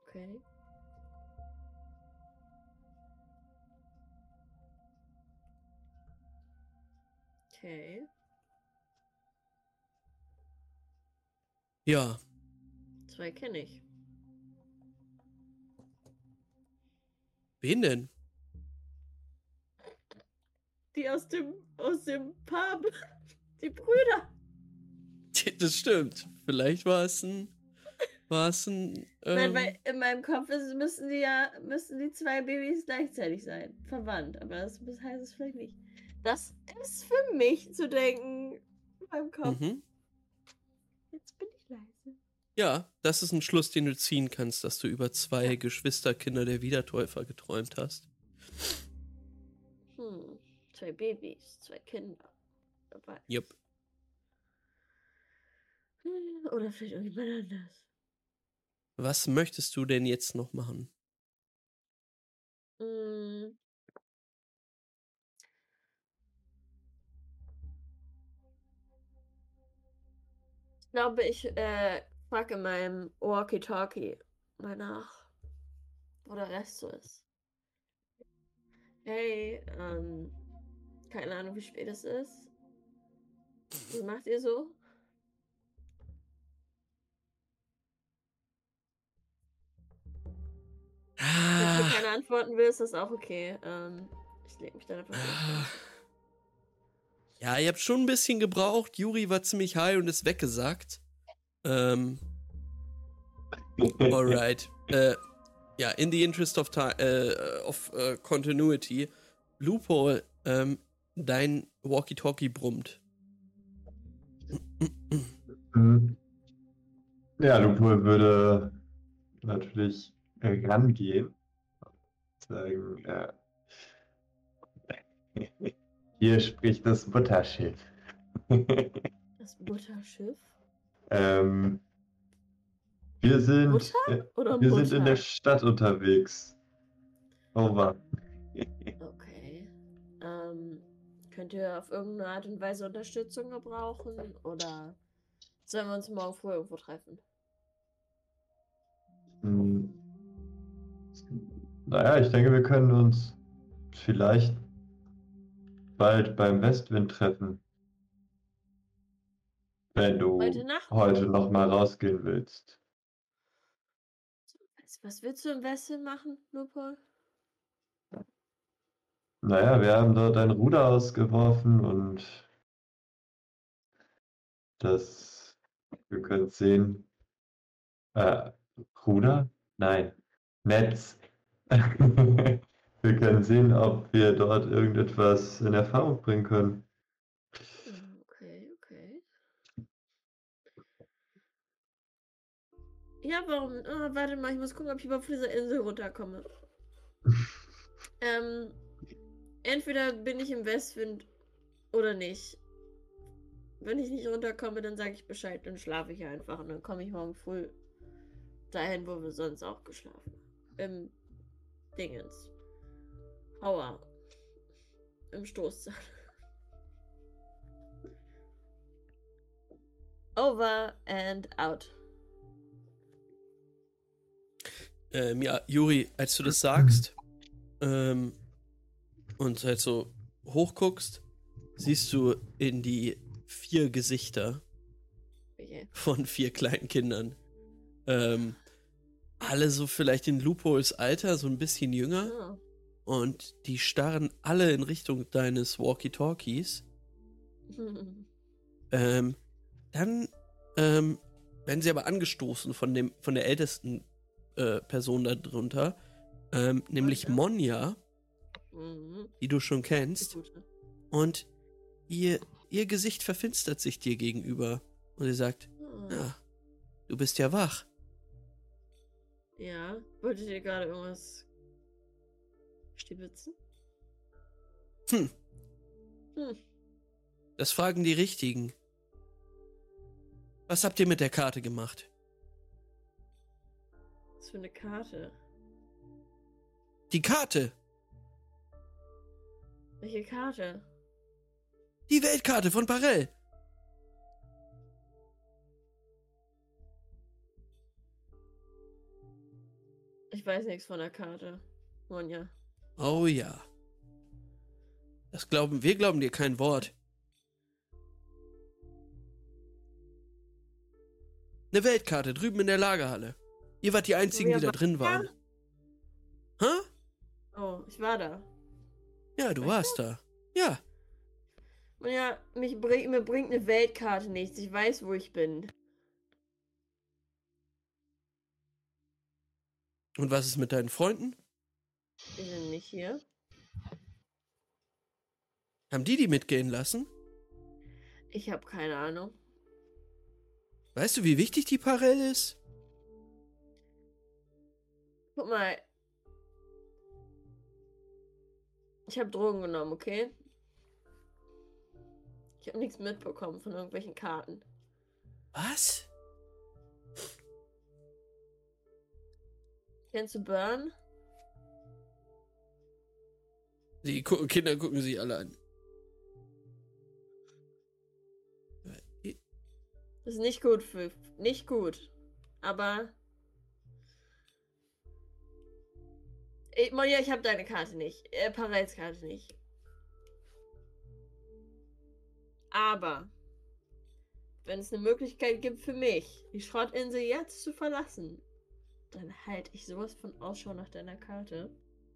Ja. 2 kenne ich. Wen denn? Die aus dem Pub. Die Brüder. Das stimmt. Vielleicht war es ein. Nein, weil in meinem Kopf müssen die 2 Babys gleichzeitig sein. Verwandt. Aber das heißt es vielleicht nicht. Das ist für mich zu denken in meinem Kopf. Jetzt bin ich leise. Ja, das ist ein Schluss, den du ziehen kannst, dass du über 2 Geschwisterkinder der Wiedertäufer geträumt hast. 2 Babys, 2 Kinder. Dabei. Jupp. Oder vielleicht irgendjemand anders. Was möchtest du denn jetzt noch machen? Ich glaube, ich frage in meinem Walkie-Talkie mal nach, wo der Rest so ist. Hey, keine Ahnung, wie spät es ist. Was macht ihr so? Wenn du keine antworten willst, ist das auch okay. Ich lege mich dann einfach hin. Ja, ihr habt schon ein bisschen gebraucht. Juri war ziemlich high und ist weggesackt. Alright. Ja, in the interest of continuity. Loophole, dein Walkie-Talkie brummt. Ja, Lupul würde natürlich rangehen. Sagen, hier spricht das Mutterschiff. Das Mutterschiff? Wir sind, Mutter oder wir Mutter? sind in der Stadt unterwegs. Over. Okay. Könnt ihr auf irgendeine Art und Weise Unterstützung gebrauchen? Oder sollen wir uns morgen früh irgendwo treffen? Naja, ich denke, wir können uns vielleicht bald beim Westwind treffen. Wenn du heute noch mal rausgehen willst. Was willst du im Westwind machen, Lupol? Naja, wir haben dort ein Ruder ausgeworfen und wir können sehen. Ruder? Nein. Netz. Wir können sehen, ob wir dort irgendetwas in Erfahrung bringen können. Okay. Ja, warum? Oh, warte mal, ich muss gucken, ob ich überhaupt von dieser Insel runterkomme. Entweder bin ich im Westwind oder nicht. Wenn ich nicht runterkomme, dann sage ich Bescheid, dann schlafe ich einfach und dann komme ich morgen früh dahin, wo wir sonst auch geschlafen haben. Im Dingens. Aua. Im Stoßzahn. Over and out. Ja, Juri, als du das sagst und halt so hochguckst, siehst du in die 4 Gesichter Okay. von 4 kleinen Kindern. Alle so vielleicht in Lupols Alter, so ein bisschen jünger. Oh. Und die starren alle in Richtung deines Walkie-Talkies. Dann werden sie aber angestoßen von der ältesten Person da drunter, nämlich Monja, die du schon kennst. Und ihr Gesicht verfinstert sich dir gegenüber. Und sie sagt, ja, du bist ja wach. Ja, wolltet ihr gerade irgendwas stibitzen? Das fragen die Richtigen. Was habt ihr mit der Karte gemacht? Was für eine Karte? Die Karte! Welche Karte? Die Weltkarte von Parell! Ich weiß nichts von der Karte. Monja. Oh ja. Wir glauben dir kein Wort. Eine Weltkarte drüben in der Lagerhalle. Ihr wart die Einzigen, die da drin waren. Hä? Oh, ich war da. Ja, du warst da. Ja. Monja, mir bringt eine Weltkarte nichts. Ich weiß, wo ich bin. Und was ist mit deinen Freunden? Die sind nicht hier. Haben die mitgehen lassen? Ich habe keine Ahnung. Weißt du, wie wichtig die Parell ist? Guck mal. Ich habe Drogen genommen, okay? Ich habe nichts mitbekommen von irgendwelchen Karten. Was? Kennst du Burn? Die Kinder gucken sich alle an. Das ist nicht gut nicht gut. Aber. Monja, ich habe deine Karte nicht. Parels Karte nicht. Aber. Wenn es eine Möglichkeit gibt für mich, die Schrottinsel jetzt zu verlassen, dann halte ich sowas von Ausschau nach deiner Karte.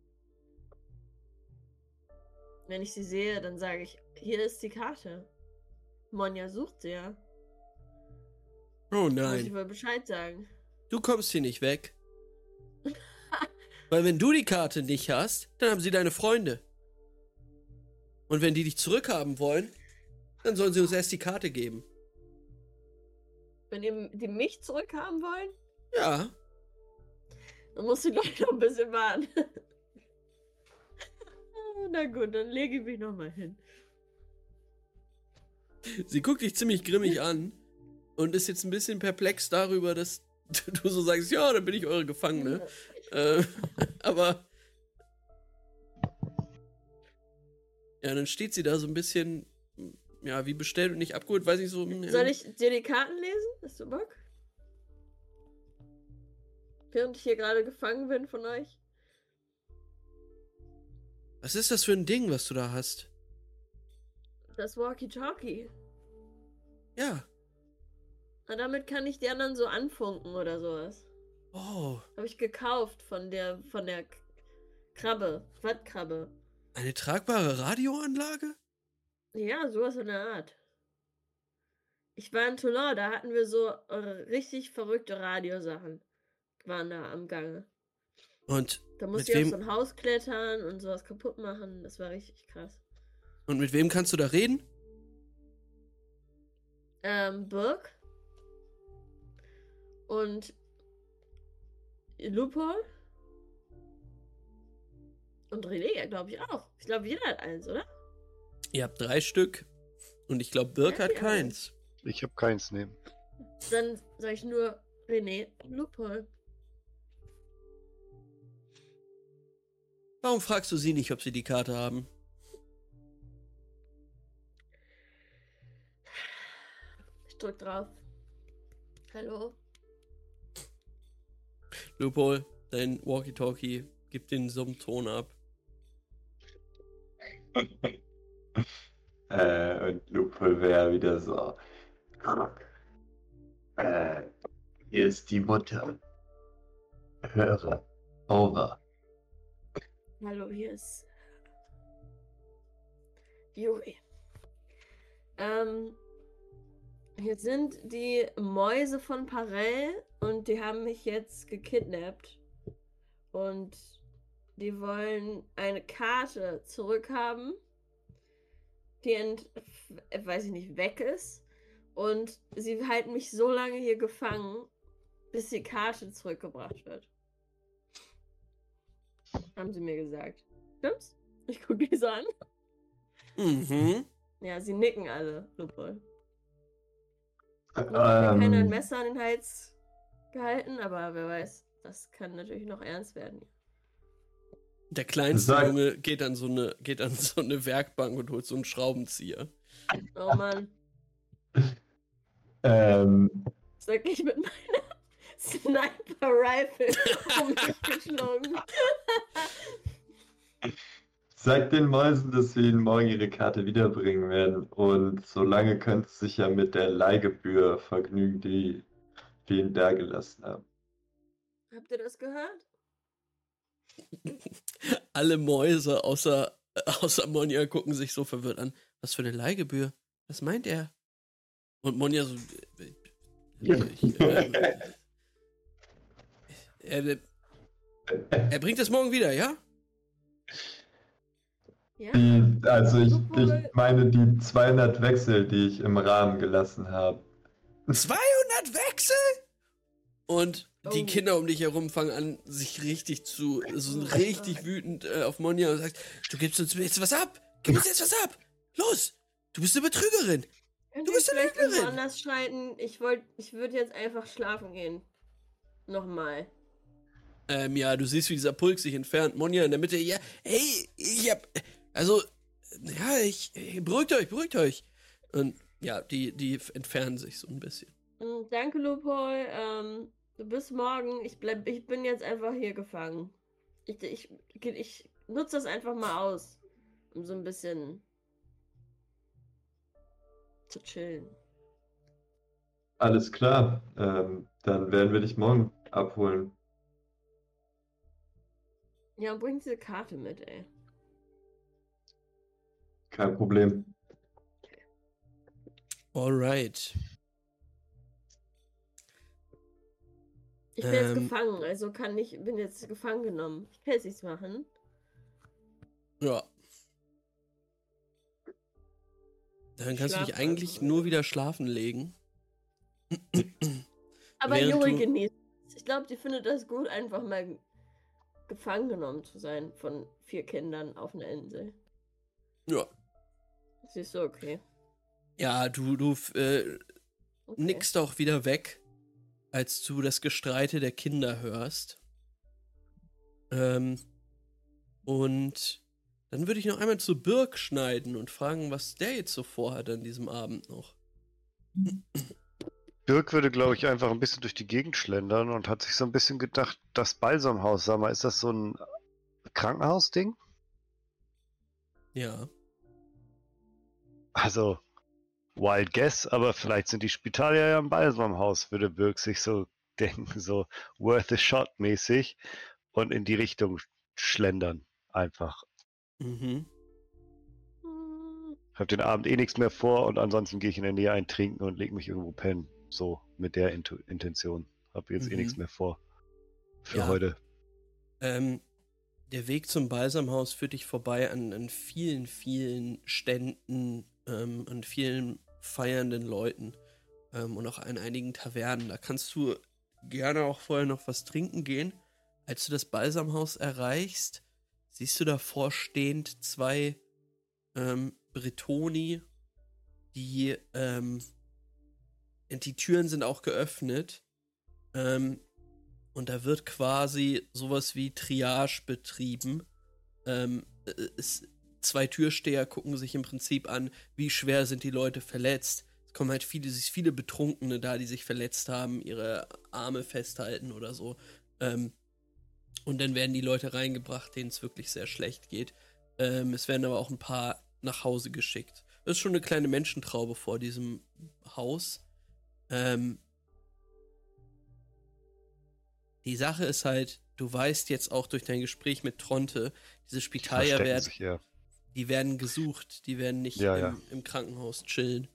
Wenn ich sie sehe, dann sage ich, hier ist die Karte. Monja sucht sie ja. Oh Muss ich nein. wohl Bescheid sagen. Du kommst hier nicht weg. Weil wenn du die Karte nicht hast, dann haben sie deine Freunde. Und wenn die dich zurückhaben wollen, dann sollen sie uns erst die Karte geben. Wenn die mich zurückhaben wollen, Ja. dann musst du gleich noch ein bisschen warten. Na gut, dann lege ich mich nochmal hin. Sie guckt dich ziemlich grimmig an und ist jetzt ein bisschen perplex darüber, dass du so sagst, ja, dann bin ich eure Gefangene. Aber ja, dann steht sie da so ein bisschen, ja, wie bestellt und nicht abgeholt, weiß ich so. Ja. Soll ich dir die Karten lesen? Hast du Bock? Während ich hier gerade gefangen bin von euch. Was ist das für ein Ding, was du da hast? Das Walkie-Talkie. Ja. Na, damit kann ich die anderen so anfunken oder sowas. Oh, Habe ich gekauft von der Krabbe, Wattkrabbe. eine tragbare Radioanlage? Ja, sowas in der Art. Ich war in Toulon, da hatten wir so richtig verrückte Radiosachen. Waren da am Gange. Und Da mit musste ich auf wem, so ein Haus klettern und sowas kaputt machen. Das war richtig krass. und mit wem kannst du da reden? Burg. Und Lupol. Und René, glaube ich auch. Ich glaube, jeder hat eins, oder? Ihr habt 3 Stück. Und ich glaube, Birk Ja, hat ja. keins. Ich habe keins nehmen. Dann sage ich nur René und Lupol. Warum fragst du sie nicht, ob sie die Karte haben? Ich drück drauf. Hallo? Lupol, dein Walkie-Talkie gibt den Summton ab. Und Lupol wäre wieder so. Hier ist die Mutter. Höre. Over. Hallo, hier ist Yuri. Hier sind die Mäuse von Parell und die haben mich jetzt gekidnappt. Und die wollen eine Karte zurückhaben, die weiß ich nicht, weg ist. Und sie halten mich so lange hier gefangen, bis die Karte zurückgebracht wird. Haben sie mir gesagt. Stimmt's? Ich gucke die so an. Mhm. Ja, sie nicken alle. Super. Mir hat keiner ein Messer an den Hals gehalten, aber wer weiß, das kann natürlich noch ernst werden. Der kleinste Junge geht an so eine Werkbank und holt so einen Schraubenzieher. Oh Mann. Sag ich mit meiner Sniper-Rifle um mich geschlagen. Sag den Mäusen, dass wir ihnen morgen ihre Karte wiederbringen werden. Und solange können sie sich ja mit der Leihgebühr vergnügen, die wir ihnen da gelassen haben. Habt ihr das gehört? Alle Mäuse außer Monja gucken sich so verwirrt an. Was für eine Leihgebühr? Was meint er? Und Monja so... Er bringt es morgen wieder, ja? Ja. Ich meine die 200 Wechsel, die ich im Rahmen gelassen habe. 200 Wechsel? Und die Kinder um dich herum fangen an, sich richtig richtig wütend auf Monja und sagt, du gibst uns jetzt was ab. Gib uns jetzt was ab. Los, du bist eine Betrügerin. Du bist eine Betrügerin. Anders streiten. Ich würde jetzt einfach schlafen gehen. Nochmal. Ja, du siehst, wie dieser Pulk sich entfernt. Monja in der Mitte, ja, hey, beruhigt euch. Und ja, die entfernen sich so ein bisschen. Danke, Lupol. Du bist morgen. Ich bin jetzt einfach hier gefangen. Ich nutze das einfach mal aus, um so ein bisschen zu chillen. Alles klar. Dann werden wir dich morgen abholen. Ja, und bring diese Karte mit, ey. Kein Problem. Alright. Ich bin jetzt gefangen, also bin jetzt gefangen genommen. Ich kann jetzt nichts machen. Ja. Dann kannst du dich eigentlich nur wieder schlafen legen. Aber Juri genießt. Ich glaube, die findet das gut, einfach mal gefangen genommen zu sein von 4 Kindern auf einer Insel. Ja. Das ist so okay. Ja, du nickst auch wieder weg, als du das Gestreite der Kinder hörst. Und dann würde ich noch einmal zu Birk schneiden und fragen, was der jetzt so vorhat an diesem Abend noch. Birk würde, glaube ich, einfach ein bisschen durch die Gegend schlendern und hat sich so ein bisschen gedacht, das Balsamhaus, sag mal, ist das so ein Krankenhausding? Ja. Also, wild guess, aber vielleicht sind die Spitalier ja im Balsamhaus, würde Birk sich so denken, so worth a shot mäßig und in die Richtung schlendern, einfach. Mhm. Ich habe den Abend eh nichts mehr vor und ansonsten gehe ich in der Nähe eintrinken und lege mich irgendwo pennen. So, mit der Intention. Habe jetzt eh nichts mehr vor für heute. Der Weg zum Balsamhaus führt dich vorbei an vielen, vielen Ständen, an vielen feiernden Leuten und auch an einigen Tavernen. Da kannst du gerne auch vorher noch was trinken gehen. Als du das Balsamhaus erreichst, siehst du davor stehend 2 Bretoni, die Türen sind auch geöffnet und da wird quasi sowas wie Triage betrieben Zwei Türsteher gucken sich im Prinzip an, wie schwer sind die Leute verletzt. Es kommen halt viele Betrunkene da, die sich verletzt haben, ihre Arme festhalten oder so. Und dann werden die Leute reingebracht, denen es wirklich sehr schlecht geht. Es werden aber auch ein paar nach Hause geschickt. Das ist schon eine kleine Menschentraube vor diesem Haus. Die Sache ist halt, du weißt jetzt auch durch dein Gespräch mit Tronte, diese Spitalier die werden gesucht, die werden nicht im Krankenhaus chillen.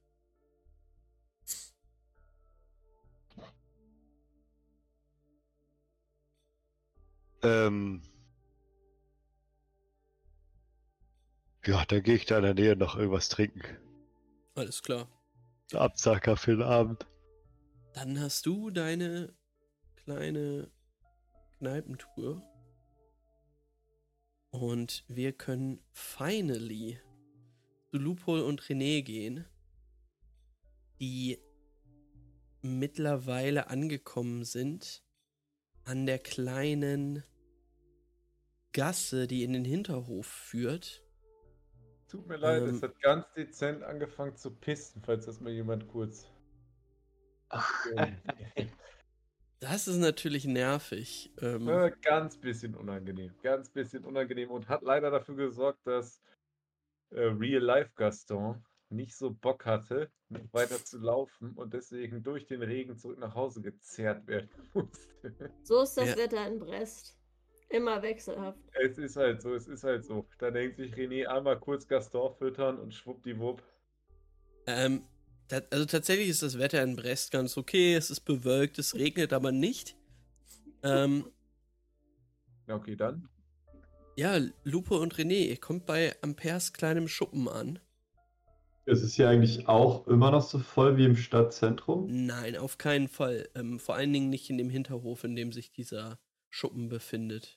Ja, dann gehe ich da in der Nähe noch irgendwas trinken. Alles klar. Absacker für den Abend. Dann hast du deine kleine Kneipentour. Und wir können finally zu Lupol und René gehen, die mittlerweile angekommen sind an der kleinen Gasse, die in den Hinterhof führt. Tut mir leid, es hat ganz dezent angefangen zu pissen, falls das mal jemand kurz... Das ist natürlich nervig. Ganz bisschen unangenehm. Ganz bisschen unangenehm und hat leider dafür gesorgt, dass Real-Life Gaston nicht so Bock hatte, noch weiter zu laufen und deswegen durch den Regen zurück nach Hause gezerrt werden musste. So ist das Wetter in Brest. Immer wechselhaft. Es ist halt so, es ist halt so. Da denkt sich René einmal kurz Gaston füttern und schwuppdiwupp. Also tatsächlich ist das Wetter in Brest ganz okay. Es ist bewölkt, es regnet aber nicht. Okay, dann. Ja, Lupo und René, ihr kommt bei Ampers kleinem Schuppen an. Ist es hier eigentlich auch immer noch so voll wie im Stadtzentrum? Nein, auf keinen Fall. Vor allen Dingen nicht in dem Hinterhof, in dem sich dieser Schuppen befindet.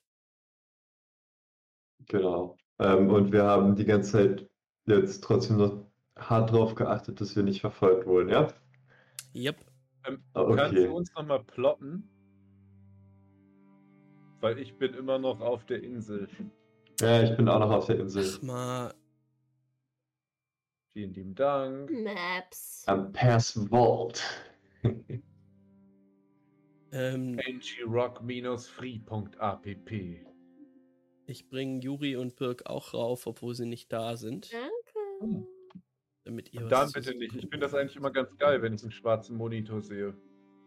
Genau. Und wir haben die ganze Zeit jetzt trotzdem noch hart drauf geachtet, dass wir nicht verfolgt wurden, ja? Yep. Kannst du uns nochmal plotten? Weil ich bin immer noch auf der Insel. Ja, ich bin auch noch auf der Insel. Ach mal. Vielen lieben Dank. Maps. Ampers Vault. angrock-free.app. Ich bringe Juri und Birk auch rauf, obwohl sie nicht da sind. Danke. Damit ihr Dann was bitte zu nicht. Ich gucken finde das habt. eigentlich immer ganz geil, wenn ich einen schwarzen Monitor sehe.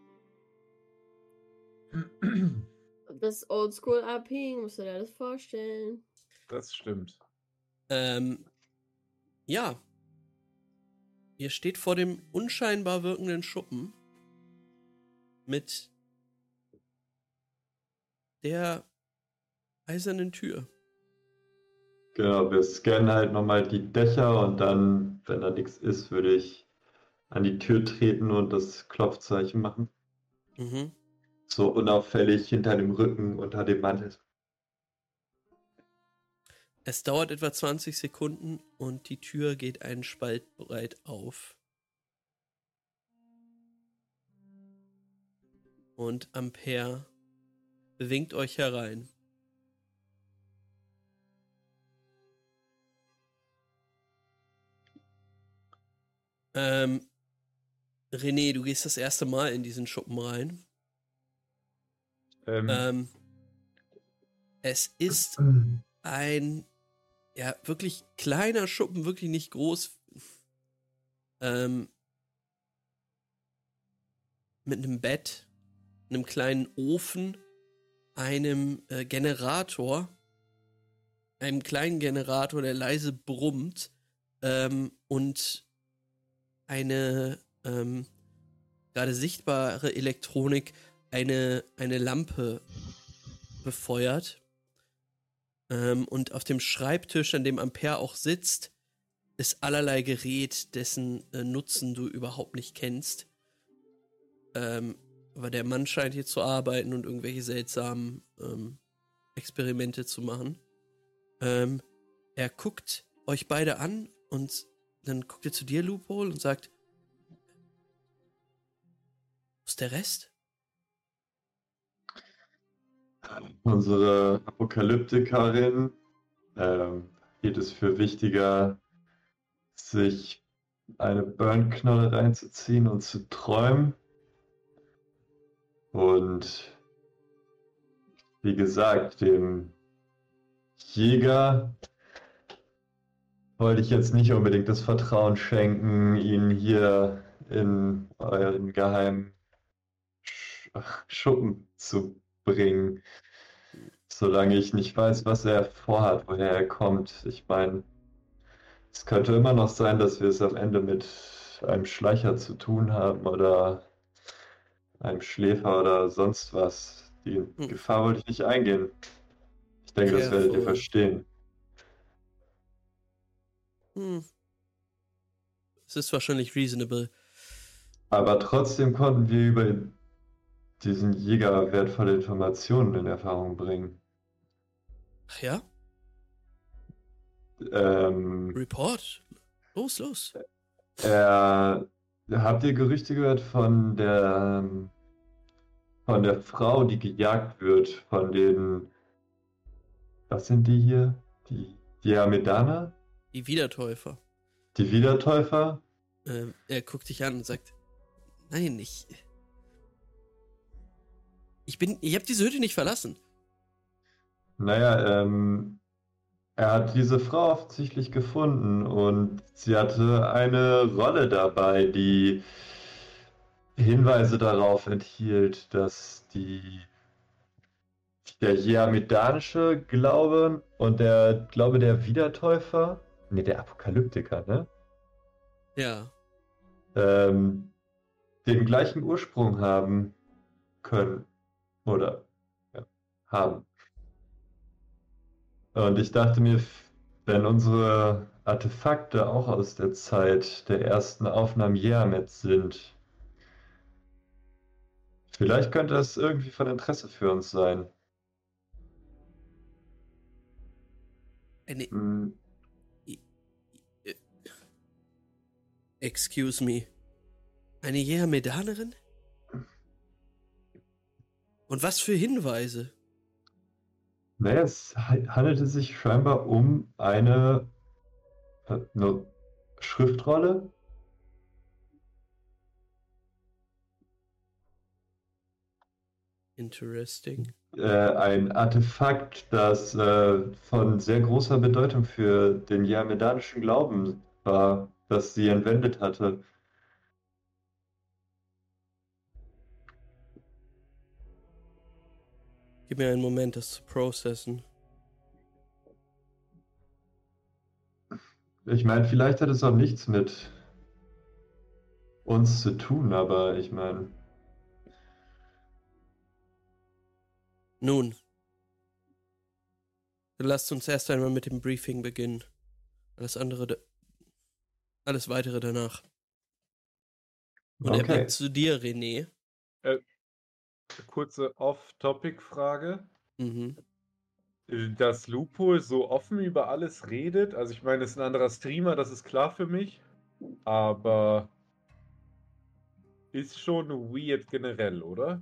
Das ist Oldschool AP, musst du dir das vorstellen. Das stimmt. Ja. Ihr steht vor dem unscheinbar wirkenden Schuppen mit der eisernen Tür. Genau, wir scannen halt nochmal die Dächer und dann, wenn da nichts ist, würde ich an die Tür treten und das Klopfzeichen machen. Mhm. So unauffällig hinter dem Rücken, unter dem Mantel. Es dauert etwa 20 Sekunden und die Tür geht einen Spalt breit auf. Und Ampere bewinkt euch herein. René, du gehst das erste Mal in diesen Schuppen rein. Es ist ein wirklich kleiner Schuppen, wirklich nicht groß. Mit einem Bett, einem kleinen Ofen, einem Generator, einem kleinen Generator, der leise brummt, und eine gerade sichtbare Elektronik, eine Lampe befeuert. Und auf dem Schreibtisch, an dem Ampere auch sitzt, ist allerlei Gerät, dessen Nutzen du überhaupt nicht kennst. Aber der Mann scheint hier zu arbeiten und irgendwelche seltsamen Experimente zu machen. Er guckt euch beide an und dann guckt er zu dir, Lupol, und sagt: Wo ist der Rest? Unsere Apokalyptikerin hielt es für wichtiger, sich eine Burn-Knolle reinzuziehen und zu träumen. Und wie gesagt, dem Jäger wollte ich jetzt nicht unbedingt das Vertrauen schenken, ihn hier in euren geheimen Schuppen zu bringen, solange ich nicht weiß, was er vorhat, woher er kommt. Ich meine, es könnte immer noch sein, dass wir es am Ende mit einem Schleicher zu tun haben oder einem Schläfer oder sonst was. Die Gefahr wollte ich nicht eingehen. Ich denke, das werdet ihr verstehen. Es ist wahrscheinlich reasonable. Aber trotzdem konnten wir über diesen Jäger wertvolle Informationen in Erfahrung bringen. Ach ja? Report. Los. Habt ihr Gerüchte gehört von der Frau, die gejagt wird, von den, was sind die hier? Die Diamedaner? Die Wiedertäufer. Die Wiedertäufer? Er guckt dich an und sagt, nein, ich hab diese Hütte nicht verlassen. Naja, er hat diese Frau offensichtlich gefunden und sie hatte eine Rolle dabei, die Hinweise darauf enthielt, dass der jehamedanische Glaube und der Glaube der Wiedertäufer, der Apokalyptiker, ne? Ja. Den gleichen Ursprung haben können. Oder haben. Und ich dachte mir, wenn unsere Artefakte auch aus der Zeit der ersten Aufnahmen Jehamets sind, vielleicht könnte das irgendwie von Interesse für uns sein. Excuse me. Eine Jehamedanerin? Und was für Hinweise? Naja, es handelte sich scheinbar um eine Schriftrolle. Interesting. Ein Artefakt, das von sehr großer Bedeutung für den jehamedanischen Glauben war, das sie entwendet hatte. Gib mir einen Moment, das zu processen. Ich meine, vielleicht hat es auch nichts mit uns zu tun, aber ich meine... Nun, lasst uns erst einmal mit dem Briefing beginnen. Alles weitere danach. Und er blickt zu dir, René. Kurze Off-Topic-Frage. Mhm. Dass Lupo so offen über alles redet, also ich meine, es ist ein anderer Streamer, das ist klar für mich, aber ist schon weird generell, oder?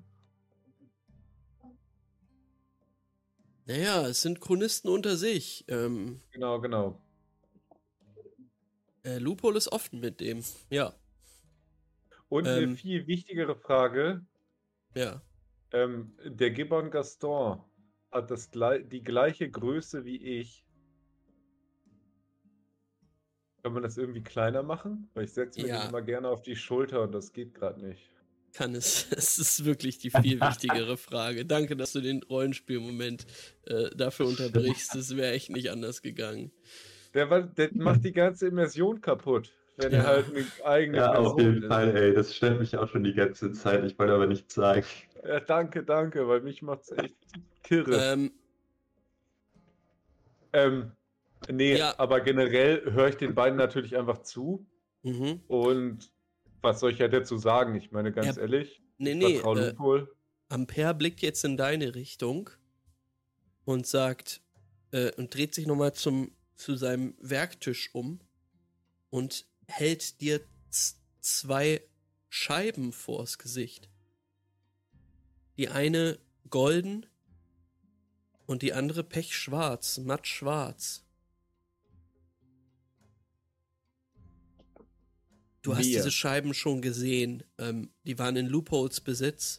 Naja, es sind Chronisten unter sich. Genau. Lupol ist offen mit dem, ja. Und eine viel wichtigere Frage. Ja. Der Gibbon Gaston hat die gleiche Größe wie ich. Kann man das irgendwie kleiner machen? Weil ich setze mir den immer gerne auf die Schulter und das geht gerade nicht. Kann es. Es ist wirklich die viel wichtigere Frage. Danke, dass du den Rollenspielmoment dafür unterbrichst. Das wäre echt nicht anders gegangen. Der macht die ganze Immersion kaputt, wenn er halt eine eigene Ja, Person auf jeden ist. Fall, ey. Das stört mich auch schon die ganze Zeit. Ich wollte aber nichts sagen. Ja, danke, weil mich macht's echt kirre. Aber generell höre ich den beiden natürlich einfach zu. Mhm. Und was soll ich ja dazu sagen? Ich meine, ganz ehrlich, vertraue Lupol. Ampere blickt jetzt in deine Richtung und sagt, und dreht sich nochmal zu seinem Werktisch um und hält dir 2 Scheiben vors Gesicht. Die eine golden und die andere pechschwarz, matt schwarz. Du hast Mir. diese Scheiben schon gesehen. Die waren in Loopholes Besitz.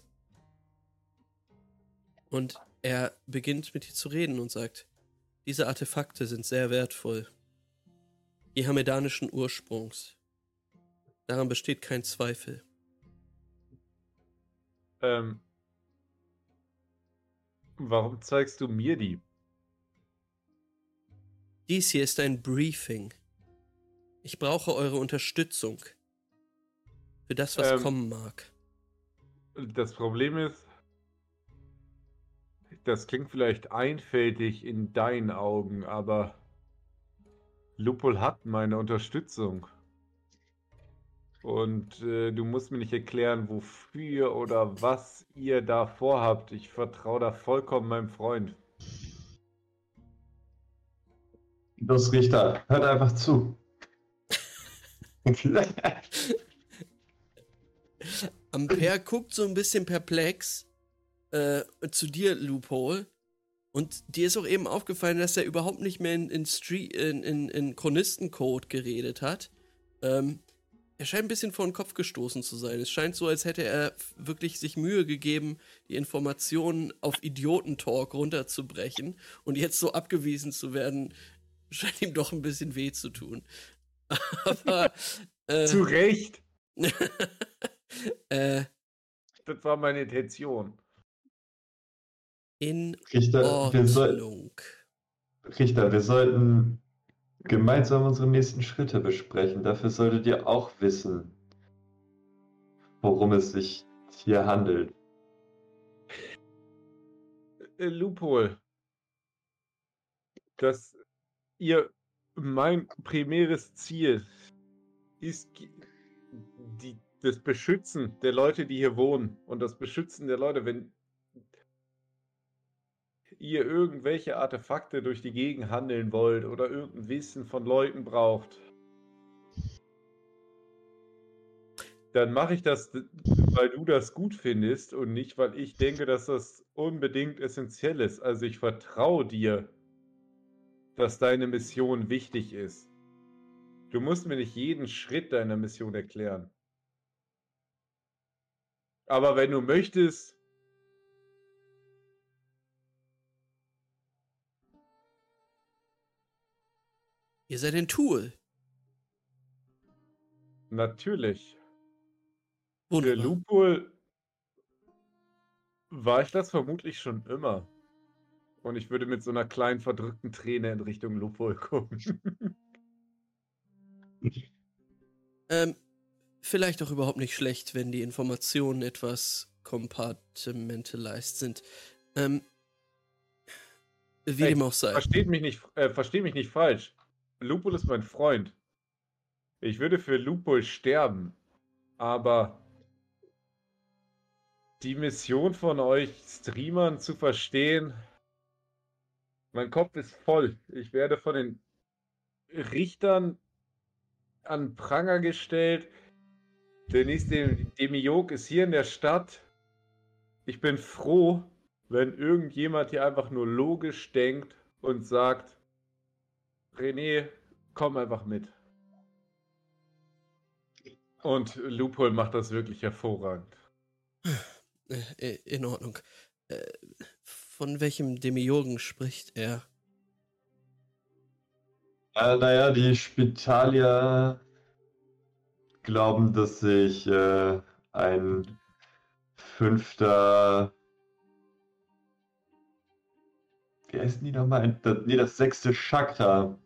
Und er beginnt mit dir zu reden und sagt, diese Artefakte sind sehr wertvoll. Jehamedanischen Ursprungs. Daran besteht kein Zweifel. Warum zeigst du mir die? Dies hier ist ein Briefing. Ich brauche eure Unterstützung. Für das, was kommen mag. Das Problem ist, das klingt vielleicht einfältig in deinen Augen, aber Lupol hat meine Unterstützung. Und du musst mir nicht erklären, wofür oder was ihr da vorhabt. Ich vertraue da vollkommen meinem Freund. Los, Richter, hört einfach zu. Ampere guckt so ein bisschen perplex zu dir, Loophole. Und dir ist auch eben aufgefallen, dass er überhaupt nicht mehr in Chronistencode geredet hat. Er scheint ein bisschen vor den Kopf gestoßen zu sein. Es scheint so, als hätte er wirklich sich Mühe gegeben, die Informationen auf Idiotentalk runterzubrechen. Und jetzt so abgewiesen zu werden, scheint ihm doch ein bisschen weh zu tun. Aber Zu Recht! Das war meine Intention. In Richter, Ordnung. Wir sollten gemeinsam unsere nächsten Schritte besprechen. Dafür solltet ihr auch wissen, worum es sich hier handelt. Loophole. Mein primäres Ziel ist das Beschützen der Leute, die hier wohnen. Und das Beschützen der Leute, wenn ihr irgendwelche Artefakte durch die Gegend handeln wollt oder irgendein Wissen von Leuten braucht, dann mache ich das, weil du das gut findest und nicht, weil ich denke, dass das unbedingt essentiell ist. Also ich vertraue dir, dass deine Mission wichtig ist. Du musst mir nicht jeden Schritt deiner Mission erklären. Aber wenn du möchtest, Ihr seid ein Tool. natürlich. Für Wunderbar. Lupol war ich das vermutlich schon immer. Und ich würde mit so einer kleinen verdrückten Träne in Richtung Lupol gucken. Vielleicht auch überhaupt nicht schlecht, wenn die Informationen etwas compartmentalized sind. Wie dem auch sei. Versteh mich nicht falsch. Lupol ist mein Freund. Ich würde für Lupol sterben. Aber die Mission von euch Streamern zu verstehen, mein Kopf ist voll. Ich werde von den Richtern an Pranger gestellt. Der nächste Demiurg ist hier in der Stadt. Ich bin froh, wenn irgendjemand hier einfach nur logisch denkt und sagt, René, komm einfach mit. Und Loophole macht das wirklich hervorragend. In Ordnung. Von welchem Demiurgen spricht er? Naja, die Spitalier glauben, dass sich ein 5. Wie heißen die nochmal? Das 6. Chakra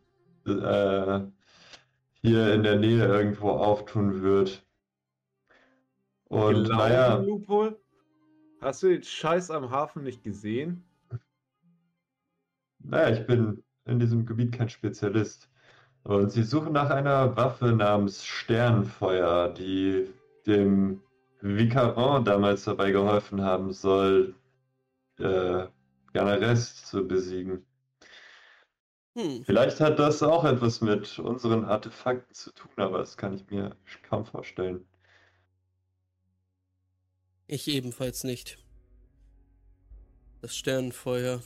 hier in der Nähe irgendwo auftun wird. Und naja, Loophole? Hast du den Scheiß am Hafen nicht gesehen? naja, ich bin in diesem Gebiet kein Spezialist. Und sie suchen nach einer Waffe namens Sternfeuer, die dem Vicaron damals dabei geholfen haben soll, Ganarest zu besiegen. Vielleicht hat das auch etwas mit unseren Artefakten zu tun, aber das kann ich mir kaum vorstellen. Ich ebenfalls nicht. Das Sternenfeuer.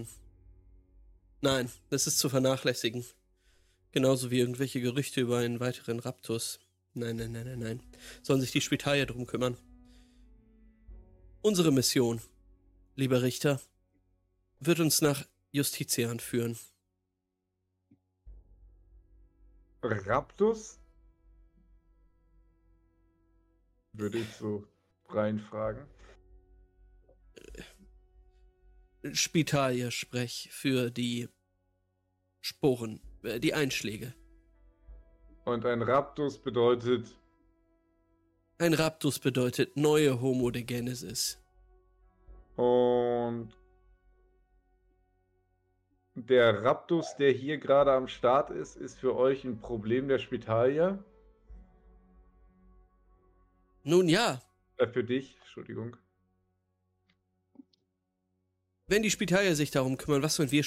Nein, das ist zu vernachlässigen. Genauso wie irgendwelche Gerüchte über einen weiteren Raptus. Nein. Sollen sich die Spitalier drum kümmern. Unsere Mission, lieber Richter, wird uns nach Justitian führen. Raptus? Würde ich so reinfragen. Spitalier sprech für die Sporen, die Einschläge. Und ein Raptus bedeutet... Ein Raptus bedeutet neue Homo de Genesis. Und der Raptus, der hier gerade am Start ist für euch ein Problem der Spitalier? Nun ja, Für dich, Entschuldigung. wenn die Spitalier sich darum kümmern, was sollen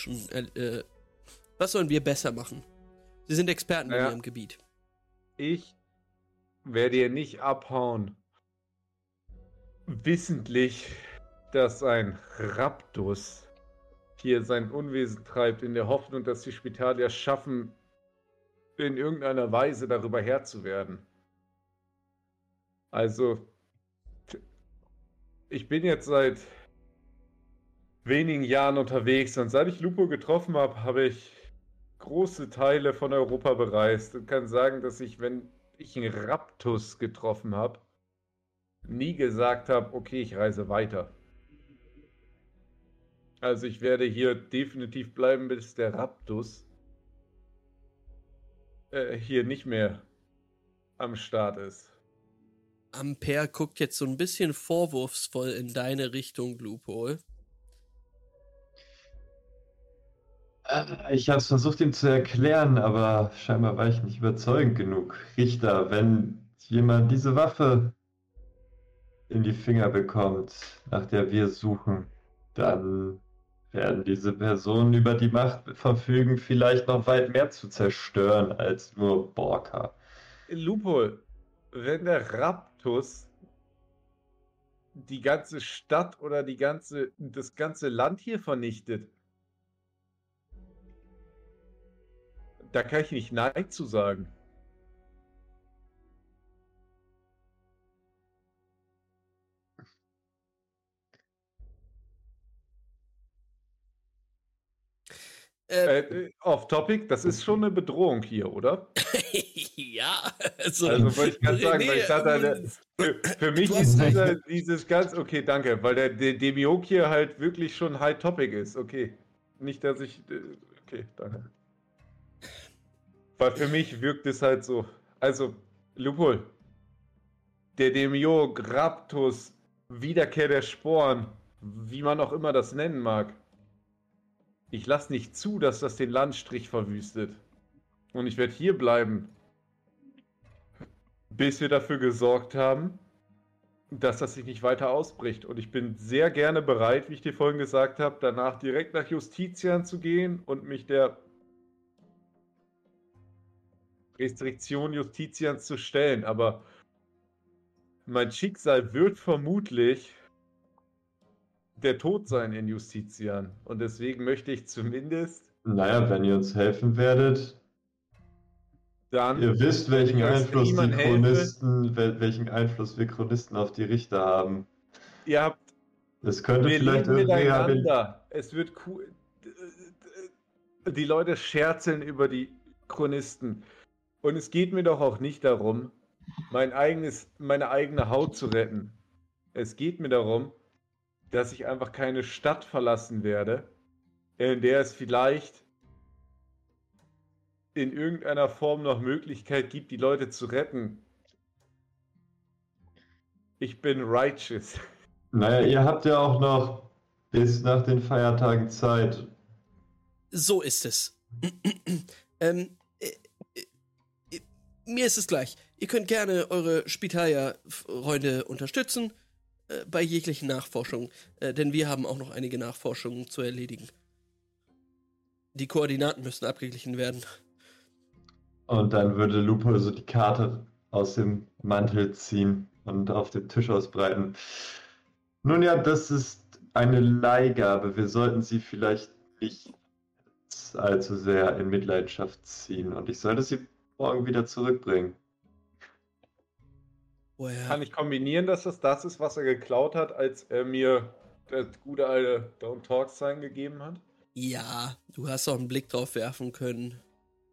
wir besser machen? Sie sind Experten in ihrem Gebiet. Ich werde hier nicht abhauen, wissentlich, dass ein Raptus hier sein Unwesen treibt, in der Hoffnung, dass die Spitalier schaffen, in irgendeiner Weise darüber Herr zu werden. Also, ich bin jetzt seit wenigen Jahren unterwegs und seit ich Lupo getroffen habe, habe ich große Teile von Europa bereist und kann sagen, dass ich, wenn ich einen Raptus getroffen habe, nie gesagt habe, okay, ich reise weiter. Also ich werde hier definitiv bleiben, bis der Raptus hier nicht mehr am Start ist. Ampere guckt jetzt so ein bisschen vorwurfsvoll in deine Richtung, Loophole. Ich habe es versucht, ihm zu erklären, aber scheinbar war ich nicht überzeugend genug. Richter, wenn jemand diese Waffe in die Finger bekommt, nach der wir suchen, dann werden diese Personen über die Macht verfügen, vielleicht noch weit mehr zu zerstören als nur Borka. Lupol, wenn der Raptus die ganze Stadt oder das ganze Land hier vernichtet, da kann ich nicht Nein zu sagen. Off Topic, das ist schon eine Bedrohung hier, oder? Ja, also wollte ich gerade sagen, weil ich dachte, für mich ist dieses ganz, okay, danke, weil der Demiok hier halt wirklich schon High Topic ist, okay. Nicht, dass ich, okay, danke. Weil für mich wirkt es halt so, also, Lupol, der Demiok, Raptus, Wiederkehr der Sporen, wie man auch immer das nennen mag. Ich lasse nicht zu, dass das den Landstrich verwüstet. Und ich werde hier bleiben, bis wir dafür gesorgt haben, dass das sich nicht weiter ausbricht. Und ich bin sehr gerne bereit, wie ich dir vorhin gesagt habe, danach direkt nach Justitian zu gehen und mich der Restriktion Justitians zu stellen. Aber mein Schicksal wird vermutlich der Tod sein in Justitian. Und deswegen möchte ich zumindest... Naja, wenn ihr uns helfen werdet, dann... Ihr wisst, welchen Einfluss wir Chronisten auf die Richter haben. Ihr habt... Es könnte wir vielleicht leben irgendwie... miteinander. Es wird cool. Die Leute scherzeln über die Chronisten. Und es geht mir doch auch nicht darum, meine eigene Haut zu retten. Es geht mir darum, dass ich einfach keine Stadt verlassen werde, in der es vielleicht in irgendeiner Form noch Möglichkeit gibt, die Leute zu retten. Ich bin righteous. Naja, ihr habt ja auch noch bis nach den Feiertagen Zeit. So ist es. Mir ist es gleich. Ihr könnt gerne eure Spitalier-Freunde unterstützen bei jeglichen Nachforschungen, denn wir haben auch noch einige Nachforschungen zu erledigen. Die Koordinaten müssen abgeglichen werden. Und dann würde Lupo so die Karte aus dem Mantel ziehen und auf den Tisch ausbreiten. Nun ja, das ist eine Leihgabe. Wir sollten sie vielleicht nicht allzu sehr in Mitleidenschaft ziehen. Und ich sollte sie morgen wieder zurückbringen. Kann ich kombinieren, dass das ist, was er geklaut hat, als er mir das gute alte Don't Talk Sign gegeben hat? Ja, du hast auch einen Blick drauf werfen können.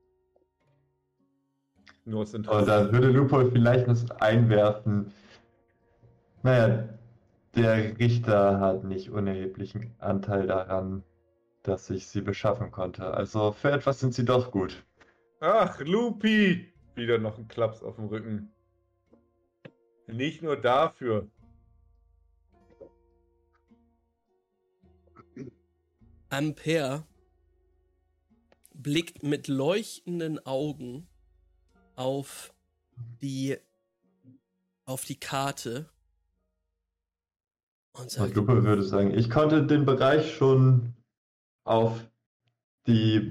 Nur es sind Aber da würde Lupol vielleicht was einwerfen. Naja, der Richter hat nicht unerheblichen Anteil daran, dass ich sie beschaffen konnte. Also für etwas sind sie doch gut. Ach, Lupi! Wieder noch ein Klaps auf dem Rücken. Nicht nur dafür. Ampere blickt mit leuchtenden Augen auf die Karte und Und sagt, Lupe würde sagen, ich konnte den Bereich schon auf die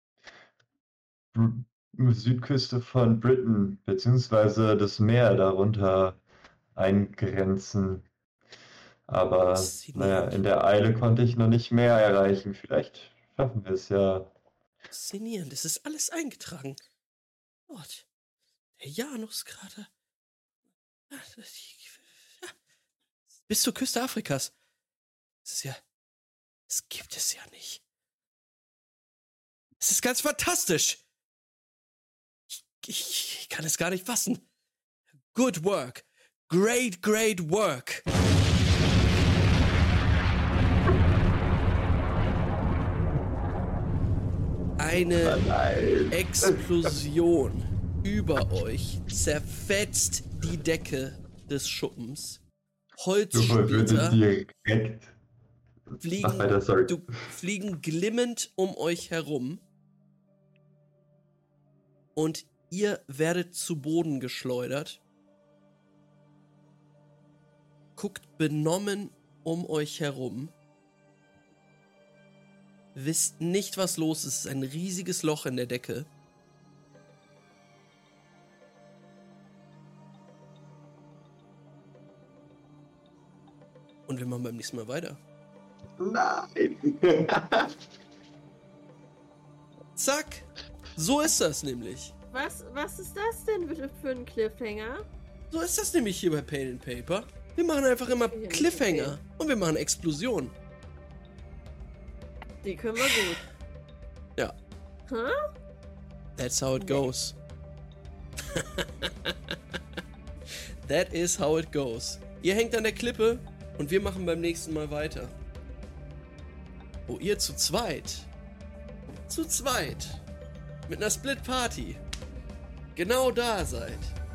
Südküste von Britain beziehungsweise das Meer darunter eingrenzen. Aber naja, in der Eile konnte ich noch nicht mehr erreichen. Vielleicht schaffen wir es ja. faszinierend, es ist alles eingetragen. Gott, der Janus gerade. Bis zur Küste Afrikas. Das gibt es ja nicht. Es ist ganz fantastisch. Ich kann es gar nicht fassen. Good work. Great, great work. Eine Explosion über euch zerfetzt die Decke des Schuppens. Lupe würde Holzsplitter direkt. Mach weiter, sorry. fliegen glimmend um euch herum und ihr werdet zu Boden geschleudert. Guckt benommen um euch herum. Wisst nicht, was los ist. Es ist ein riesiges Loch in der Decke. Und wir machen beim nächsten Mal weiter. Nein! Zack! So ist das nämlich. Was ist das denn bitte für ein Cliffhanger? So ist das nämlich hier bei Pain and Paper. Wir machen einfach immer Cliffhanger. Und wir machen Explosionen. Die können wir gut. Ja. Huh? That's how it goes. That is how it goes. Ihr hängt an der Klippe und wir machen beim nächsten Mal weiter. Wo ihr zu zweit, mit einer Split Party, genau da seid.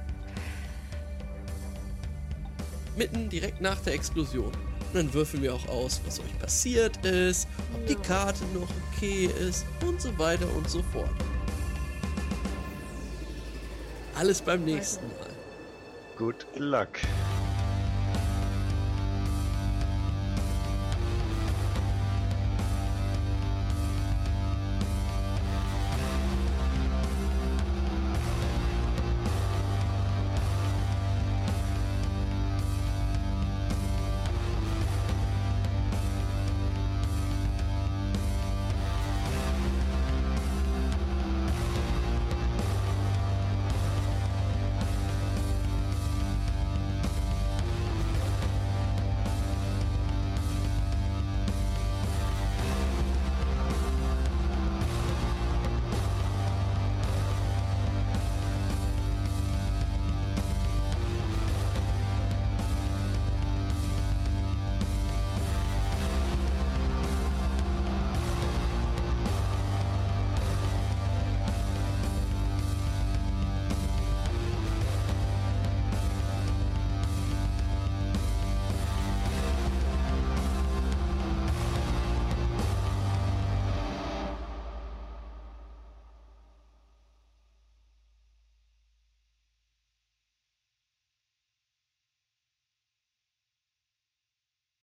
Mitten direkt nach der Explosion. Und dann würfeln wir auch aus, was euch passiert ist, ob die Karte noch okay ist und so weiter und so fort. Alles beim nächsten Mal. Good luck.